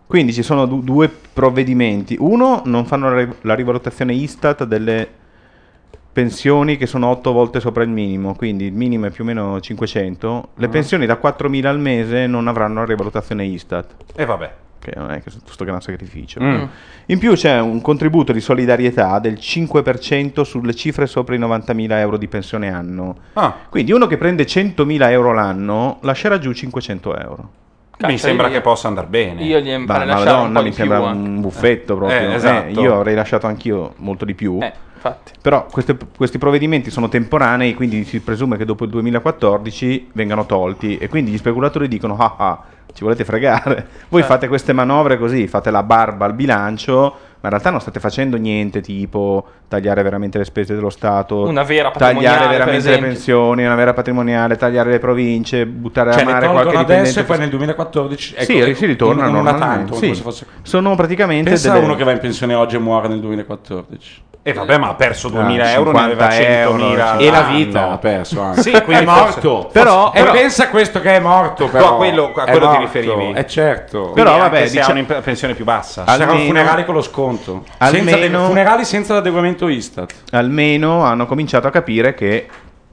Quindi ci sono due provvedimenti. Uno, non fanno la rivalutazione Istat delle pensioni che sono 8 volte sopra il minimo, quindi il minimo è più o meno 500. Le pensioni da 4.000 al mese non avranno la rivalutazione Istat. E vabbè. Che non è che questo gran sacrificio. In più c'è un contributo di solidarietà del 5% sulle cifre sopra i 90.000 euro di pensione anno. Quindi uno che prende 100.000 euro l'anno lascerà giù 500 euro. Mi sembra che possa andare bene. Io gli farei lasciare Madonna, un po' mi di sembra più, un buffetto proprio. Esatto. Io avrei lasciato anch'io molto di più. Infatti. Però questi provvedimenti sono temporanei, quindi si presume che dopo il 2014 vengano tolti e quindi gli speculatori dicono ci volete fregare, voi fate queste manovre così, fate la barba al bilancio, ma in realtà non state facendo niente, tipo tagliare veramente le spese dello Stato, una vera patrimoniale, tagliare veramente per le pensioni, una vera patrimoniale, tagliare le province, buttare a mare le qualche tolgono adesso dipendente. e poi nel 2014 si ritornano non normalmente. tanto, Sì. come se fosse... Sono praticamente Pensa delle... a uno che va in pensione oggi e muore nel 2014. E vabbè, ma ha perso 2.000 euro, ne aveva 100.000 e la vita ha perso anche. Sì, quindi è morto. Però pensa a questo che è morto, però. a quello ti riferivi. Certo. Però vabbè, se ha una pensione più bassa. Saranno funerali con lo sconto. Funerali senza l'adeguamento Istat. Almeno hanno cominciato a capire che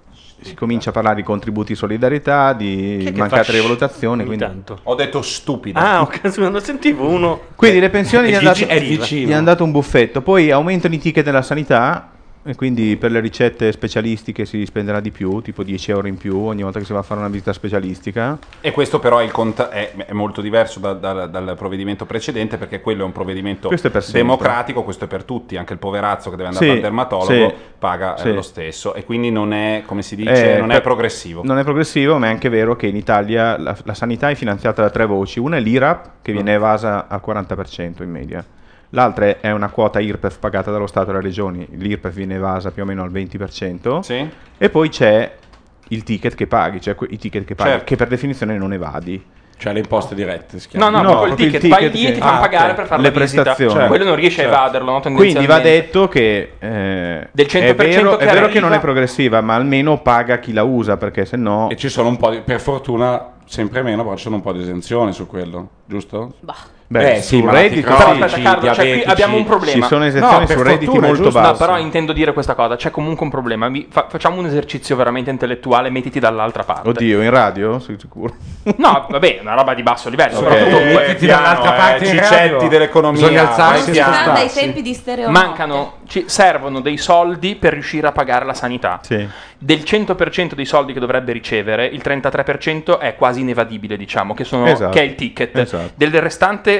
si comincia a parlare di contributi di solidarietà, di mancate rivalutazioni. Quindi... Ho detto stupido. Non sentivo uno. Quindi le pensioni gli è hanno dato un buffetto, poi aumentano i ticket della sanità e quindi per le ricette specialistiche si spenderà di più, tipo 10 euro in più ogni volta che si va a fare una visita specialistica. E questo però è molto diverso dal provvedimento precedente, perché quello è un provvedimento democratico, questo è per tutti, anche il poverazzo che deve andare dal dermatologo paga lo stesso, e quindi non è, come si dice, non è progressivo. Non è progressivo, ma è anche vero che in Italia la sanità è finanziata da 3 voci. Una è l'IRAP, che viene evasa al 40% in media. L'altra è una quota IRPEF pagata dallo Stato e dalle regioni. L'IRPEF viene evasa più o meno al 20%. E poi c'è il ticket che paghi, cioè i ticket che paghi, che per definizione non evadi. Cioè le imposte dirette. No, il ticket vai lì e ti fanno pagare per fare le la visita. prestazioni. Quello non riesce a evaderlo, no, Quindi va detto che del 100% è vero che non è progressiva, ma almeno paga chi la usa, perché se no... E ci sono un po' per fortuna sempre meno, però ci sono un po' di esenzioni su quello, giusto? Sì, ma reddito aspetta Carlo, cioè, qui abbiamo un problema. Ci sono esenzioni su redditi molto bassi. No, però intendo dire questa cosa, c'è comunque un problema. Facciamo un esercizio veramente intellettuale, mettiti dall'altra parte. Oddio, in radio? Sei sicuro? No, vabbè, una roba di basso livello. Soprattutto mettiti dall'altra parte cicetti dell'economia. Bisogna alzarsi dai tempi di mancano, servono dei soldi per riuscire a pagare la sanità. Del 100% dei soldi che dovrebbe ricevere, il 33% è quasi inevadibile, diciamo, che è il ticket. Del restante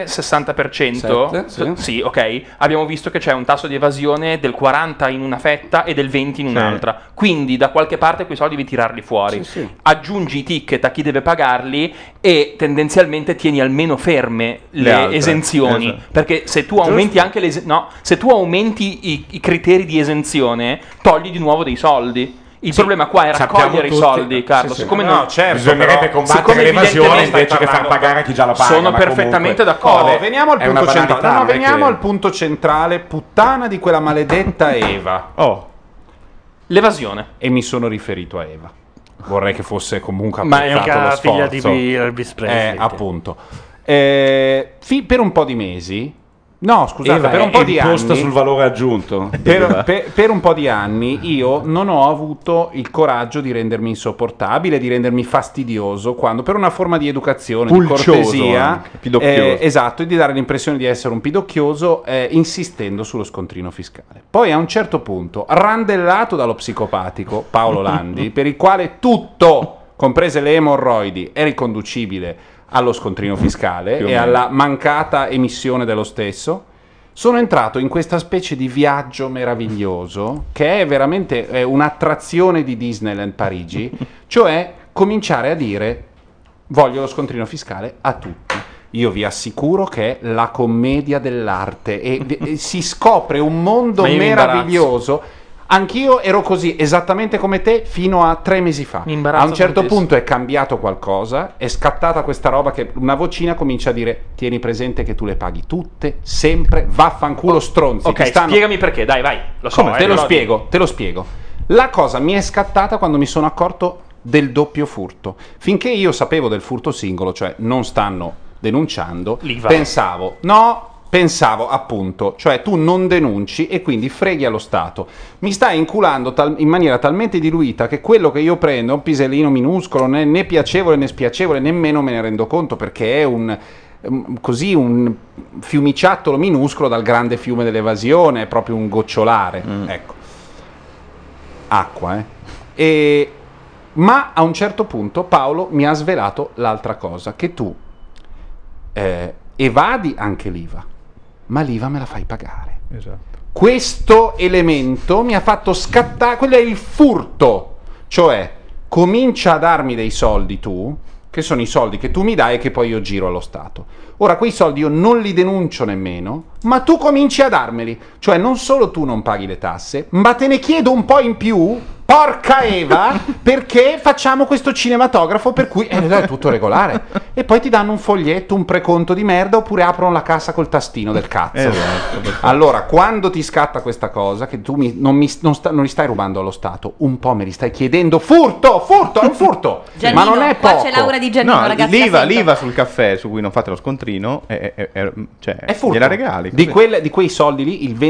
60%, sì, ok, abbiamo visto che c'è un tasso di evasione del 40 in una fetta e del 20 in un'altra. Quindi da qualche parte quei soldi devi tirarli fuori. Aggiungi i ticket a chi deve pagarli e tendenzialmente tieni almeno ferme le esenzioni. Perché se tu aumenti anche se tu aumenti i criteri di esenzione, togli di nuovo dei soldi. Il problema qua è raccogliere i soldi, Carlo. Siccome bisognerebbe combattere l'evasione invece che far pagare a chi già la paga. Sono perfettamente d'accordo. Veniamo al punto centrale. Veniamo al punto centrale. Puttana di quella maledetta Eva. L'evasione. E mi sono riferito a Eva. Vorrei che fosse comunque ma è anche apprezzato la lo figlia sforzo. di Elvis Presley. Appunto. Per un po' di mesi. No, scusate, Eva per un po' di anni sul valore aggiunto. Per un po' di anni io non ho avuto il coraggio di rendermi insopportabile, di rendermi fastidioso, quando per una forma di educazione, di cortesia, esatto, e di dare l'impressione di essere un pidocchioso, insistendo sullo scontrino fiscale. Poi a un certo punto, randellato dallo psicopatico Paolo Landi, per il quale tutto, comprese le emorroidi, è riconducibile allo scontrino fiscale e alla mancata emissione dello stesso, sono entrato in questa specie di viaggio meraviglioso che è veramente un'attrazione di Disneyland Parigi, cioè cominciare a dire voglio lo scontrino fiscale a tutti. Io vi assicuro che è la commedia dell'arte e si scopre un mondo meraviglioso. Anch'io ero così, esattamente come te, fino a 3 mesi fa. A un certo punto è cambiato qualcosa, è scattata questa roba che una vocina comincia a dire tieni presente che tu le paghi tutte, sempre, vaffanculo stronzi. Ok, spiegami perché, dai, vai. Lo so, te lo spiego. La cosa mi è scattata quando mi sono accorto del doppio furto. Finché io sapevo del furto singolo, cioè non stanno denunciando, L'IVA. pensavo appunto, cioè tu non denunci e quindi freghi allo Stato. Mi stai inculando in maniera talmente diluita che quello che io prendo è un pisellino minuscolo, né piacevole né spiacevole, nemmeno me ne rendo conto, perché è un fiumiciattolo minuscolo dal grande fiume dell'evasione, è proprio un gocciolare. Ecco. Acqua, ma a un certo punto Paolo mi ha svelato l'altra cosa, che tu evadi anche l'IVA, ma l'IVA me la fai pagare. Esatto. Questo elemento mi ha fatto scattare, quello è il furto, cioè comincia a darmi dei soldi tu, che sono i soldi che tu mi dai e che poi io giro allo Stato. Ora quei soldi io non li denuncio nemmeno, ma tu cominci a darmeli, cioè non solo tu non paghi le tasse, ma te ne chiedo un po' in più, porca Eva, perché facciamo questo cinematografo per cui è tutto regolare. E poi ti danno un foglietto, un preconto di merda, oppure aprono la cassa col tastino del cazzo. Esatto. Allora, quando ti scatta questa cosa, che tu non li stai rubando allo Stato, un po' me li stai chiedendo, furto, è un furto, Giannino, ma non è qua poco. c'è Laura di Giannino, No, ragazzi. l'IVA sul caffè su cui non fate lo scontrino È furto. gliela regali. Di quei soldi lì il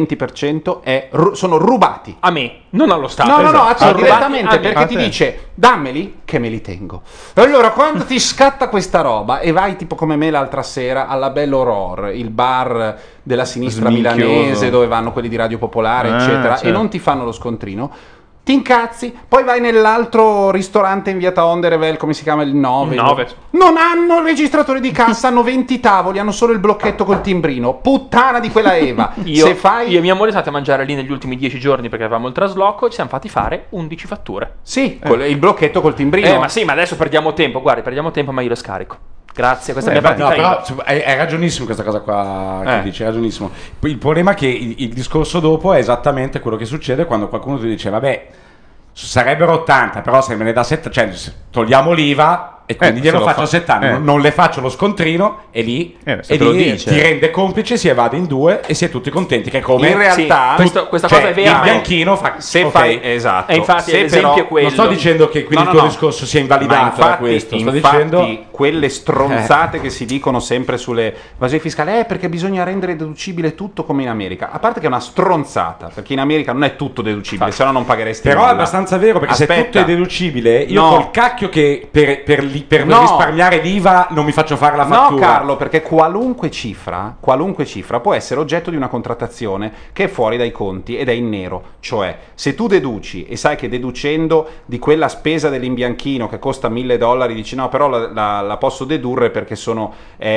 20% sono rubati. A me, non allo Stato. No, Esatto. direttamente, perché A ti te. dice dammeli che me li tengo. E allora quando ti scatta questa roba e vai tipo come me l'altra sera alla Belle Aurore, il bar della sinistra Sminchioso. milanese dove vanno quelli di Radio Popolare eccetera, certo. e non ti fanno lo scontrino, ti incazzi, poi vai nell'altro ristorante in via Taonderevel, come si chiama, il 9. Non hanno il registratore di cassa, hanno 20 tavoli, hanno solo il blocchetto col timbrino. Puttana di quella Eva. Io Se fai e mia moglie siamo andati a mangiare lì negli ultimi 10 giorni perché avevamo il trasloco e ci siamo fatti fare 11 fatture. Sì, il blocchetto col timbrino. Ma sì, ma adesso perdiamo tempo, guardi, perdiamo tempo, ma io lo scarico. Grazie, questa è la mia No, partita però è ragionissimo questa cosa qua che dici, è ragionissimo. Il problema è che il discorso dopo è esattamente quello che succede quando qualcuno ti dice vabbè, sarebbero 80, però se me ne dà 7, cioè togliamo l'IVA e quindi glielo faccio a 70, non le faccio lo scontrino e lì, ti rende complice, si evade in due e si è tutti contenti, che come in realtà questa cosa è vera, il bianchino fa se ok. fai esatto. E infatti Se l'esempio però- è quello. Non sto dicendo che quindi il tuo discorso sia invalidato da questo, sto dicendo quelle stronzate che si dicono sempre sulle evasioni fiscali, perché bisogna rendere deducibile tutto come in America. A parte che è una stronzata, perché in America non è tutto deducibile, se no non pagheresti però nulla. è abbastanza vero, perché se tutto è deducibile, io No. col cacchio che per No. risparmiare l'IVA non mi faccio fare la fattura. No, Carlo, perché qualunque cifra può essere oggetto di una contrattazione che è fuori dai conti ed è in nero. Cioè, se tu deduci e sai che deducendo di quella spesa dell'imbianchino che costa $1.000 dici no, però la posso dedurre perché sono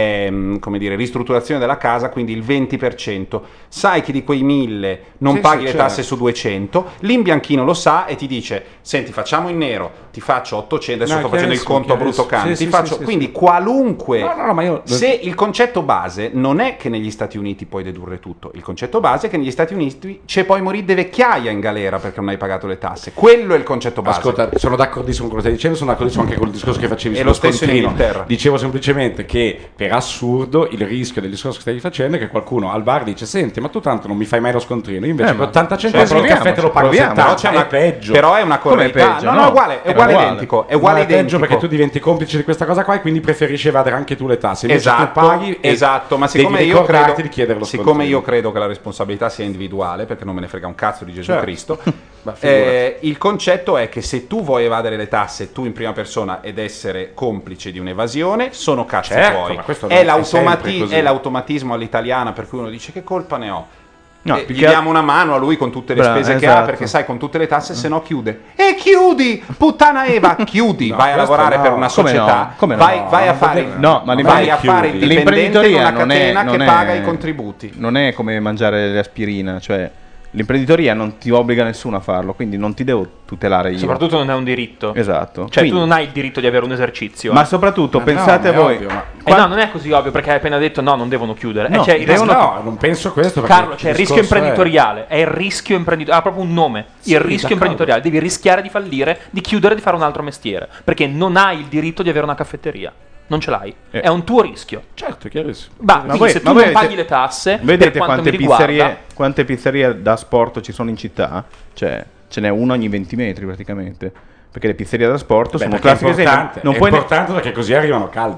come dire, ristrutturazione della casa, quindi il 20%. Sai che di quei 1.000 non Sì, paghi sì, le certo. tasse su 200, l'imbianchino lo sa e ti dice senti, facciamo in nero, ti faccio 800, adesso No, sto facendo il conto a brutto cane, Sì, ti sì, faccio sì, quindi sì. qualunque No, ma io se il concetto base non è che negli Stati Uniti puoi dedurre tutto, il concetto base è che negli Stati Uniti c'è poi morire de vecchiaia in galera perché non hai pagato le tasse. Quello è il concetto base. Ascolta, sono d'accordissimo con quello che stai dicendo, sono d'accordissimo anche con il discorso che facevi E sullo lo stesso in scontrino. Inghilterra. Dicevo semplicemente che per assurdo il rischio del discorso che stai facendo è che qualcuno al bar dice senti, ma tu tanto non mi fai mai lo scontrino, io invece per 80 centesimi il caffè te lo pago 70, è peggio. Però è una correttà. peggio? No, è uguale, è uguale identico, è uguale No, è peggio identico. perché tu diventi complice di questa cosa qua e quindi preferisci evadere anche tu le tasse. Invece Esatto, tu paghi e esatto, ma siccome devi io ricordarti credo di chiedere lo siccome scontrino. io credo che la responsabilità sia individuale, perché non me ne frega un cazzo di Gesù Certo. Cristo, Ma figurati. il concetto è che se tu vuoi evadere le tasse tu in prima persona ed essere complice di un'evasione, sono cazzi Certo, tuoi. ma questo È, non è sempre così. è l'automatismo all'italiana per cui uno dice che colpa ne ho. No, Gli più che diamo una mano a lui con tutte le spese che ha, esatto. perché sai con tutte le tasse se no chiude. E chiudi, puttana Eva, chiudi, No, vai a questo lavorare no. per una Come società, no? Come no? vai a Non fare deve- No, ma vai a fare il dipendente in l'imprenditoria una non è- catena non che è- paga i contributi. Non è come mangiare l'aspirina, cioè l'imprenditoria non ti obbliga nessuno a farlo, quindi non ti devo tutelare io. Soprattutto non è un diritto. Esatto. Cioè, Quindi- tu non hai il diritto di avere un esercizio. Ma soprattutto pensate a voi. no, non è così ovvio perché hai appena detto no, non devono chiudere. No, C'è il devono- rischio- No, non penso questo perché Carlo, c'è il rischio discorso imprenditoriale. È il rischio imprenditoriale. Ha proprio un nome. Sì, il rischio d'accordo. imprenditoriale. Devi rischiare di fallire, di chiudere, di fare un altro mestiere. Perché non hai il diritto di avere una caffetteria. Non ce l'hai. È un tuo rischio. Certo, chiarissimo. Quindi se tu non paghi le tasse, vedete per quanto quante mi riguarda, quante pizzerie da sport ci sono in città? Cioè, ce n'è una ogni 20 metri praticamente. Perché le pizzerie da sport sono un perché classico esempio. è importante perché così arrivano calde.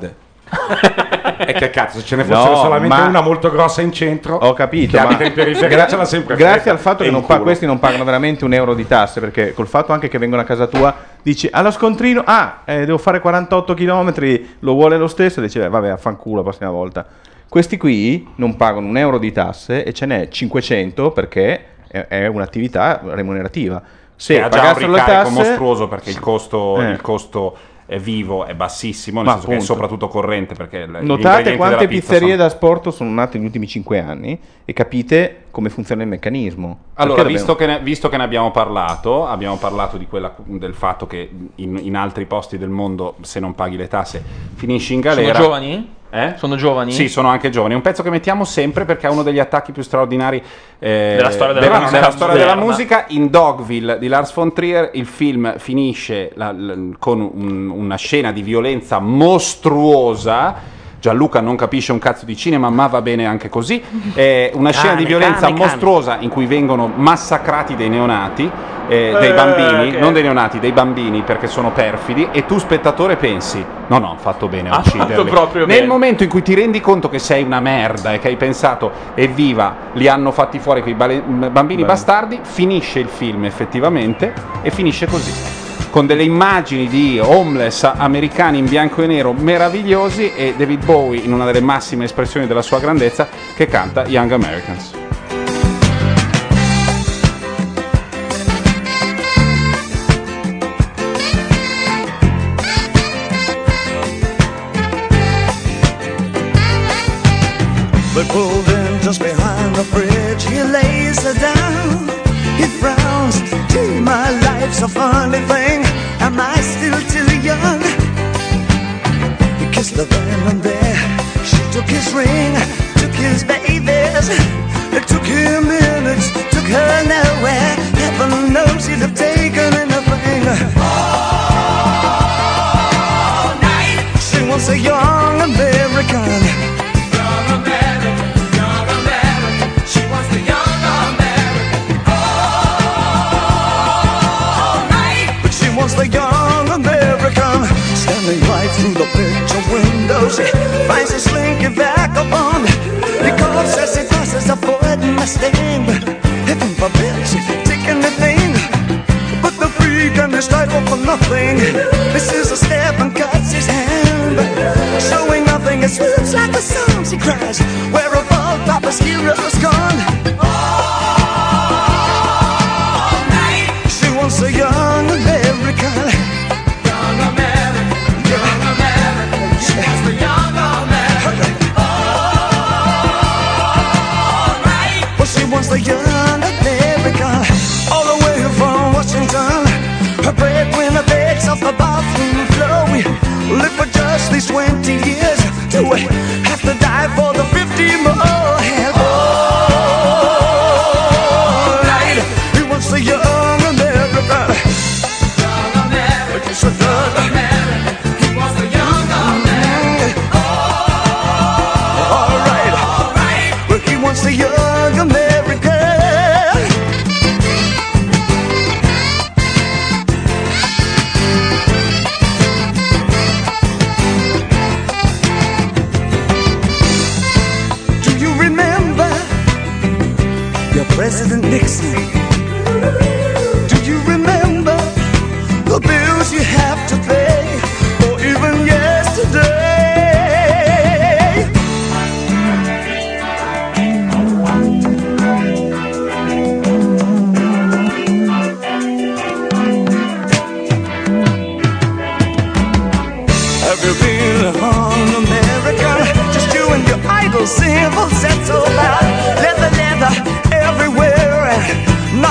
E che cazzo, se ce ne fosse solamente una molto grossa in centro, ho capito, che ma abita in periferia, ce l'ha sempre grazie fatta. al fatto E che in culo. questi non pagano veramente €1 di tasse, perché col fatto anche che vengono a casa tua dici allo scontrino devo fare 48 km, lo vuole lo stesso, e dice vabbè affanculo la prossima volta. Questi qui non pagano €1 di tasse e ce n'è 500 perché è un'attività remunerativa. Se Che ha già un pagassero le ricarico tasse mostruoso, perché il costo è vivo, è bassissimo, nel Ma senso che è appunto. soprattutto corrente, perché gli Notate ingredienti quante della pizza pizzerie sono- da sport sono nate negli ultimi 5 anni e capite come funziona il meccanismo. Allora, Perché visto che ne abbiamo parlato del fatto che in altri posti del mondo, se non paghi le tasse, finisci in galera. Sono giovani? Sono giovani? Sì, sono anche giovani. È un pezzo che mettiamo sempre perché è uno degli attacchi più straordinari Della storia della musica della storia della moderna. musica. In Dogville di Lars von Trier il film finisce con una scena di violenza mostruosa. Gianluca non capisce un cazzo di cinema, ma va bene anche così. È una scena di violenza mostruosa in cui vengono massacrati dei neonati, dei bambini, che- non dei neonati, dei bambini, perché sono perfidi, e tu spettatore pensi no, ho fatto bene a Ha fatto ucciderli. proprio Nel bene. momento in cui ti rendi conto che sei una merda e che hai pensato evviva, li hanno fatti fuori quei bambini bastardi, finisce il film effettivamente e finisce così, con delle immagini di homeless americani in bianco e nero meravigliosi e David Bowie in una delle massime espressioni della sua grandezza che canta Young Americans. But pulled in just behind the bridge, he lays her down. He frowns, gee, my life's a funny thing. Am I still too young? He kissed her then and there. She took his ring, took his babies. It took him minutes, took her nowhere. Heaven knows he'd have taken anything. All night. She wants a young American. The young American standing right through the picture window. She finds a slinky vagabond. He calls as he passes a Ford Mustang. Heaven forbid she take anything but the freak and his title for nothing. This is a step and cuts his hand, showing nothing. It swoops like a song. She cries, where have all Papa's heroes gone? All night. She wants a young American. Young American, young American. She wants the young American. All right. Well, she wants the young American. All the way from Washington. Her breadwinner begs off the bathroom floor. We live for just these 20 years. Do we have to die for the 50 more? And all right. He wants the young American. It's a young American. He wants the young American. All right. Well, he wants the young American. Do you remember your President Nixon? Do you remember the bills you have to pay, or even yesterday? Have you been on America? Just you and your idle civil set so loud. Leather everywhere, and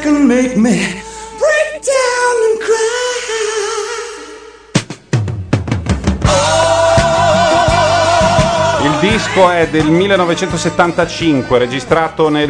can make me break down and cry. Il disco è del 1975, registrato nel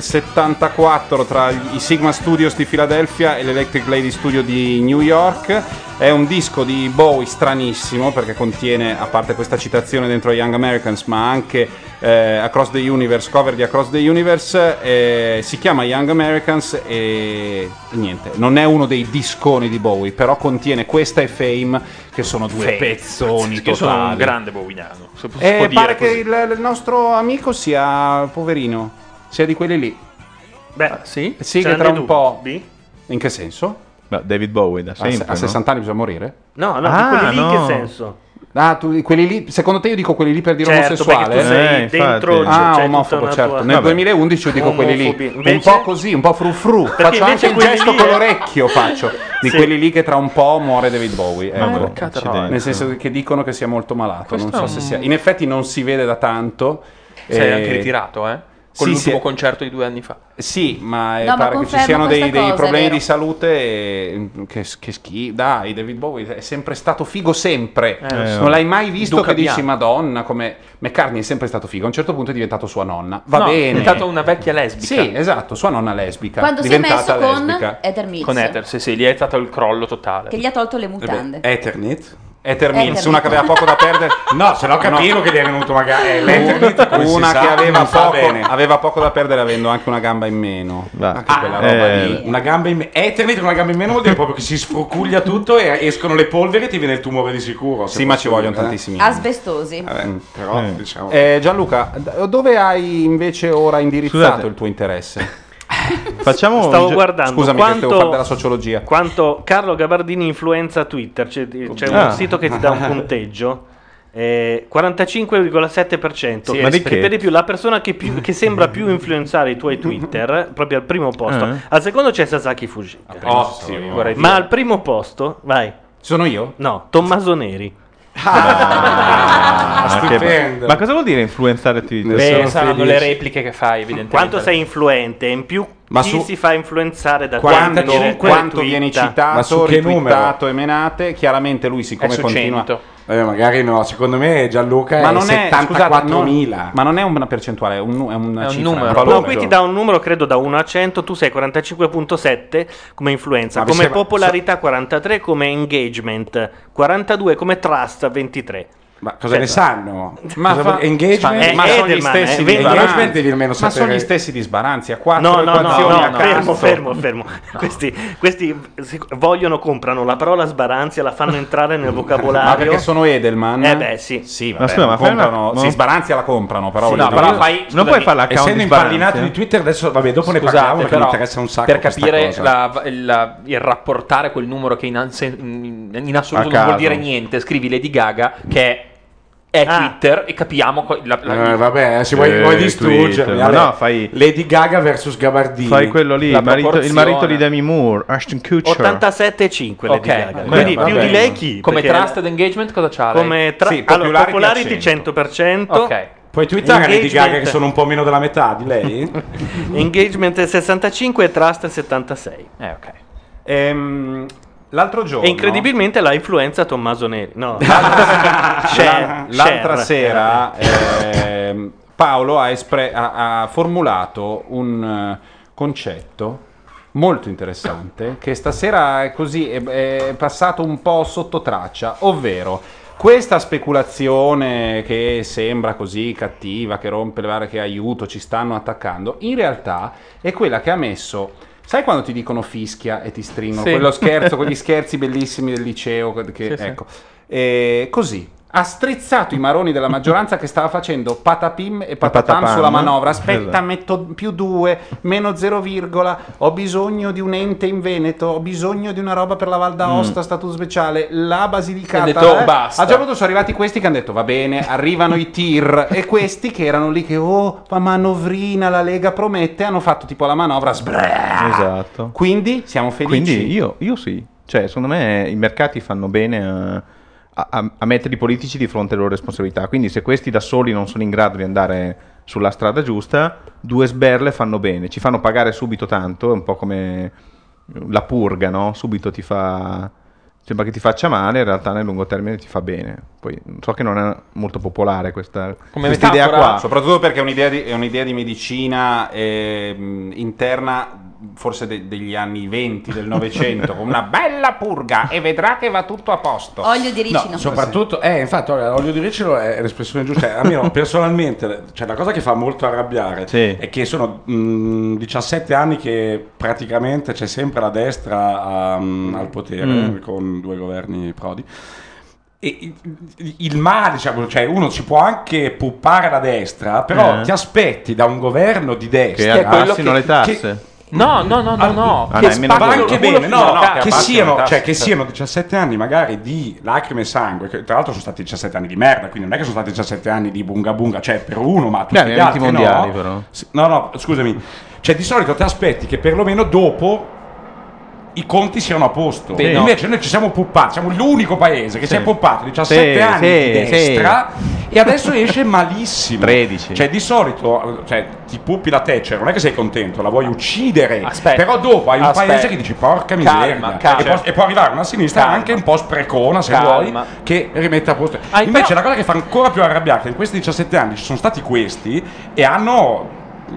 74 tra i Sigma Studios di Filadelfia e l'Electric Lady Studio di New York. È un disco di Bowie stranissimo perché contiene, a parte questa citazione dentro Young Americans, ma anche Across the Universe, cover di Across the Universe. Si chiama Young Americans e niente, non è uno dei disconi di Bowie, però contiene questa e Fame, che sono due pezzoni totali. Io sono un grande bowiano, se può Pare dire che il nostro amico sia poverino, sia di quelli lì. Beh, sì, ce che n'hanno tra un dubbi? po'. In che senso? David Bowie da sempre. A 60 anni bisogna morire? No, di quelli lì che senso? Ah, quelli lì, secondo te io dico quelli lì per dire Certo, omosessuale? perché tu sei dentro, ah, c'è omofobo, tutta una certo. tua- Nel Vabbè. 2011 io dico quelli lì. Omofobi. Un Invece- po' così, un po' frufru. Perché Faccio invece anche il quelli gesto lì con è- l'orecchio, faccio. Di Sì. quelli lì che tra un po' muore David Bowie. Ecco. accidenti. Nel senso che dicono che sia molto malato. Questo Non so è se un- sia. In effetti non si vede da tanto. Sei anche ritirato, Con Sì, l'ultimo sì. concerto di 2 anni fa. Sì, ma No, ma pare che ci confermo siano dei questa cosa, problemi è vero. di salute che schifo. Dai, David Bowie è sempre stato figo, sempre. Non l'hai mai visto Duca che dici bianco. Madonna, come McCartney è sempre stato figo. A un certo punto è diventato sua nonna. Va No, bene. è diventato una vecchia lesbica. Sì, esatto, sua nonna lesbica. Quando si è diventata messo con lesbica. Ether Mills, Con Ether, sì, gli è stato il crollo totale. che gli ha tolto le mutande. Eternit? Ether Mills, Ether una che aveva poco da perdere. No, se no capivo che gli è venuto magari l'Eternit, come si Una sa, che non fa bene. aveva poco da perdere avendo anche una gamba in meno. Anche quella roba lì. Una gamba in meno. Eternit con una gamba in meno vuol dire proprio che si sfrucuglia tutto e escono le polveri e ti viene il tumore di sicuro. Sì, ma ci vogliono tantissimi anni. Asbestosi. Però, diciamo. Gianluca, dove hai invece ora indirizzato Scusate. il tuo interesse? Facciamo Stavo guardando Scusami, che devo fare della sociologia. quanto Carlo Gabardini influenza Twitter. C'è Ah. un sito che ti dà un punteggio. 45,7%. Sì, ma di che? Per di più, la persona che sembra più influenzare i tuoi Twitter, proprio al primo posto. Al secondo c'è Sasaki Fujika. Ottimo. Ma al primo posto, vai. Sono io? No, Tommaso Neri. Stupendo. Ma cosa vuol dire influenzare Twitter? Beh, saranno le repliche che fai, evidentemente. Quanto sei influente, in più Ma chi su- si fa influenzare da Quanto viene Ma citato, su che ritwittato e menate? Chiaramente lui, È siccome su continua. 100. Magari no, secondo me Gianluca Ma è non è, scusate, 74.000. ma non è una percentuale, è una un cifra, numero. un No, valore. qui ti dà un numero, credo da 1 a 100, tu sei 45,7 come influenza, Ma mi come sembra- popolarità 43, come engagement 42, come trust 23. Ma cosa ne sanno? Ma Cosa fa- vuol- engagement? ma sono gli Edelman, stessi di Edelman. Sbaranzi. Engagement devi almeno Ma sono sapere. gli stessi di Sbaranzi, a 4 No, no, no, equazioni a no, caso. fermo. Questi comprano la parola sbaranzia, la fanno entrare nel Ma vocabolario. perché sono Edelman? Eh beh, sì. Sì, Ma vabbè, scusa, ma ma fai comprano, una- sì, no. Sbaranzia la comprano, però Sì, voglio no, dire- però fai, non scusami, puoi fare l'account Essendo di impallinato Sbaranzi? di Twitter, adesso vabbè, dopo ne parliamo Scusate, perché mi però, interessa un sacco per questa capire cosa. il rapportare quel numero che in assoluto A non vuol caso. dire niente, scrivi Lady Gaga che è Twitter e capiamo Vabbè, se vuoi distruggermi. Twitter, ma allora, no, fai- Lady Gaga versus Gabardini. Fai quello lì, La il marito proporzione. di Demi Moore, Ashton Kutcher. 87,5 Lady Ok. Gaga. Beh, Quindi va più bene. di lei chi? come Perché trusted engagement cosa c'ha lei? come Sì, allora, popularity popularity a 100%. Ok. Puoi twittare Lady Engagement. Gaga che sono un po' meno della metà di lei? Engagement 65 e trust 76. Ok. L'altro giorno E incredibilmente la influenza Tommaso Neri. No. l'altra sera Paolo ha formulato un concetto molto interessante che stasera è passato un po' sotto traccia, ovvero questa speculazione che sembra così cattiva, che rompe le varie, che aiuto, ci stanno attaccando, in realtà è quella che ha messo. Sai quando ti dicono fischia e ti stringono? Sì. Quello scherzo, quegli scherzi bellissimi del liceo. Che, Sì. ecco. Così ha strizzato i maroni della maggioranza che stava facendo patapim e patapam patapam. sulla manovra. Aspetta, Esatto. metto più 2, meno 0, ho bisogno di un ente in Veneto, ho bisogno di una roba per la Val d'Aosta, statuto speciale, la Basilicata. Ha detto, "Oh, basta." A un certo punto sono arrivati questi che hanno detto va bene, arrivano i tir, e questi che erano lì che ma manovrina, la Lega promette, hanno fatto tipo la manovra Esatto. Quindi siamo felici. Quindi io sì. Cioè, secondo me i mercati fanno bene a mettere i politici di fronte alle loro responsabilità. Quindi se questi da soli non sono in grado di andare sulla strada giusta, due sberle fanno bene, ci fanno pagare subito tanto, è un po' come la purga, no? Subito sembra che ti faccia male, in realtà nel lungo termine ti fa bene. Poi so che non è molto popolare questa idea qua. Soprattutto perché è un'idea di medicina interna, forse degli anni 20 del Novecento, con una bella purga e vedrà che va tutto a posto. Olio di ricino. No, soprattutto, infatti, olio di ricino è l'espressione giusta. A me personalmente, cioè, la cosa che fa molto arrabbiare è che sono 17 anni che praticamente c'è sempre la destra al potere, con 2 governi Prodi. E il male, diciamo, cioè uno ci può anche puppare la destra, però ti aspetti da un governo di destra che abbassino le tasse. No. Che va anche bene, che siano 17 anni magari di lacrime e sangue, che tra l'altro sono stati 17 anni di merda, quindi non è che sono stati 17 anni di bunga bunga, cioè per uno, ma tutti gli altri mondiali, però. No, scusami. Cioè di solito ti aspetti che perlomeno dopo i conti siano a posto. Invece noi ci siamo puppati, siamo l'unico paese che si è puppato 17 anni di destra e adesso esce malissimo. 13. Cioè di solito, cioè, ti puppi la Thatcher, non è che sei contento, la vuoi uccidere. Però dopo hai un paese che dici porca miseria. E può arrivare una sinistra anche un po' sprecona, se vuoi, che rimette a posto. Invece la cosa che fa ancora più arrabbiare è che in questi 17 anni ci sono stati questi e hanno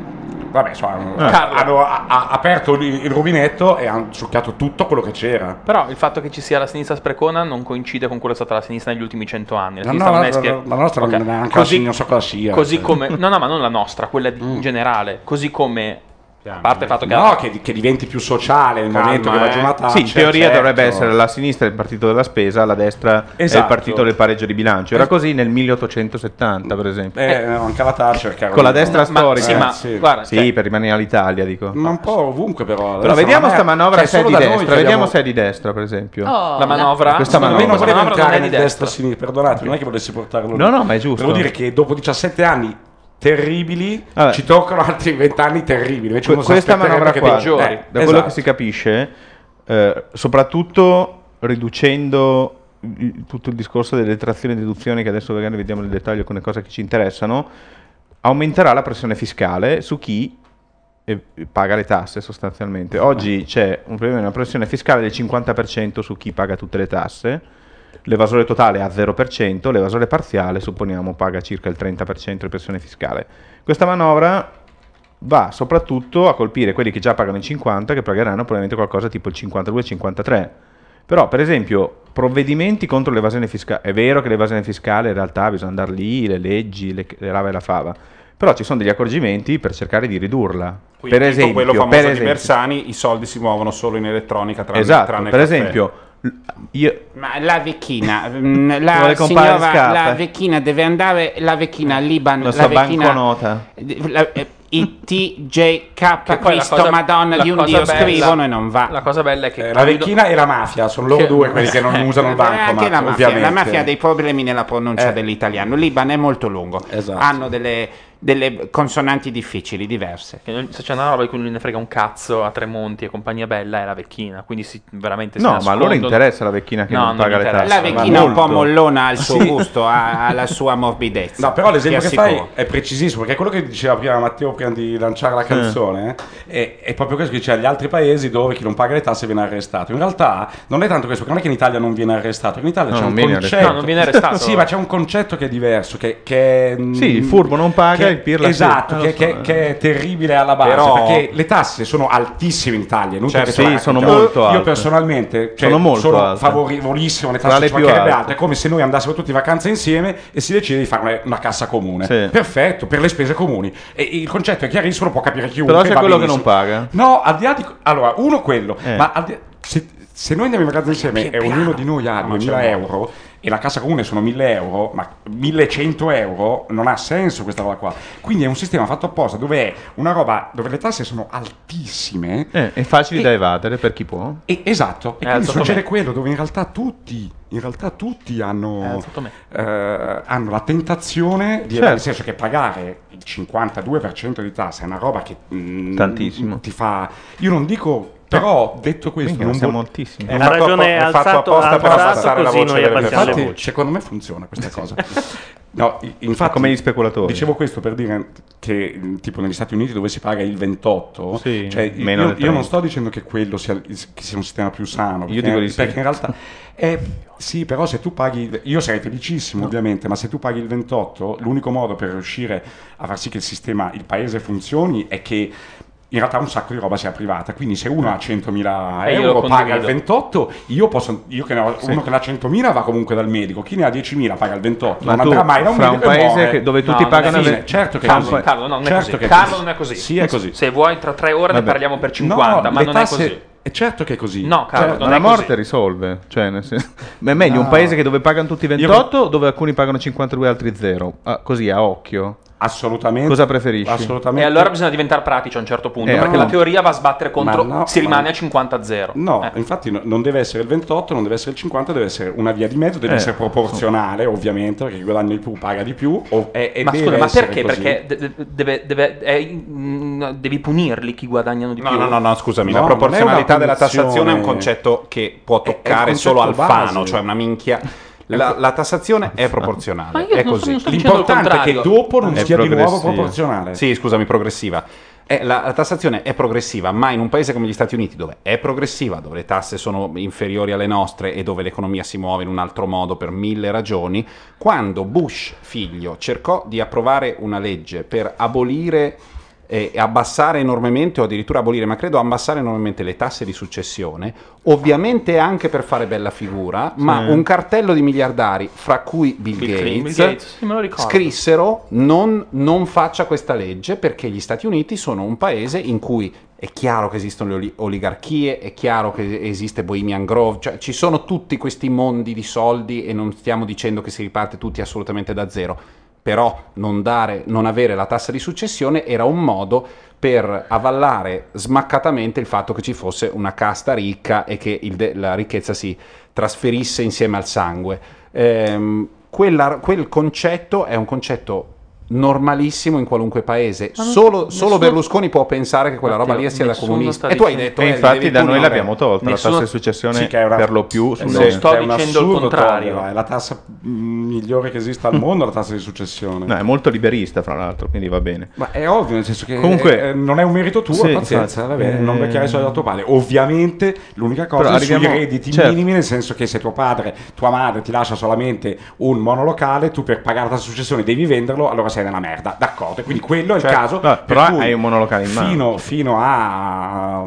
aperto il rubinetto e hanno succhiato tutto quello che c'era. Però il fatto che ci sia la sinistra sprecona non coincide con quello che è stata la sinistra negli ultimi 100 anni. La nostra non so cosa sia. Così come ma non la nostra, quella in generale. Così come a parte il fatto che diventi più sociale nel momento che va giù una tancia. Sì, in teoria dovrebbe essere la sinistra il partito della spesa, la destra è il partito del pareggio di bilancio. Era così nel 1870, per esempio. Anche la Thatcher, con la destra storica. Guarda, per rimanere all'Italia, dico. Ma un po' ovunque, però. Però vediamo sta manovra se è di destra. Vediamo se è di destra, per esempio. La manovra? Questa manovra non voleva entrare nel destra-sinistra. Perdonate, non è che volessi portarlo. No, ma è giusto. Devo dire che dopo 17 anni terribili, ci toccano altri 20 anni terribili. Invece questa manovra qua, da quello che si capisce, soprattutto riducendo tutto il discorso delle detrazioni e deduzioni, che adesso magari vediamo nel dettaglio con le cose che ci interessano, aumenterà la pressione fiscale su chi paga le tasse sostanzialmente. Oggi c'è una pressione fiscale del 50% su chi paga tutte le tasse. L'evasore totale è a 0%, l'evasore parziale supponiamo paga circa il 30% di pressione fiscale. Questa manovra va soprattutto a colpire quelli che già pagano il 50%, che pagheranno probabilmente qualcosa tipo il 52-53%. Però, per esempio, provvedimenti contro l'evasione fiscale. È vero che l'evasione fiscale in realtà bisogna andare lì, le leggi, le rava e la fava. Però ci sono degli accorgimenti per cercare di ridurla. Quindi, per esempio, quello famoso di Bersani, i soldi si muovono solo in elettronica tranne per caffè. esempio, ma la vecchina, la signora, la vecchina deve andare, la vecchina Liban, la vecchina banconota. ITJK Cristo Madonna di un Dio scrivono e non va. La cosa bella è che la vecchina e la mafia sono loro due quelli che non usano il banco. Anche la mafia ha dei problemi nella pronuncia dell'italiano. L'Iban è molto lungo, hanno delle consonanti difficili, diverse. Se c'è una roba di cui non ne frega un cazzo a Tremonti e compagnia bella è la vecchina, quindi veramente no, ma a loro interessa la vecchina che non paga le tasse. La vecchina è un po' mollona al suo gusto, ha la sua morbidezza. No, però l'esempio che fai è precisissimo, perché quello che diceva prima Matteo prima di lanciare la canzone è proprio questo che diceva: gli altri paesi dove chi non paga le tasse viene arrestato. In realtà non è tanto questo, perché non è che in Italia non viene arrestato, in Italia c'è un concetto. No, non viene arrestato. Sì, ma c'è un concetto che è diverso, che sì, il furbo non paga, il pirla esatto, che è terribile alla base, però perché le tasse sono altissime in Italia. Sono molto alte. Io personalmente sono favorevolissimo, le tasse ci mancherebbe alte. È come se noi andassimo tutti in vacanza insieme e si decide di fare una cassa comune. Perfetto, per le spese comuni. E il concetto è chiarissimo, lo può capire chiunque. Però c'è quello che non paga. No, al di là di... Allora, uno quello, ma se noi andiamo in vacanza insieme e ognuno di noi ha 2.000 euro e la cassa comune sono 1.000 euro, ma 1.100 euro non ha senso questa roba qua. Quindi è un sistema fatto apposta dove è una roba dove le tasse sono altissime e facili da evadere per chi può. Esatto, e quindi succede quello dove in realtà tutti hanno la tentazione di nel senso che pagare il 52% di tasse è una roba che tantissimo ti fa, io non dico. Però detto questo, non siamo moltissimi. Ha ragione, è fatto apposta per abbassare la voce delle persone. Secondo me funziona questa cosa. No, infatti, come gli speculatori. Dicevo questo per dire che tipo negli Stati Uniti dove si paga il 28, Sì, cioè, meno del io non 30. sto dicendo che quello sia un sistema più sano, Io dico di sì. perché in realtà sì, però se tu paghi, io sarei felicissimo ovviamente, ma se tu paghi il 28, l'unico modo per riuscire a far sì che il paese funzioni è che in realtà un sacco di roba sia privata, quindi se uno ha 100.000 euro paga il 28, io che ne ho uno che ne ha 100.000 va comunque dal medico, chi ne ha 10.000 paga il 28, Ma non tu, andrà mai da un fra un medico e paese muore. che- dove tutti pagano certo che è Carlo, così. Carlo, non è Certo così. che è Carlo così. non è così. Sì, è così. Se vuoi tra 3 ore ne Vabbè. parliamo per 50, ma le non è tasse- così. È certo che è così. No, Carlo, non Ma è la morte così. risolve, cioè nel senso, ma è meglio un No. paese che dove pagano tutti 28 o dove alcuni pagano 52 e altri 0? Così a occhio. Assolutamente. Cosa preferisci? E Assolutamente. allora bisogna diventare pratici a un certo punto, perché no. la teoria va a sbattere contro, Ma no, si ma- rimane a 50-0. No, infatti non deve essere il 28, non deve essere il 50, deve essere una via di mezzo, deve essere proporzionale, ovviamente, perché chi guadagna di più paga di più. Ma scusa, ma perché? Perché devi punirli chi guadagnano di più? No, scusami, No, la non è proporzionalità una della tassazione è un punizione. concetto che può È un toccare solo al concetto base. fano, cioè una minchia. La tassazione è proporzionale, Ma io è non così. sto dicendo il L'importante è che contrario. dopo non È sia di nuovo progressiva. proporzionale. Sì, scusami, progressiva. La tassazione è progressiva, ma in un paese come gli Stati Uniti, dove è progressiva, dove le tasse sono inferiori alle nostre e dove l'economia si muove in un altro modo per 1000 ragioni, quando Bush figlio cercò di approvare una legge per abolire e abbassare enormemente, o addirittura abolire, ma credo abbassare enormemente le tasse di successione, ovviamente anche per fare bella figura, ma un cartello di miliardari, fra cui Bill Gates, sì, me lo ricordo. scrissero non faccia questa legge, perché gli Stati Uniti sono un paese in cui è chiaro che esistono le oligarchie, è chiaro che esiste Bohemian Grove, cioè ci sono tutti questi mondi di soldi e non stiamo dicendo che si riparte tutti assolutamente da zero. Però non avere la tassa di successione era un modo per avvallare smaccatamente il fatto che ci fosse una casta ricca e che la ricchezza si trasferisse insieme al sangue. Quel concetto è un concetto normalissimo in qualunque paese. Ma non- Solo nessuno- Berlusconi può pensare che quella roba lì sia da nessuno comunista. sta E tu hai dicendo- detto, E infatti devi da noi punire. l'abbiamo tolta Nessuno- la tassa di successione Sì, che è una- per lo più non sulle... sto È un dicendo il assurdo contrario. toglierla, è la tassa migliore che esista al mondo, la tassa di successione. No, è molto liberista fra l'altro, quindi va bene. Ma è ovvio, nel senso che Comunque- non è un merito tuo, Sì, pazienza, infatti. va bene, non becchiare i soldi da tuo padre. Ovviamente l'unica cosa Però è sugli arriviamo- redditi certo. minimi, nel senso che se tua madre ti lascia solamente un monolocale, tu per pagare la tassa di successione devi venderlo, allora sei nella merda, d'accordo? Quindi quello è il caso. No, per però cui hai un monolocale in mano. fino a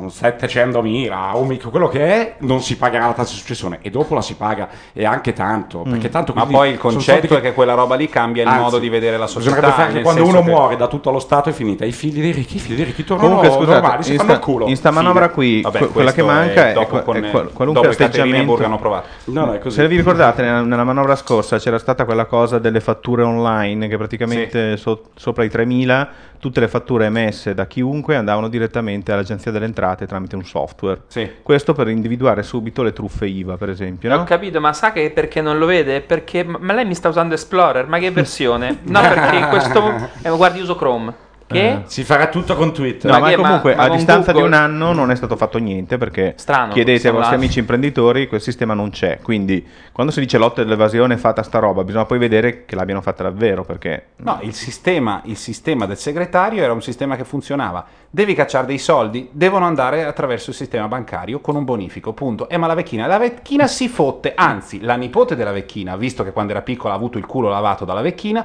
700.000 o quello che è, non si pagherà la tassa di successione e dopo la si paga e anche tanto, perché tanto Ma quindi poi il sono concetto soldi è che quella roba lì cambia il Anzi, modo di vedere la società. bisognerebbe fare che nel quando senso uno che- muore da tutto lo Stato è finita, i figli dei ricchi tornano Comunque normali, si scusate, fanno il culo. in sta manovra Fine. qui Vabbè, quella che questo manca è, dopo con- qualunque dopo i Caterinenburg atteggiamento. hanno provato. No, è così. Se vi ricordate, nella manovra scorsa c'era stata quella cosa delle fatture online che praticamente sopra i 3.000 tutte le fatture emesse da chiunque andavano direttamente all'Agenzia delle Entrate tramite un software. Sì. Questo per individuare subito le truffe IVA, per esempio. Ho No? capito, ma sa che perché non lo vede? Perché ma lei mi sta usando Explorer, ma che versione? No, perché questo guardi, uso Chrome. Che? Si farà tutto con Twitter. No, Ma ma che- comunque ma a con distanza Google- di un anno non è stato fatto niente perché Strano, chiedete ai vostri sembrava. amici imprenditori, quel sistema non c'è. Quindi quando si dice lotta all'evasione fata sta roba, bisogna poi vedere che l'abbiano fatta davvero perché No, il sistema del segretario era un sistema che funzionava. Devi cacciare dei soldi, devono andare attraverso il sistema bancario con un bonifico, punto. Ma la vecchina si fotte, anzi, la nipote della vecchina, visto che quando era piccola ha avuto il culo lavato dalla vecchina,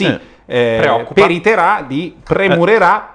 Preoccupa. periterà premurerà,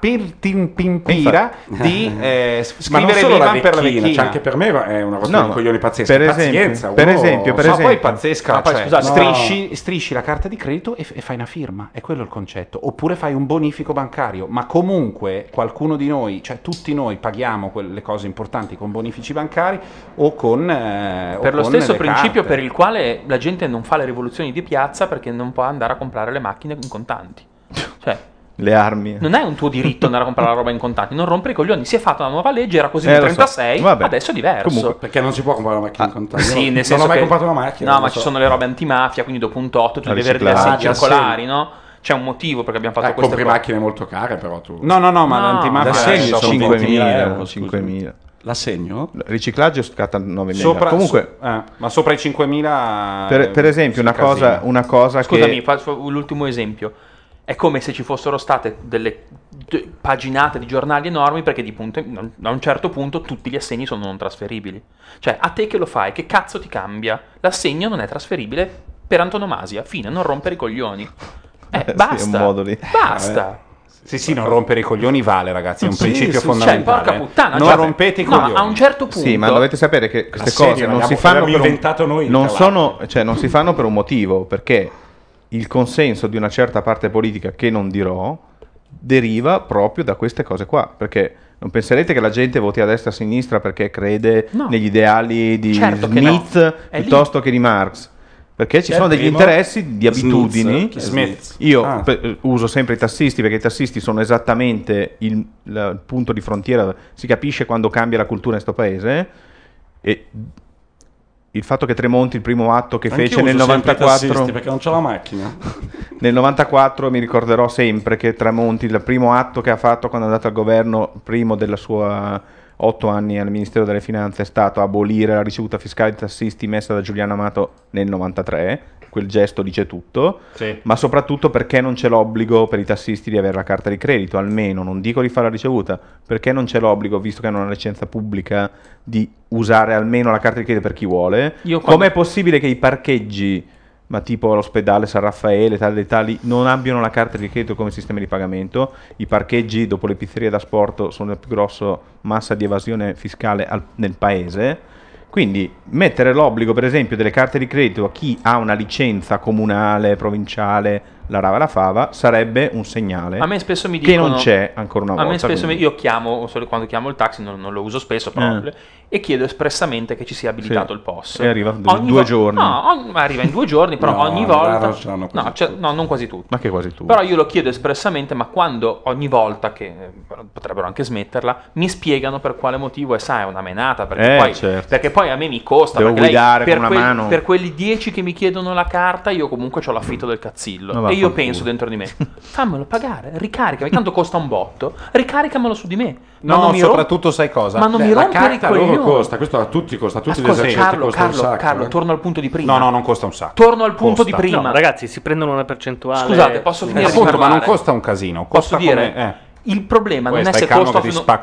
pimpira di Ma non scrivere solo la l'IBAN per la vecchina, vecchina. cioè anche per me è una cosa No, di coglioni pazzesca. per esempio, Pazienza, per uno- esempio, per Ma esempio. poi pazzesca, Ma poi, cioè, scusate, strisci la carta di credito e fai una firma, è quello il concetto. Oppure fai un bonifico bancario, ma comunque qualcuno di noi, cioè tutti noi paghiamo quelle cose importanti con bonifici bancari o con Per lo stesso principio per il quale la gente non fa le rivoluzioni di piazza perché non può andare a comprare le macchine in contanti. Cioè, le armi. non è un tuo diritto andare a comprare la roba in contanti, non rompere i coglioni. Si è fatta una nuova legge, era così nel Lo so. 36, Vabbè. adesso è diverso. Comunque, Perché non si può comprare una macchina in contanti. Sì, Io nel senso non ho mai che- comprato una macchina. No, non ma lo ci so. sono le robe antimafia, quindi dopo un tot tu La devi avere delle riciclaggia, assegni circolari, no? c'è un motivo perché abbiamo fatto queste compri cose. macchine molto care, però tu. No, ma l'antimafia l'assegno sono 5.000 €, 5.000. L'assegno? Il riciclaggio scatta 9.000. Comunque, ma sopra i 5.000 per esempio, una cosa Scusami, che faccio l'ultimo esempio. È come se ci fossero state delle paginate di giornali enormi perché a un certo punto tutti gli assegni sono non trasferibili. Cioè, a te che lo fai, che cazzo ti cambia? L'assegno non è trasferibile per antonomasia. Fine, non rompere i coglioni. Basta. Sì, è un modo lì. Basta. Sì, non rompere i coglioni vale, ragazzi, è un principio fondamentale. Cioè, porca puttana, non rompete i coglioni. A un certo punto. Sì, ma dovete sapere che queste cose non si fanno per non si fanno per un motivo, perché il consenso di una certa parte politica, che non dirò, deriva proprio da queste cose qua, perché non penserete che la gente voti a destra e a sinistra perché crede negli ideali di Smith piuttosto che di Marx. Perché ci sono degli interessi di abitudini. Io uso sempre i tassisti perché i tassisti sono esattamente il punto di frontiera. Si capisce quando cambia la cultura in questo paese. E il fatto che Tremonti, il primo atto che fece nel 94, perché non c'ho la macchina. Nel 94 mi ricorderò sempre che Tremonti, il primo atto che ha fatto quando è andato al governo, primo della sua 8 anni al Ministero delle Finanze, è stato abolire la ricevuta fiscale dei tassisti messa da Giuliano Amato nel 93. Quel gesto dice tutto, ma soprattutto perché non c'è l'obbligo per i tassisti di avere la carta di credito, almeno, non dico di fare la ricevuta, perché non c'è l'obbligo, visto che hanno una licenza pubblica, di usare almeno la carta di credito per chi vuole. Com'è possibile che i parcheggi, ma tipo l'ospedale San Raffaele, tali e tali, non abbiano la carta di credito come sistema di pagamento? I parcheggi, dopo le pizzerie da sport, sono la più grossa massa di evasione fiscale nel paese. Quindi mettere l'obbligo, per esempio, delle carte di credito a chi ha una licenza comunale, provinciale, la rava la fava, sarebbe un segnale a me spesso mi che dicono, non c'è ancora una volta. A me spesso quindi. io chiamo, quando chiamo il taxi, non lo uso spesso proprio, e chiedo espressamente che ci sia abilitato il POS. E arriva due giorni. No, arriva in 2 giorni, però ogni volta... No, non quasi tutti. Ma che quasi tutti? Però io lo chiedo espressamente, ma quando ogni volta, che potrebbero anche smetterla, mi spiegano per quale motivo, e sai, è una menata, perché poi a me mi costa. Devo perché guidare lei, con una mano. Per quelli 10 che mi chiedono la carta, io comunque ho l'affitto del cazzillo. E io penso dentro di me, fammelo pagare, ricaricami, tanto costa un botto, ricaricamelo su di me. Soprattutto sai cosa? Ma non mi rompere i coglioni. Costa, questo a tutti costa, a tutti gli esercenti costa un sacco. Carlo, torno al punto di prima. No, non costa un sacco. Torno al punto di prima. No, ragazzi, si prendono una percentuale. Scusate, posso finire di parlare? Ma non costa un casino. Posso dire? Il problema non è se costa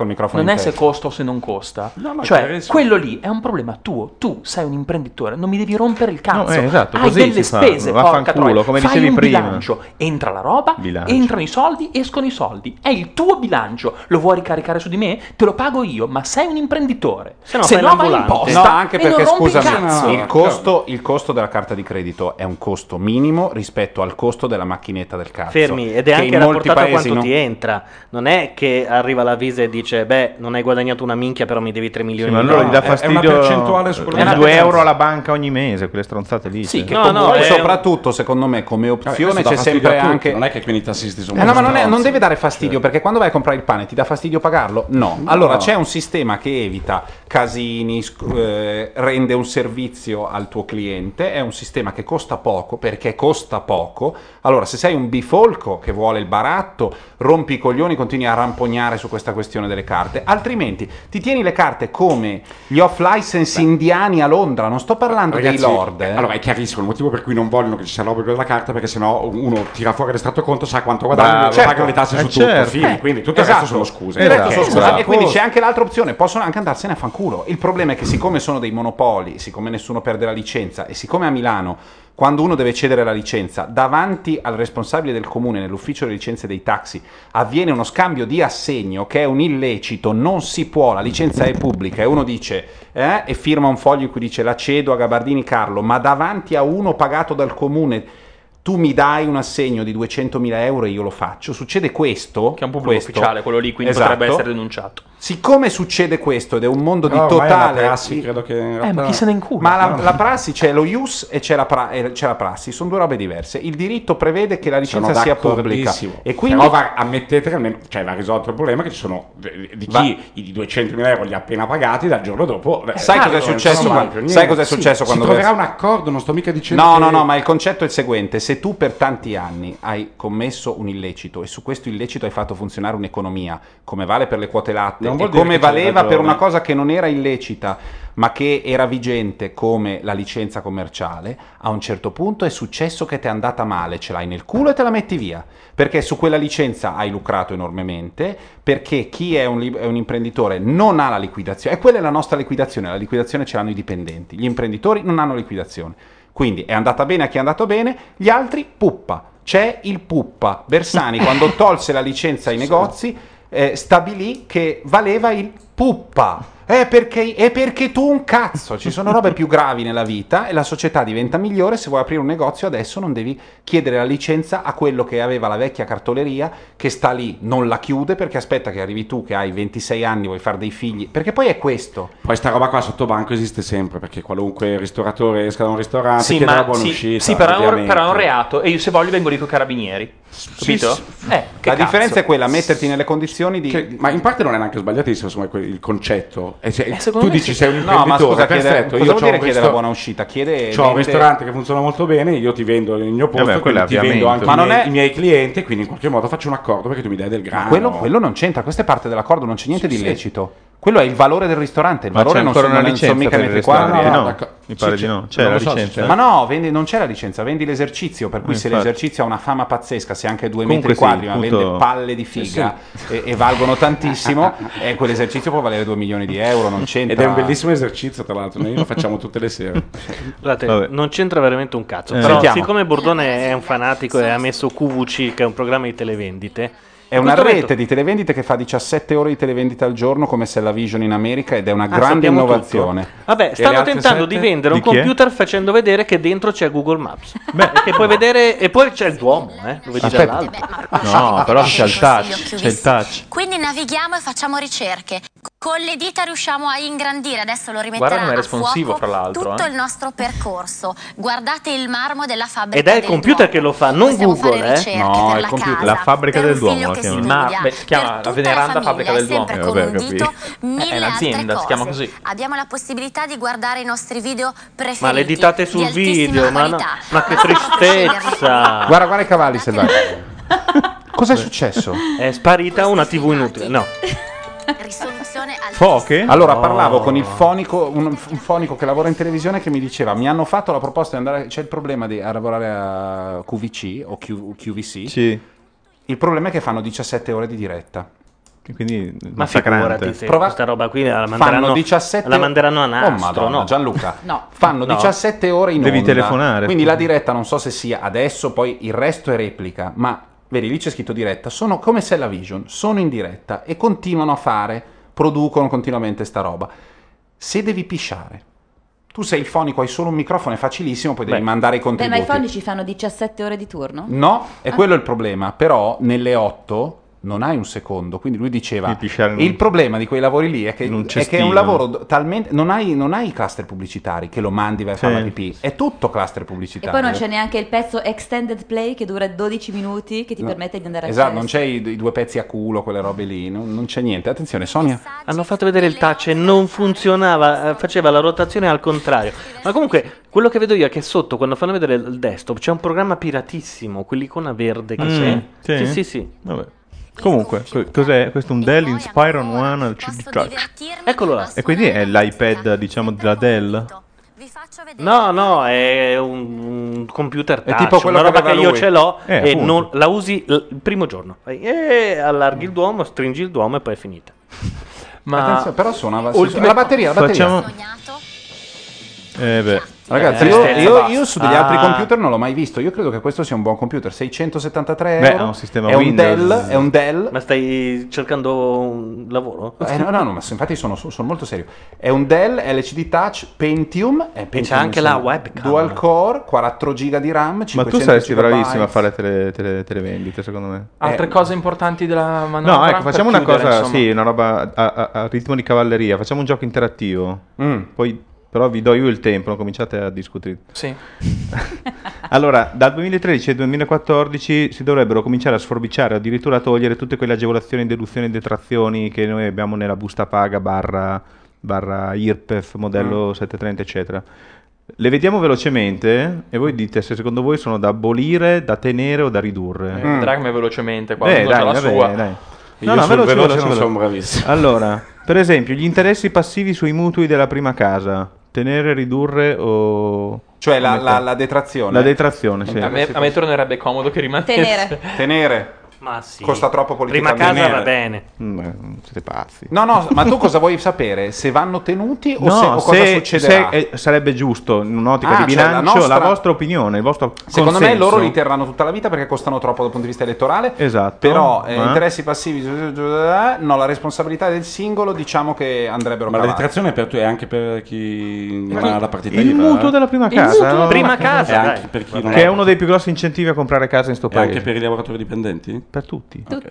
se costa o se non costa. Cioè, quello lì è un problema tuo. Tu sei un imprenditore, non mi devi rompere il cazzo. Esatto, hai delle spese, porca troia. Come fai dicevi un prima. bilancio, entra la roba, entrano i soldi, escono i soldi. È il tuo bilancio. Lo vuoi ricaricare su di me? Te lo pago io, ma sei un imprenditore. Se no vai in posta. No, anche perché scusami, il costo della carta di credito è un costo minimo rispetto al costo della macchinetta del cazzo. Fermi, ed è anche rapportato a quanto ti entra. Non è che arriva la Visa e dice non hai guadagnato una minchia, però mi devi 3 milioni ma di allora euro. gli dà fastidio. È una percentuale su quello che 2 euro alla banca ogni mese, quelle stronzate lì. Sì, che soprattutto secondo me come opzione c'è sempre anche. Non è che quindi i tassisti sono no, ma non deve dare fastidio, perché quando vai a comprare il pane ti dà fastidio pagarlo? No. Allora c'è un sistema che evita casini, rende un servizio al tuo cliente, è un sistema che costa poco, perché costa poco. Allora, se sei un bifolco che vuole il baratto, rompi i coglioni, continui a rampognare su questa questione delle carte, altrimenti ti tieni le carte come gli off license indiani a Londra. Non sto parlando dei lord. Allora è chiarissimo il motivo per cui non vogliono che ci sia l'obbligo della carta, perché sennò uno tira fuori l'estratto conto, sa quanto guadagna, paga le tasse su tutto, fine. Quindi tutto il resto sono scuse. E quindi c'è anche l'altra opzione, possono anche andarsene a fanculo. Il problema è che siccome sono dei monopoli, siccome nessuno perde la licenza, e siccome a Milano quando uno deve cedere la licenza davanti al responsabile del comune nell'ufficio delle licenze dei taxi avviene uno scambio di assegno che è un illecito, non si può, la licenza è pubblica, e uno dice e firma un foglio in cui dice la cedo a Gabardini Carlo, ma davanti a uno pagato dal comune tu mi dai un assegno di 200.000 euro e io lo faccio. Succede questo, che è un pubblico ufficiale quello lì, quindi potrebbe essere denunciato. Siccome succede questo ed è un mondo di No, ormai è totale una prassi, credo che in realtà- ma chi se ne incula? Ma la prassi, c'è lo ius e c'è la prassi, sono due robe diverse. Il diritto prevede che la licenza sia pubblica e quindi però ammettete che almeno va risolto il problema che ci sono di chi i 200.000 euro li ha appena pagati, dal giorno dopo sai cos'è successo? Sai cos'è successo quando si troverà un accordo, non sto mica dicendo No, ma il concetto è il seguente: se tu per tanti anni hai commesso un illecito e su questo illecito hai fatto funzionare un'economia, come vale per le quote latte Non e vuol dire come che c'hai valeva ragione. per una cosa che non era illecita ma che era vigente come la licenza commerciale, a un certo punto è successo che ti è andata male, ce l'hai nel culo e te la metti via, perché su quella licenza hai lucrato enormemente, perché chi è un imprenditore non ha la liquidazione, e quella è la nostra liquidazione, la liquidazione ce l'hanno i dipendenti, gli imprenditori non hanno liquidazione, quindi è andata bene a chi è andato bene, gli altri puppa, c'è il puppa. Bersani quando tolse la licenza ai negozi stabilì che valeva il puppa. Perché tu un cazzo, ci sono robe più gravi nella vita e la società diventa migliore. Se vuoi aprire un negozio adesso non devi chiedere la licenza a quello che aveva la vecchia cartoleria che sta lì, non la chiude perché aspetta che arrivi tu che hai 26 anni, vuoi fare dei figli, perché poi è questo. Poi sta roba qua sotto banco esiste sempre, perché qualunque ristoratore esca da un ristorante chiede la buona uscita. Sì, però è un reato e io se voglio vengo lì con i carabinieri. Capito? La differenza è quella, metterti nelle condizioni di... ma in parte non è neanche sbagliatissimo il concetto. secondo Tu me dici sì. sei un No, ma imprenditore, scusa, perfetto. cosa Io vuol dire chiede la buona uscita? C'ho un ristorante che funziona molto bene, io ti vendo il mio posto, Vabbè, quello è quindi ti vendo anche ovviamente. i miei clienti, quindi in qualche modo faccio un accordo perché tu mi dai del grano. Quello non c'entra, questa è parte dell'accordo, non c'è niente di sì. illecito. Quello è il valore del ristorante, il Ma valore c'è non ancora sono, una non sono licenza mica per i metri quadri. ristorani? No, mi pare di no. C'è Non la lo so, licenza? Ma no, non c'è la licenza, vendi l'esercizio, per cui se Infatti. l'esercizio ha una fama pazzesca, se anche 2 Comunque metri sì, quadri, ma appunto- vende palle di figa e valgono tantissimo, quell'esercizio può valere 2 milioni di euro, non c'entra. Ed è un bellissimo esercizio, tra l'altro, noi lo facciamo tutte le sere. Guardate, non c'entra veramente un cazzo. Però Sentiamo. siccome Bordone è un fanatico e ha messo QVC, che è un programma di televendite, È una rete di televendite che fa 17 ore di televendita al giorno come Vision in America ed è una grande sappiamo innovazione. tutto? Vabbè, E le stanno altre tentando 7? di vendere un Di chi è? computer facendo vedere che dentro c'è Google Maps. E che puoi vedere, e poi c'è il Duomo, lo vedi Aspetta. dall'alto. No, però c'è il touch. C'è il touch. Quindi navighiamo e facciamo ricerche. Con le dita riusciamo a ingrandire, adesso lo rimetterà Guarda com'è a responsivo, fuoco, fra l'altro, tutto il nostro percorso. Guardate il marmo della fabbrica Ed è il del computer che lo fa, non Possiamo Google, fare ricerche No, per il la computer. casa, La fabbrica per del un Duomo figlio la che chiamano. studia, si chiama per la tutta veneranda famiglia, fabbrica del Duomo. sempre Vabbè, ho condito capito. mille È un'azienda, altre si chiama cose. così. Abbiamo la possibilità di guardare i nostri video preferiti. Ma le ditate di sul altissima video, ma, no, qualità. ma che tristezza. Guarda i cavalli selvatici. Cos'è successo? È sparita una TV inutile. No. Risoluzione al Foche? Allora parlavo con il fonico, un fonico che lavora in televisione che mi diceva mi hanno fatto la proposta di andare, c'è il problema di lavorare a QVC o QVC. Sì. Il problema è che fanno 17 ore di diretta. Quindi Ma figurati se questa roba qui la manderanno, fanno 17 la manderanno a nastro, Oh Madonna, no? Gianluca. No. Fanno No. 17 ore in Devi onda. telefonare. Quindi la diretta non so se sia adesso, poi il resto è replica, ma vedi lì c'è scritto diretta, sono come Vision, sono in diretta e continuano a fare, producono continuamente sta roba. Se devi pisciare, tu sei il fonico, hai solo un microfono, è facilissimo, poi devi mandare i Ma contributi. i fonici fanno 17 ore di turno? No, è quello il problema, però nelle 8 non hai un secondo, quindi lui diceva il problema di quei lavori lì è che, in un è che è cestino. un lavoro talmente non hai i cluster pubblicitari che lo mandi vai a fare Sì. la pipì, è tutto cluster E pubblicitario. poi non c'è neanche il pezzo extended play che dura 12 minuti che ti No. permette di andare a Esatto, fare. non c'è i 2 pezzi a culo, quelle robe lì, non c'è niente. Attenzione, Sonia. Hanno fatto vedere il touch e non funzionava, faceva la rotazione al contrario. Ma comunque, quello che vedo io è che sotto, quando fanno vedere il desktop, c'è un programma piratissimo, quell'icona verde che c'è. Sì? Sì. Vabbè. Comunque, cos'è? Questo è un Dell Inspiron One al CD Track. Eccolo là. E quindi è l'iPad, diciamo, della Dell? No, è un computer touch, tipo quello una che roba che aveva io lui. ce l'ho e appunto. non la usi il primo giorno. E allarghi il Duomo, stringi il Duomo e poi è finita. Ma Attenzione, però suonava ultime- la batteria. Facciamo... Ragazzi, io su degli altri computer non l'ho mai visto. Io credo che questo sia un buon computer. 673 euro. Beh, è un sistema Windows. È un Dell. Ma stai cercando un lavoro? No, ma infatti sono molto serio. È un Dell LCD Touch Pentium. C'è anche la webcam. Dual core, 4 GB di RAM. Ma tu saresti bravissimo a fare televendite, secondo me. Altre cose importanti della manovra? No, ecco, facciamo una chiudere, cosa, insomma. sì, una roba a ritmo di cavalleria. Facciamo un gioco interattivo. Poi però vi do io il tempo, non cominciate a discutere. Sì. Allora, dal 2013 al 2014 si dovrebbero cominciare a sforbiciare o addirittura a togliere tutte quelle agevolazioni, deduzioni e detrazioni che noi abbiamo nella busta paga barra IRPEF modello 730 eccetera. Le vediamo velocemente e voi dite se secondo voi sono da abolire, da tenere o da ridurre. Dragme velocemente, qua c'è la sua. Dai. Io sul veloce non sono bravissimo. Allora, per esempio, gli interessi passivi sui mutui della prima casa. Tenere, ridurre o... Cioè la detrazione. La detrazione, sì. A me tornerebbe comodo che rimanesse. Tenere. Ma sì. Costa troppo politicamente. Prima casa va bene. Siete pazzi. No, ma tu cosa vuoi sapere? Se vanno tenuti o cosa succederà? Sarebbe giusto, in un'ottica di cioè bilancio, la vostra opinione, il vostro secondo consenso. me loro li terranno tutta la vita perché costano troppo dal punto di vista elettorale. Esatto. Però interessi passivi, no, la responsabilità del singolo diciamo che andrebbero Ma la cavate. detrazione è anche per chi non ha la partita Il IVA? mutuo della prima casa. No? Prima casa, Anche dai. per chi non Che è ha- uno dei più grossi incentivi a comprare casa in sto E paese. anche per i lavoratori dipendenti? Per tutti. Tutti.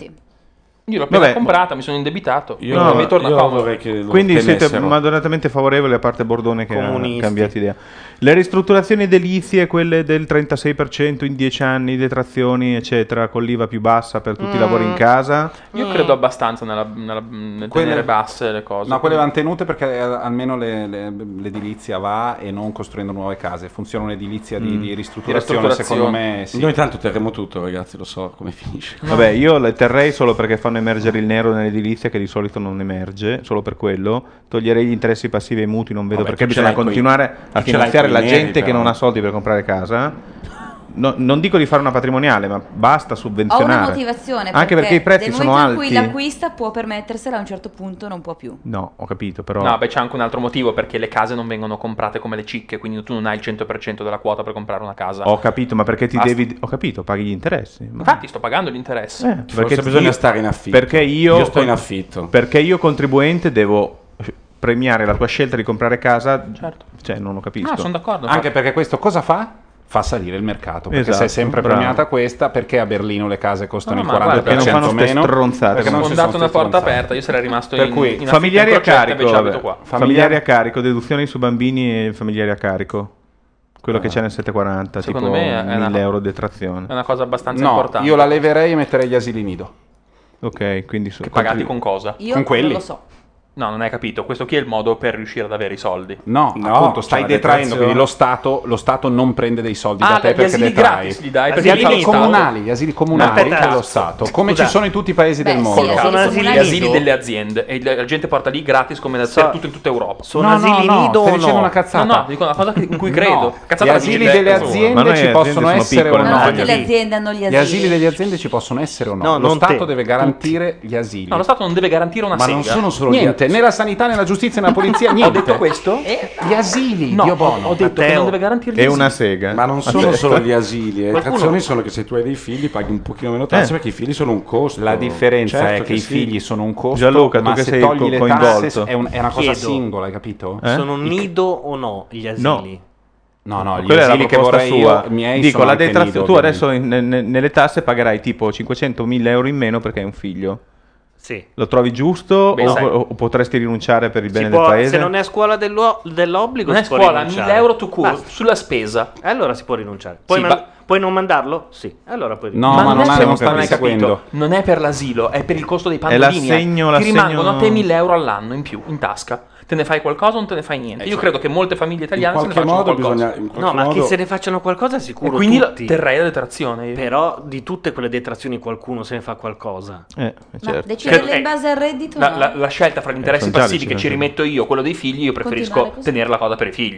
Io l'ho appena Vabbè. comprata, mi sono indebitato. Io mi torna comodo. vorrei che lo Quindi siete tenessero. moderatamente favorevoli a parte Bordone che Comunisti. ha cambiato idea. Le ristrutturazioni edilizie, quelle del 36% in 10 anni, detrazioni eccetera, con l'IVA più bassa per tutti i lavori in casa. Io credo abbastanza nel tenere basse le cose. No, quelle vanno tenute perché almeno l'edilizia va e non costruendo nuove case. Funziona un'edilizia di ristrutturazione, secondo me sì. Noi tanto terremo tutto, ragazzi, lo so come finisce. Vabbè, io le terrei solo perché fanno emergere il nero nell'edilizia che di solito non emerge, solo per quello. Toglierei gli interessi passivi ai mutui, non vedo Vabbè, perché tu ce bisogna l'hai continuare a tu ce l'hai finanziare coi la neri, gente che però. non ha soldi per comprare casa. Non dico di fare una patrimoniale, ma basta Ho subvenzionare. una motivazione Anche perché i prezzi nel sono momento in cui alti. l'acquista può permettersela, a un certo punto non può più. No, ho capito, però. No, beh, c'è anche un altro motivo, perché le case non vengono comprate come le cicche, quindi tu non hai il 100% della quota per comprare una casa. Ho capito, ma perché ti Basta. devi. Ho capito, paghi gli interessi. Infatti sto pagando l'interesse. Perché bisogna stare in affitto. Perché io sto in affitto. Perché io contribuente devo premiare la tua scelta di comprare casa. Certo. Cioè, non lo capisco. Ah, sono d'accordo. Anche perché questo cosa fa? Fa salire il mercato, perché Esatto, sei sempre bravo. premiata questa, perché a Berlino le case costano No, il ma guarda, 40% perché non fanno ste meno. stronzate. Perché non Ho ci dato sono una ste porta stronzate. aperta, io sarei rimasto Per in cui, affitto Familiari in a crocetta, carico, invece abito vabbè. qua. Familiari a carico, deduzioni su bambini e familiari a carico. Quello che c'è nel 740, Secondo tipo me è 1000 euro detrazione. È una cosa abbastanza No, importante. io la leverei e metterei gli asili nido. Ok, quindi Che pagati con cosa? Io Con quelli. non lo so. No, non hai capito. Questo qui è il modo per riuscire ad avere i soldi. No, No, appunto, stai c'è la detraendo, detrazione. quindi lo Stato non prende dei soldi da te gli perché asili detrai. gratis li dai Gli perché asili li comunali, gli asili comunali Aspetta, dello Stato, come scusa. ci sono in tutti i paesi del Beh, mondo. sì, Sono asili asili Gli comunali. asili delle aziende e la gente porta lì gratis come dappertutto in tutta Europa. Sono asili no, nido stai o dicendo no? una cazzata. No, dico una cosa in cui credo. No, Cazzata gli la asili dici, delle insomma. Ma aziende noi ci aziende possono sono essere o piccole, Non no. tutte le aziende hanno gli Gli asili. asili delle aziende ci possono essere o no? No, Lo non Stato te. deve garantire gli asili. No, lo Stato non deve garantire una Ma sega. non sono solo Niente, né la sanità né la giustizia né la polizia, niente. Ho detto questo? Gli asili, No, Dio buono. ho detto che Matteo. non deve garantire gli è asili. una sega. Ma non sono solo gli asili, le Qualcuno- detrazioni sono che se tu hai dei figli paghi un pochino meno tasse perché i figli sono un costo. La differenza Certo è che i sì. figli sono un costo, Gianluca, tu ma che se sei togli le coinvolto. tasse è una cosa Chiedo. singola, hai capito? Sono nido o no gli asili? No, no, gli Quella è la asili che proposta vorrei sua. io, miei Dico, sono la anche detrazione, nido, tu ovviamente. adesso nelle tasse pagherai tipo 500.000 euro in meno perché hai un figlio. Sì. Lo trovi giusto Beh, o, sai. o potresti rinunciare per il Si bene può- del paese? se non è a scuola dell'obbligo Non è si può scuola, rinunciare. 1000 euro tu Basta. sulla spesa. Allora si può rinunciare. Puoi, Sì, puoi non mandarlo? Sì. Allora puoi No, rinunciare. ma non per- non sta hai seguendo. capito. Non è per l'asilo, è per il costo dei È pannolini. l'assegno- Ti rimangono a te l'assegno- 1000 euro all'anno in più, in tasca. Te ne fai qualcosa o non te ne fai niente? Io credo che molte famiglie In italiane se ne qualche facciano modo qualcosa. bisogna... in qualche No, ma che modo- se ne facciano qualcosa sicuro E quindi tutti. terrei la detrazione. io. Però di tutte quelle detrazioni qualcuno se ne fa qualcosa. Ma certo. deciderle in base al reddito? La, no? la scelta fra gli interessi sono già passivi che ci decine. rimetto io, quello dei figli, io preferisco Continuare così. tenere la cosa per i figli.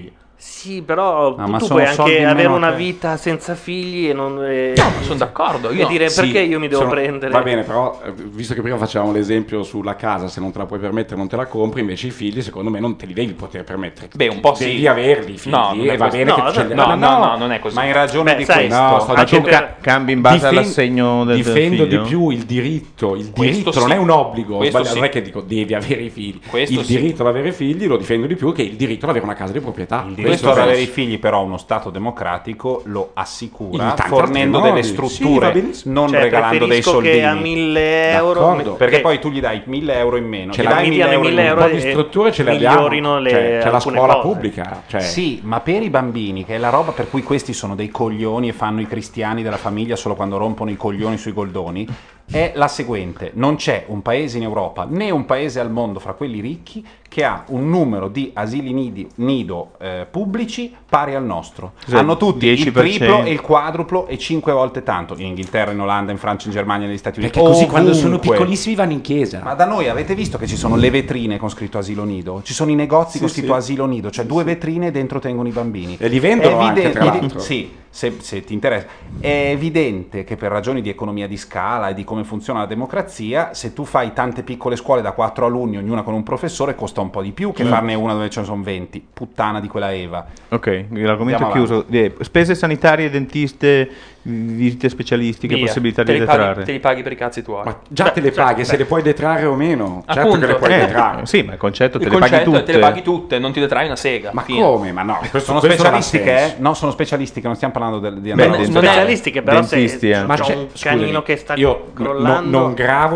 Sì, però No, ma tu sono puoi soldi anche in avere meno una che- vita senza figli e non. No, ma sono d'accordo. E dire Sì, perché io mi devo sono- prendere. Va bene, però visto che prima facevamo l'esempio sulla casa, se non te la puoi permettere non te la compri, invece i figli secondo me non te li devi poter permettere. Beh, un po' sì. Devi averli i figli No, non è e va così. bene No, che no, ce li no, non è così. Ma in ragione di sai, questo, No, sto Ma tu dicendo- cambi in base Difen- all'assegno del difendo figlio? di più il diritto. Il Questo diritto sì. non è un obbligo. Questo Sbaglio, sì. Non è che dico devi avere i figli. Questo il sì. diritto ad avere figli lo difendo di più che il diritto ad avere una casa di proprietà. Il diritto ad avere i figli, però, uno Stato democratico lo assicura In tanti fornendo altri delle modi. Sì, va strutture, benissimo. non Cioè, regalando dei preferisco soldini. che a 1.000 euro. D'accordo. Perché che poi tu gli dai 1.000 euro in meno, Ce gli l'hai dai 1.000 euro in 1.000 meno. Un po' di strutture ce le abbiamo. migliorino le- C'è la alcune scuola cose. pubblica. Cioè, Sì, ma per i bambini, che è la roba per cui questi sono dei coglioni e fanno i cristiani della famiglia solo quando rompono i coglioni sui goldoni, è la seguente: non c'è un paese in Europa né un paese al mondo fra quelli ricchi che ha un numero di asili nido pubblici pari al nostro. Sì, Hanno tutti il 10%. triplo e il quadruplo e 5 volte tanto in Inghilterra, in Olanda, in Francia, in Germania, negli Stati Uniti. perché così quando sono Ovunque. piccolissimi vanno in chiesa. Ma da noi avete visto che ci sono le vetrine con scritto asilo nido? Ci sono i negozi con scritto asilo nido, cioè due vetrine e dentro tengono i bambini. E li vendono È anche, tra l'altro. Sì, se ti interessa. È evidente che per ragioni di economia di scala e di come funziona la democrazia, se tu fai tante piccole scuole da 4 alunni, ognuna con un professore, costa un po' di più che farne una dove ce ne sono 20. Puttana di quella Eva. Ok, l'argomento Andiamo è chiuso. Spese sanitarie, dentiste, visite specialistiche, Via. possibilità Te di li paghi- detrarre. te li paghi per i cazzi tuoi. Ma già te le paghi, se le puoi detrarre o meno. Certo Appunto. che le puoi detrarre. Sì, ma il concetto Il te le paghi concetto è tutte. te le paghi tutte, non ti detrai una sega. Ma fine. come? Ma no, Sono questo non ha specialistiche, senso. No, sono specialistiche, non stiamo parlando di Beh, andare non allo è- Specialistiche, però dentisti, se ma c'è c'è- un scusami, canino che sta io crollando. non gravo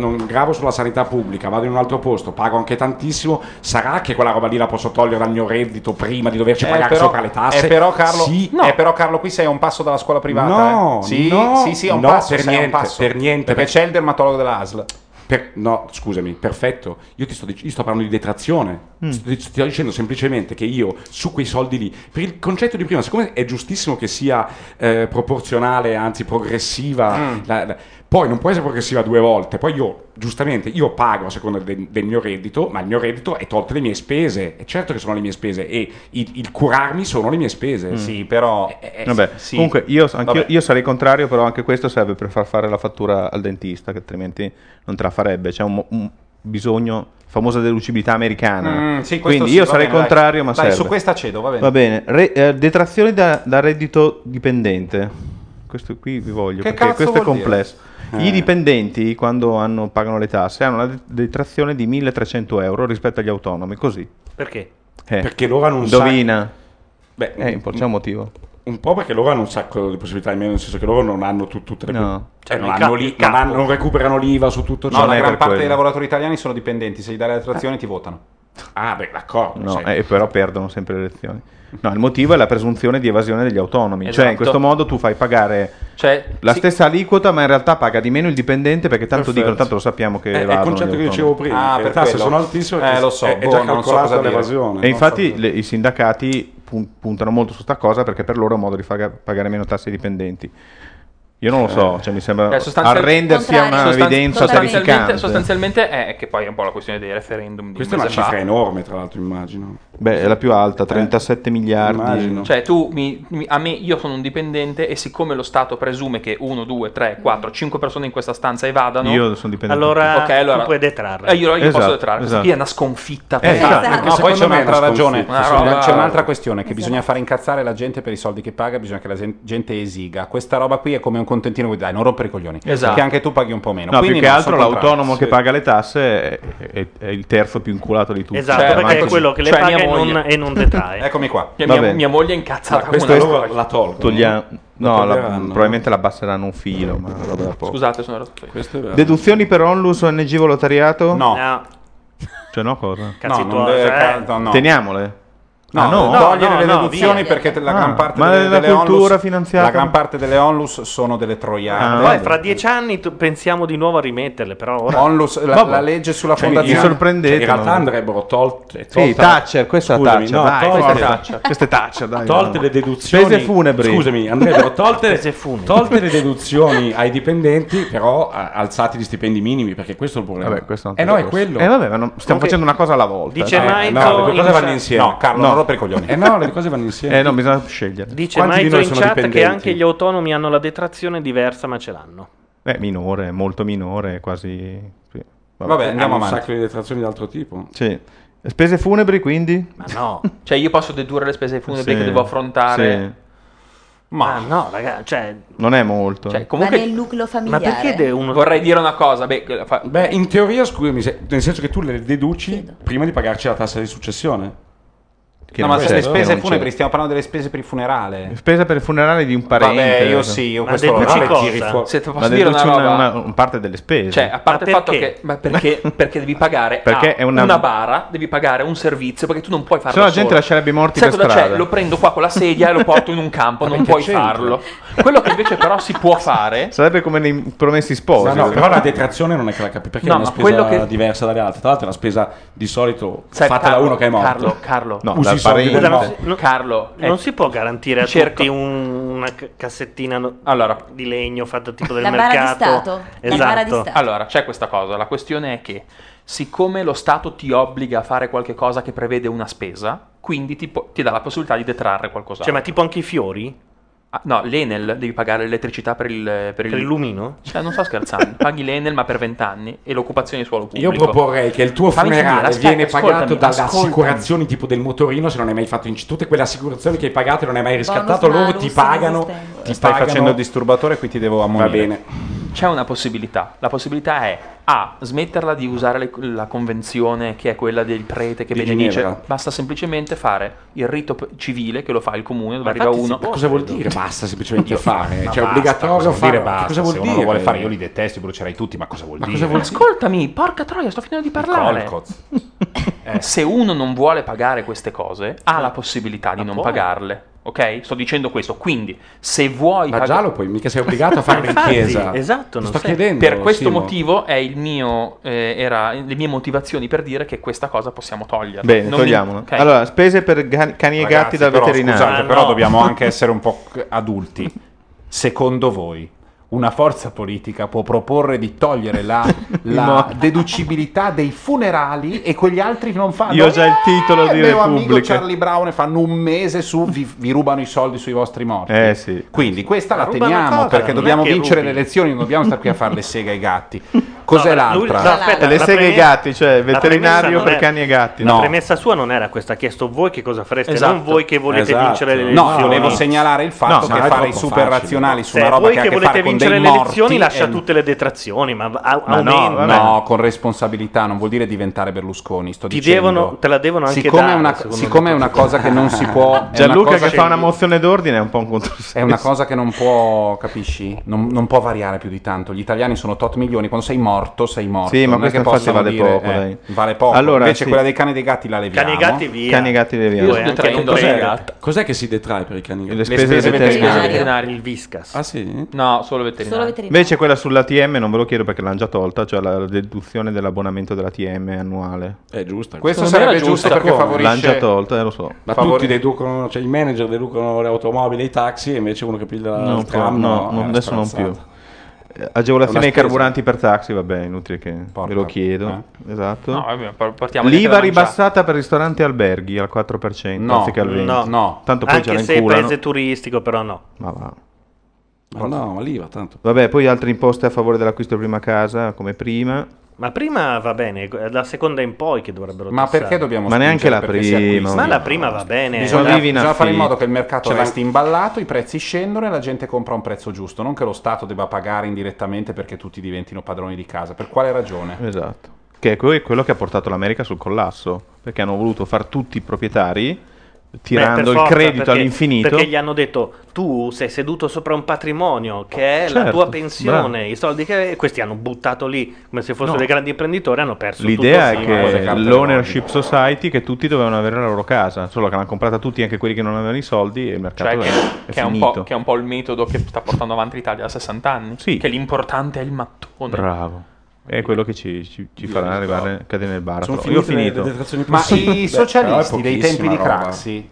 sulla sanità pubblica, vado in un altro posto, pago anche tantissimo. Sarà che quella roba lì la posso togliere dal mio reddito prima di doverci pagare però, sopra le tasse? però Carlo, Sì. però Carlo, qui sei a un passo dalla scuola privata. No, Sì, no, sì, a un no, passo, per sei a un niente, passo. per niente. Perché c'è il dermatologo della ASL. No, scusami, perfetto. Io sto parlando di detrazione. Ti sto dicendo semplicemente che io su quei soldi lì, per il concetto di prima, siccome è giustissimo che sia proporzionale, anzi progressiva, poi non può essere progressiva due volte. Poi giustamente, io pago a seconda del mio reddito, ma il mio reddito è tolte le mie spese. È certo che sono le mie spese e il curarmi sono le mie spese. Sì, però Vabbè, sì. comunque io Vabbè. sarei contrario, però anche questo serve per far fare la fattura al dentista, che altrimenti non te la farebbe. C'è un bisogno, famosa deducibilità americana. Sì, questo Quindi sì, io va sarei bene, contrario, ma dai, serve. su questa cedo, va bene. Va bene. Detrazioni da reddito dipendente. Questo qui vi voglio, Che perché cazzo questo è vuol dire? complesso. I dipendenti, quando pagano le tasse, hanno una detrazione di 1.300 euro rispetto agli autonomi, così. Perché? Perché loro hanno un Indovina. Beh, c'è un motivo. Un po' perché loro hanno un sacco di possibilità in meno, nel senso che loro non hanno tutte le No. cioè non, il hanno capo- lì- il capo. non recuperano l'IVA su tutto ciò. No, la gran parte quello. dei lavoratori italiani sono dipendenti, se gli dai le detrazioni ti votano. Ah, beh, d'accordo. No, sai. però perdono sempre le elezioni. No, il motivo è la presunzione di evasione degli autonomi. Cioè, Esatto. in questo modo tu fai pagare Cioè, la sì, stessa aliquota, ma in realtà paga di meno il dipendente, perché tanto Perfetto. dicono, tanto lo sappiamo che È il evadono concetto gli che dicevo autonomi. prima. che per le tasse quello. sono altissime. Lo so, è boh, già non so cosa calcolata dire. l'evasione. E infatti i sindacati puntano molto su sta cosa, perché per loro è un modo di pagare meno tasse ai dipendenti. Io non lo so, cioè mi sembra arrendersi a una evidenza terrificante. Sostanzialmente è che poi è un po' la questione dei referendum di Questa è una mese fa. cifra enorme, tra l'altro, immagino. Beh, è la più alta, 37 miliardi. Immagino. Cioè io sono un dipendente e siccome lo Stato presume che 1, 2, 3, 4, 5 persone in questa stanza evadano, Io sono dipendente. Allora, allora tu puoi detrarre. io Esatto, posso detrarre. Questa qui è una sconfitta totale. No, poi c'è un'altra ragione, roba- c'è un'altra questione, che bisogna fare incazzare la gente per i soldi che paga, bisogna che la gente esiga. Questa roba qui è come un contentino, dai, non rompere i coglioni, Esatto. che anche tu paghi un po' meno. No, Quindi più che no, altro sono contrario. l'autonomo che paga le tasse è il terzo più inculato di tutti. Esatto, Cioè, perché ma è così. quello che le Cioè, paga mia e moglie. non detrae. Eccomi qua. Mia moglie è incazzata come Questa una loro cosa. la tolgono. Togliamo. No, toglieranno. probabilmente la abbasseranno un filo, ma roba da poco. Scusate, sono ero Questo è vero. Deduzioni per onlus, ONG volontariato? No, No, Cioè no, cosa? cazzi no, non tuoi, deve- no. Teniamole? No, Ah, no? togliere No, le no, deduzioni via. perché la gran parte ma delle, la delle cultura onlus, finanziata? la gran parte delle onlus sono delle troiate. Poi fra 10 anni pensiamo di nuovo a rimetterle, però ora. Onlus, la legge sulla Cioè, fondazione. mi sorprendete, in realtà no? andrebbero tolte. Sì, Thatcher, questa è Scusami, Thatcher, no, dai, tolte- questa è Thatcher. Questa è Thatcher, dai. Tolte no. le deduzioni. Spese funebri. Scusami, andrebbero Spese funebri. tolte le deduzioni ai dipendenti, però alzati gli stipendi minimi, perché questo è il problema. Vabbè, questo è un no, è discorso. quello. Vabbè, ma stiamo facendo una cosa alla volta. Dice dai. Maito no, le due cose in vanno chat- insieme. No, Carlo, No, rompere i coglioni. No, le cose vanno insieme. No, bisogna scegliere. Dice Quanti di Maizo noi in sono chat che dipendenti? anche gli autonomi hanno la detrazione diversa, ma ce l'hanno. Minore, molto minore, quasi. Sì. Vabbè, andiamo Hanno un avanti. sacco di detrazioni di altro tipo. Sì. Spese funebri, quindi? Ma no. Cioè io posso dedurre le spese funebri Sì. che devo affrontare. Sì. Ma no, ragazzi, cioè, Non è molto. Cioè, comunque, Ma nel nucleo ma familiare. perché deve uno vorrei dire una cosa. Beh, in teoria, scusami, nel senso che tu le deduci prima di pagarci la tassa di successione. Che No, non ma c'è, se le che spese non funebri, c'è. stiamo parlando delle spese per il funerale. Spesa per il funerale di un parente. Vabbè, io sì, io Ma questo lo deduci vabbè, cosa? tiri fuori. Se ti Ma posso dire una deduci roba, un parte delle spese. cioè, a parte Ma il fatto perché? che perché devi pagare Perché è una- una bara, devi pagare un servizio, perché tu non puoi farlo Se no la solo. gente lascerebbe i morti Sai per cosa strada. c'è? Lo prendo qua con la sedia e lo porto in un campo, non che puoi c'entra? farlo. Quello che invece però si può fare. Sarebbe come nei promessi sposi. No, però la detrazione non è che la capi, perché No, è una ma spesa quello che- diversa dalle altre. Tra l'altro è una spesa di solito Sai, fatta da Carlo, uno che è morto. Carlo, No, Usi dal i soldi parente. del Scusa, morto. Carlo, Ecco. non si può garantire a Cerco- tutti una cassettina Allora, di legno fatta tipo del La bara di mercato. Stato. La bara di Esatto. Stato. allora, c'è questa cosa. La questione è che, siccome lo Stato ti obbliga a fare qualche cosa che prevede una spesa, quindi ti dà la possibilità di detrarre qualcos'altro. Cioè, ma tipo anche i fiori? Ah, no, l'Enel devi pagare l'elettricità per il lumino? Cioè, non sto scherzando. Paghi l'Enel ma per 20 anni e l'occupazione di suolo Io pubblico. proporrei che il tuo Fammi funerale finire, aspetta, viene pagato ascoltami, dalle ascoltami. assicurazioni tipo del motorino se non hai mai fatto tutte quelle assicurazioni che hai pagato e non hai mai riscattato, Bonus loro malus, ti pagano, esistente. ti Stai pagano. facendo il disturbatore, qui ti devo ammonire. Va bene. C'è una possibilità. La possibilità è smetterla di usare la convenzione che è quella del prete che Di benedice. Ginevra. Basta semplicemente fare il rito civile che lo fa il comune, dove Ma arriva infatti si uno. può. Cosa vuol dire? Basta semplicemente fare. Ma Cioè, basta, obbligatorio cosa vuol fare. dire basta? Cosa vuol Se dire? uno lo vuole fare, io li detesto, li brucerei tutti, ma cosa vuol dire? cosa vuol dire? Ascoltami, porca troia, sto finendo di parlare. Colcoz. Se uno non vuole pagare queste cose, ha la possibilità di non può. pagarle. Ok? Sto dicendo questo. Quindi, se vuoi Ma già lo puoi, mica sei obbligato a farlo in Infatti, chiesa. esatto, Ti non sto sei- chiedendo. per questo Simo. motivo è il mio era le mie motivazioni per dire che questa cosa possiamo toglierla. Bene, Non togliamola. ok. Allora, spese per cani e Ragazzi, gatti dal però, veterinario. Scusate, Ma però no. dobbiamo anche essere un po' adulti. Secondo voi una forza politica può proporre di togliere la deducibilità dei funerali e quegli altri non fanno? Io ho già il titolo di mio amico Repubblica. Charlie Brown e fanno un mese su vi rubano i soldi sui vostri morti. Sì. Quindi questa la rubano teniamo cosa? perché Non dobbiamo è che vincere rubi. le elezioni, non dobbiamo stare qui a fare le seghe ai gatti. Cos'è No, lui- l'altra? no, aspetta, Le la seghe e premessa- gatti, cioè la veterinario premessa per non è- cani e gatti. La No. premessa sua non era questa, ha chiesto voi che cosa fareste, Esatto. non voi che volete Esatto. vincere le No, elezioni. volevo segnalare il fatto No, che ma è fare i troppo super facile. razionali su Se una roba voi che ha a che che volete fare con vincere dei le elezioni morti lascia è- tutte le detrazioni, ma no, aumenta. vabbè. No, con responsabilità non vuol dire diventare Berlusconi. Sto Ti dicendo. devono- te la devono anche siccome dare, è una, secondo siccome me. è una cosa che non si può. è una Gianluca cosa che fa una mozione d'ordine è un po' un controsenso. È una cosa che non può, capisci? Non può variare più di tanto. Gli italiani sono tot milioni. Quando sei morto, sei morto. Sì, ma Non è questo che infatti possono vale dire, poco, dai. Vale poco. Allora, Invece sì. quella dei cani e dei gatti la leviamo. Cani e gatti via. Cani e gatti Io leviamo. sto detraendo anche le un gatte. Cos'è che si detrae per i cani? Le spese spese veterinarie. veterinarie. Il Viscas. Ah sì? No, solo veterinario. Solo veterinario. Invece quella sull'ATM non ve lo chiedo perché l'hanno già tolta, cioè la deduzione dell'abbonamento dell'ATM annuale. È giusta. Questo Secondo me sarebbe era giusto giusta, perché come? favorisce. L'hanno già tolta, lo so. Ma tutti deducono, cioè i manager deducono le automobili e i taxi e invece uno che piglia Non il può, tram no, è una adesso non più. stronzata. Agevolazione È una ai spesa. carburanti per taxi, vabbè, inutile che Porca, ve lo chiedo. Esatto. No, vabbè, partiamo L'IVA da ribassata per ristoranti e alberghi al 4% No, anziché al 20%. no. Tanto poi ce Anche la se è inculano. paese turistico, però no. Ma va. Ma no, ma l'IVA tanto. Vabbè, poi altre imposte a favore dell'acquisto di prima casa, come prima. Ma prima va bene, è la seconda in poi che dovrebbero Ma tassare. perché dobbiamo Ma neanche spingere la perché si prima. acquisti? Ma la prima va bene. Bisogna fare in modo che il mercato Ce l'ha- resti imballato, i prezzi scendono e la gente compra a un prezzo giusto, non che lo Stato debba pagare indirettamente perché tutti diventino padroni di casa. Per quale ragione? Esatto. Che è quello che ha portato l'America sul collasso, perché hanno voluto far tutti i proprietari tirando per il forza, credito perché- all'infinito. Perché gli hanno detto tu sei seduto sopra un patrimonio che è la Certo, tua pensione, bravo. i soldi che questi hanno buttato lì come se fossero No. dei grandi imprenditori, hanno perso L'idea tutto. è che l'ownership society, che tutti dovevano avere la loro casa, solo che l'hanno comprata tutti, anche quelli che non avevano i soldi, e il mercato Cioè, è che è finito. un po' il metodo che sta portando avanti l'Italia da 60 anni. Sì. Che l'importante è il mattone. Bravo. È quello che ci farà arrivare a cadere nel baratro. Sono Io ho finite le finito. detrazioni Ma possibili. i Beh, però socialisti è dei tempi pochissima di roba. Craxi,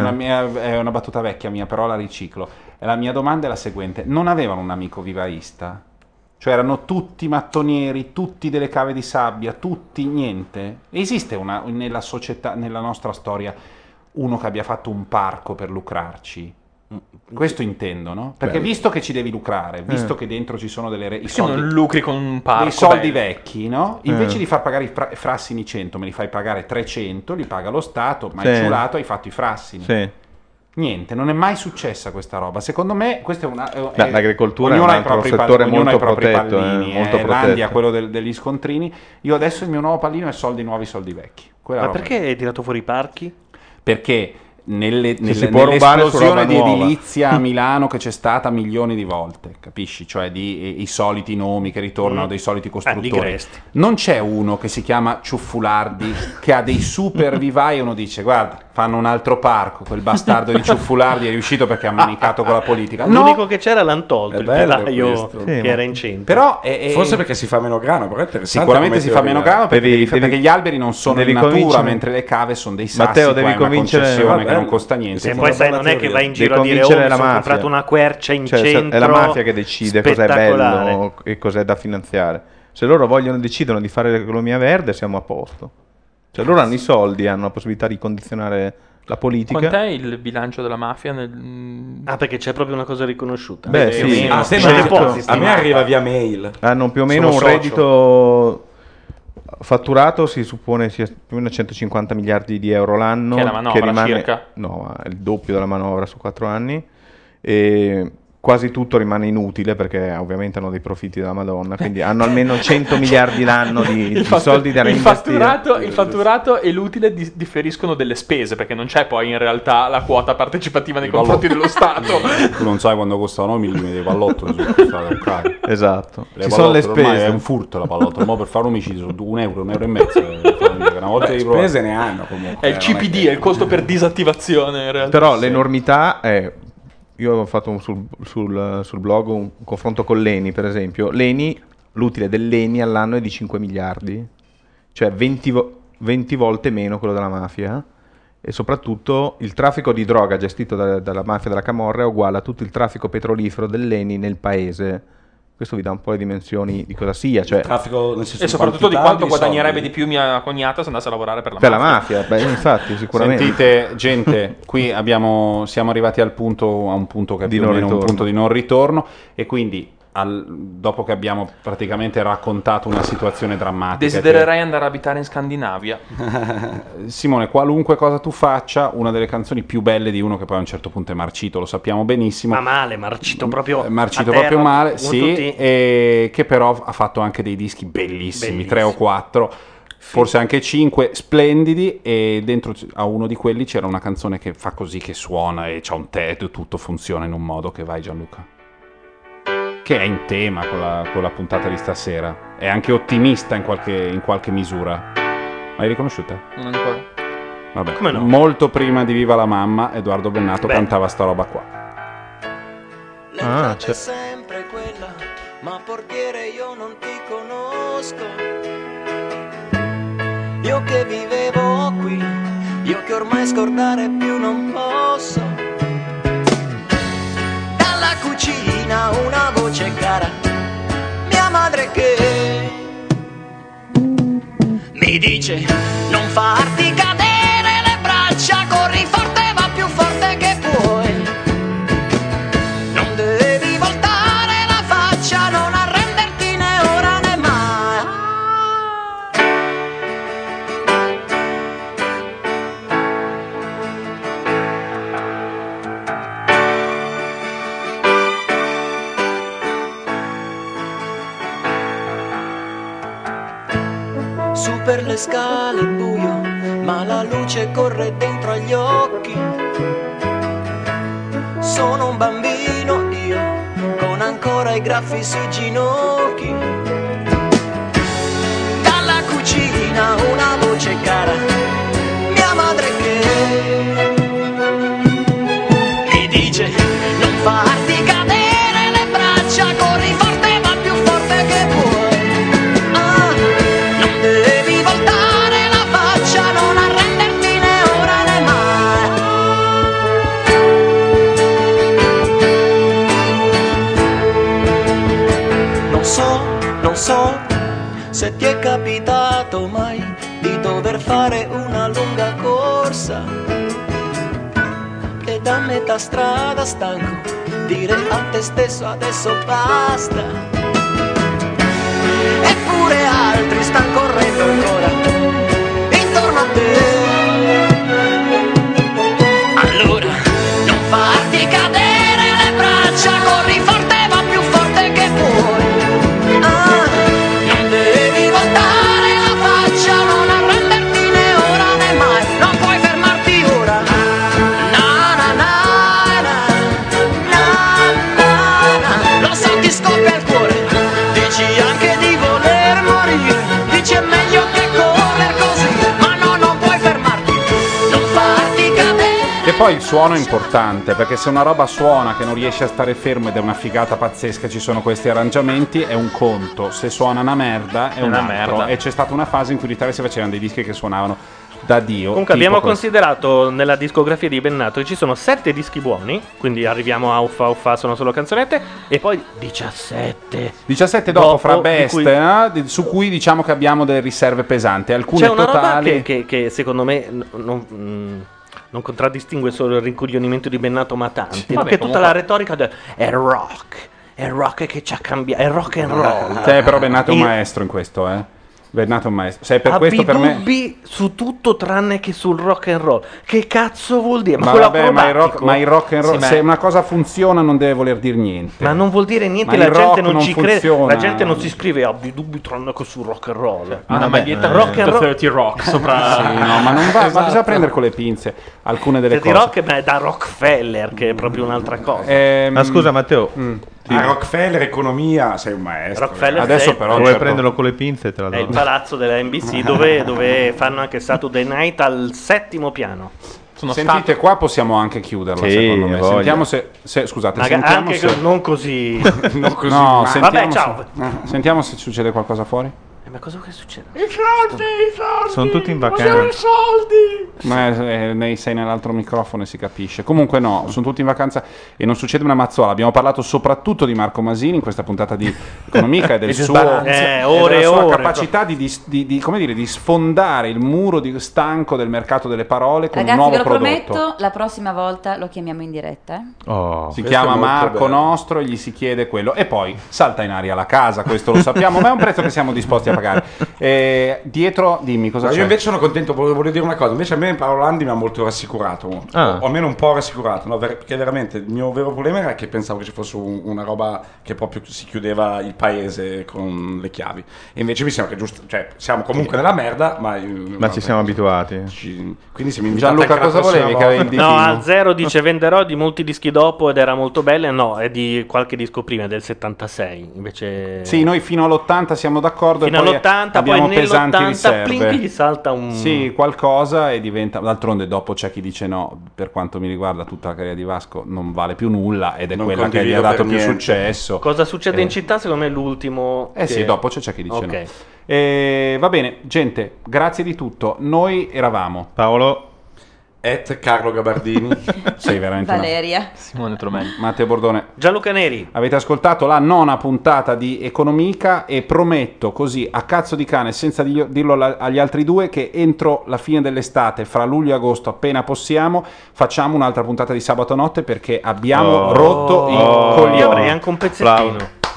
è una battuta vecchia mia, però la riciclo. E la mia domanda è la seguente: non avevano un amico vivaista? Cioè erano tutti mattonieri, tutti delle cave di sabbia, tutti niente? Esiste nella società, nella nostra storia, uno che abbia fatto un parco per lucrarci. Questo intendo, no? Perché visto che ci devi lucrare, visto che dentro ci sono i soldi, non lucri con un parco, dei soldi vecchi, no? Invece di far pagare i frassini 100, me li fai pagare 300, li paga lo Stato, ma hai ciulato, hai fatto i frassini. Niente, non è mai successa questa roba. Secondo me questa è una... l'agricoltura è un altro settore molto protetto. L'Andia, quello degli scontrini. Io adesso il mio nuovo pallino è soldi nuovi, soldi vecchi. Ma perché hai tirato fuori i parchi? Perché nell'esplosione di edilizia a Milano che c'è stata milioni di volte, capisci? Cioè i soliti nomi che ritornano, dei soliti costruttori. Non c'è uno che si chiama Ciuffulardi che ha dei super vivai e uno dice guarda, fanno un altro parco, quel bastardo di Ciuffulardi è riuscito perché ha manicato con la politica. L'unico che c'era l'hanno tolto, il vivaio che era in centro. Però forse perché si fa meno grano, però è interessante. Sicuramente si fa meno grano perché gli alberi non sono in natura, mentre le cave sono dei sassi. Matteo, devi convincere che non costa niente. Se poi sai, non è che vai in giro a dire mi sono comprato una quercia in centro. È la mafia che decide cos'è bello e cos'è da finanziare. Se loro decidono di fare l'economia verde, siamo a posto. Cioè loro hanno i soldi, hanno la possibilità di condizionare la politica. Quant'è il bilancio della mafia? Perché c'è proprio una cosa riconosciuta. A me arriva via mail. Hanno più o meno un reddito fatturato, si suppone sia più o meno 150 miliardi di euro l'anno, che è la manovra circa? No, è il doppio della manovra su 4 anni, e quasi tutto rimane inutile perché ovviamente hanno dei profitti della Madonna, quindi hanno almeno 100 miliardi l'anno di soldi da reinvestire. Il fatturato e l'utile differiscono delle spese, perché non c'è poi in realtà la quota partecipativa nei confronti dello Stato. Tu non sai quando costano 1 milioni di pallotto. Esatto, ci sono le spese. È un furto la pallotto, ma per fare un omicidio sono €1 e mezzo. Una volta spese ne hanno comunque. È il CPD, è il costo per disattivazione in realtà. Però l'enormità è... Io ho fatto sul blog un confronto con l'ENI, per esempio. L'utile dell'ENI all'anno è di 5 miliardi, cioè 20 volte meno quello della mafia, e soprattutto il traffico di droga gestito dalla mafia della Camorra è uguale a tutto il traffico petrolifero dell'ENI nel paese. Questo vi dà un po' le dimensioni di cosa sia, cioè, e soprattutto di quanto guadagnerebbe di più mia cognata se andasse a lavorare per la mafia. Infatti, sicuramente. Sentite, gente, qui siamo arrivati a un punto che è più o meno un punto di non ritorno, e quindi dopo che abbiamo praticamente raccontato una situazione drammatica, desidererei andare a abitare in Scandinavia. Simone, qualunque cosa tu faccia, una delle canzoni più belle di uno che poi a un certo punto è marcito, lo sappiamo benissimo, ma male, marcito proprio male, sì, e che però ha fatto anche dei dischi bellissimi. 3 o 4, forse anche 5, splendidi, e dentro a uno di quelli c'era una canzone che fa così, che suona e c'ha un tetto, tutto funziona in un modo che vai, Gianluca, che è in tema con la puntata di stasera, è anche ottimista in qualche misura. L'hai riconosciuta? Non ancora. Vabbè. Come no? Molto prima di Viva la Mamma, Edoardo Bennato cantava sta roba qua. C'è sempre quella, ma portiere io non ti conosco. Io che vivevo qui, io che ormai scordare più non posso. Dalla cucina una voce cara, mia madre che mi dice non farti cadere le braccia, corri forte, va più forte che puoi, non devi voltare la faccia, non arrenderti né ora né mai. Su per le scale buio, ma la luce corre dentro agli occhi. Sono un bambino io, con ancora i graffi sui ginocchi. Dalla cucina una voce cara, mia madre che mi dice non farti cadere le braccia, corri forte, va più forte che puoi. Non devi voltare la faccia, non arrenderti né ora né mai. Non so se ti è capitato mai di dover fare una lunga corsa da metà strada, stanco dire a te stesso adesso basta. Eppure altri stanno correndo ancora intorno a te. Allora non farti cadere le braccia, corri forte, va più forte che puoi. Non devi voltare la faccia, non arrenderti né ora né mai, non puoi fermarti ora. Na na na na, lo so ti scoppia il cuore, dici anche di voler morire, dici è meglio che correre così, ma no, non puoi fermarti, non farti cadere. E poi il suono è importante, perché se una roba suona che non riesce a stare fermo ed è una figata pazzesca, ci sono questi arrangiamenti, è un conto. Se suona una merda, è un altro. merda. E c'è stata una fase in cui in Italia si facevano dei dischi che suonavano da Dio. Comunque tipo abbiamo questo. considerato nella discografia di Bennato che ci sono 7 dischi buoni, quindi arriviamo a Uffa Uffa sono solo canzonette, e poi 17 dopo fra di Best, cui- su cui diciamo che abbiamo delle riserve pesanti, alcune C'è una totali. roba che secondo me non contraddistingue solo il rincoglionimento di Bennato ma tanti, Sì, ma vabbè, che tutta comunque- la retorica è rock che ci ha cambiato, è rock and roll. Però Bennato è un Io- maestro in questo, Bennato è un maestro. Sai, per Abbi questo per me. dubbi su tutto tranne che sul rock and roll. Che cazzo vuol dire? Ma quello vabbè, ma acrobatico? il rock and roll, Sì, ma- se una cosa funziona non deve voler dire niente. Ma non vuol dire niente, Ma la il gente rock non ci crede. funziona. La gente non si scrive abbi dubbi tranne che sul rock and roll. Una maglietta rock and roll. 30 Rock sopra. Sì, no, ma non va, ma Esatto. bisogna prendere con le pinze alcune delle Dirty cose. Rock è da Rockefeller, che è proprio un'altra cosa. Ma scusa Matteo, A Rockefeller Economia sei un maestro. Rockefeller Adesso sei- però vuoi certo. prenderlo con le pinze? Te la È il do. palazzo della NBC dove fanno anche Saturday Night al 7° piano. Sentite, qua possiamo anche chiuderla, Sì, secondo me. voglio. Sentiamo scusate, Magari sentiamo anche se non così. non così. No, No, sentiamo vabbè, ciao. sentiamo se succede qualcosa fuori. Ma cosa che succede? I soldi! Sono tutti in Vogliamo vacanza. i soldi! Ma sei nell'altro microfono e si capisce. Comunque no, sono tutti in vacanza e non succede una mazzola. Abbiamo parlato soprattutto di Marco Masini in questa puntata di Economica e del E di suo sbaranza. e Ore della e sua ore. capacità di, come dire, di sfondare il muro stanco del mercato delle parole con Ragazzi, un ve nuovo lo prodotto. prometto, la prossima volta lo chiamiamo in diretta. Si chiama Marco Nostro e gli si chiede quello e poi salta in aria la casa, questo lo sappiamo, ma è un prezzo che siamo disposti a pagare. Dietro, dimmi cosa No, c'è. io invece sono contento, volevo dire una cosa, invece a me Paolo Landi mi ha molto rassicurato, o almeno un po' rassicurato, no? Perché veramente il mio vero problema era che pensavo che ci fosse una roba che proprio si chiudeva il paese con le chiavi, e invece mi sembra che giusto, cioè siamo comunque nella merda, ma ci siamo abituati. Quindi se mi invitate Gianluca, anche la cosa prossima volevi che volta- avevi No, a Zero dice venderò di molti dischi dopo ed era molto bella. No, è di qualche disco prima, è del 76. Invece Sì, noi fino all'80 siamo d'accordo fino e poi all'80, abbiamo poi pesanti nell'80 riserve. plinchi gli salta un Sì, qualcosa e diventa. D'altronde, dopo c'è chi dice no. Per quanto mi riguarda, tutta la carriera di Vasco non vale più nulla ed è Non quella che gli condivido ha dato per più niente. successo. Cosa succede in città? Secondo me è l'ultimo. Sì, dopo c'è chi dice Ok. no. Va bene, gente, grazie di tutto. Noi eravamo Paolo, Carlo Gabardini, sei veramente Valeria. Simone Tromelli, Matteo Bordone. Gianluca Neri. Avete ascoltato la 9ª puntata di Economica e prometto così a cazzo di cane, senza dirlo agli altri due, che entro la fine dell'estate, fra luglio e agosto, appena possiamo, facciamo un'altra puntata di sabato notte perché abbiamo rotto i coglioni. Io avrei anche un pezzettino.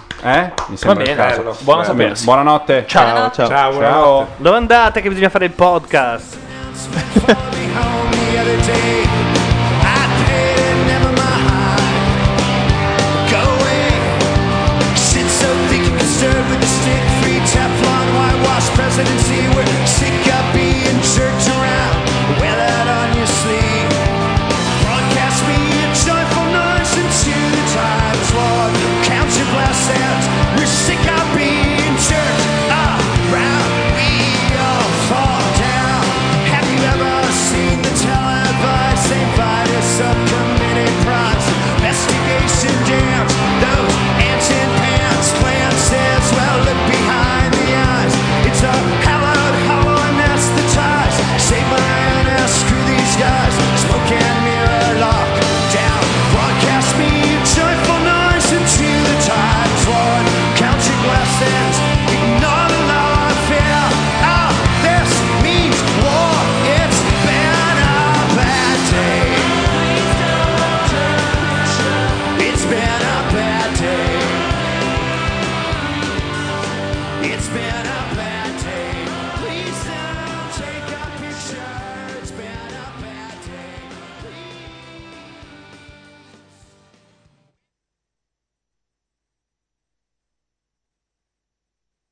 Mi sembra bene, il caso. bello. Buona sapersi. Buonanotte. Ciao. Ciao. Ciao. Dove andate che bisogna fare il podcast? The other day, I paid it, never mind. Go away. Shit so thick you can serve with a stick. Free Teflon, whitewash presidency. We're sick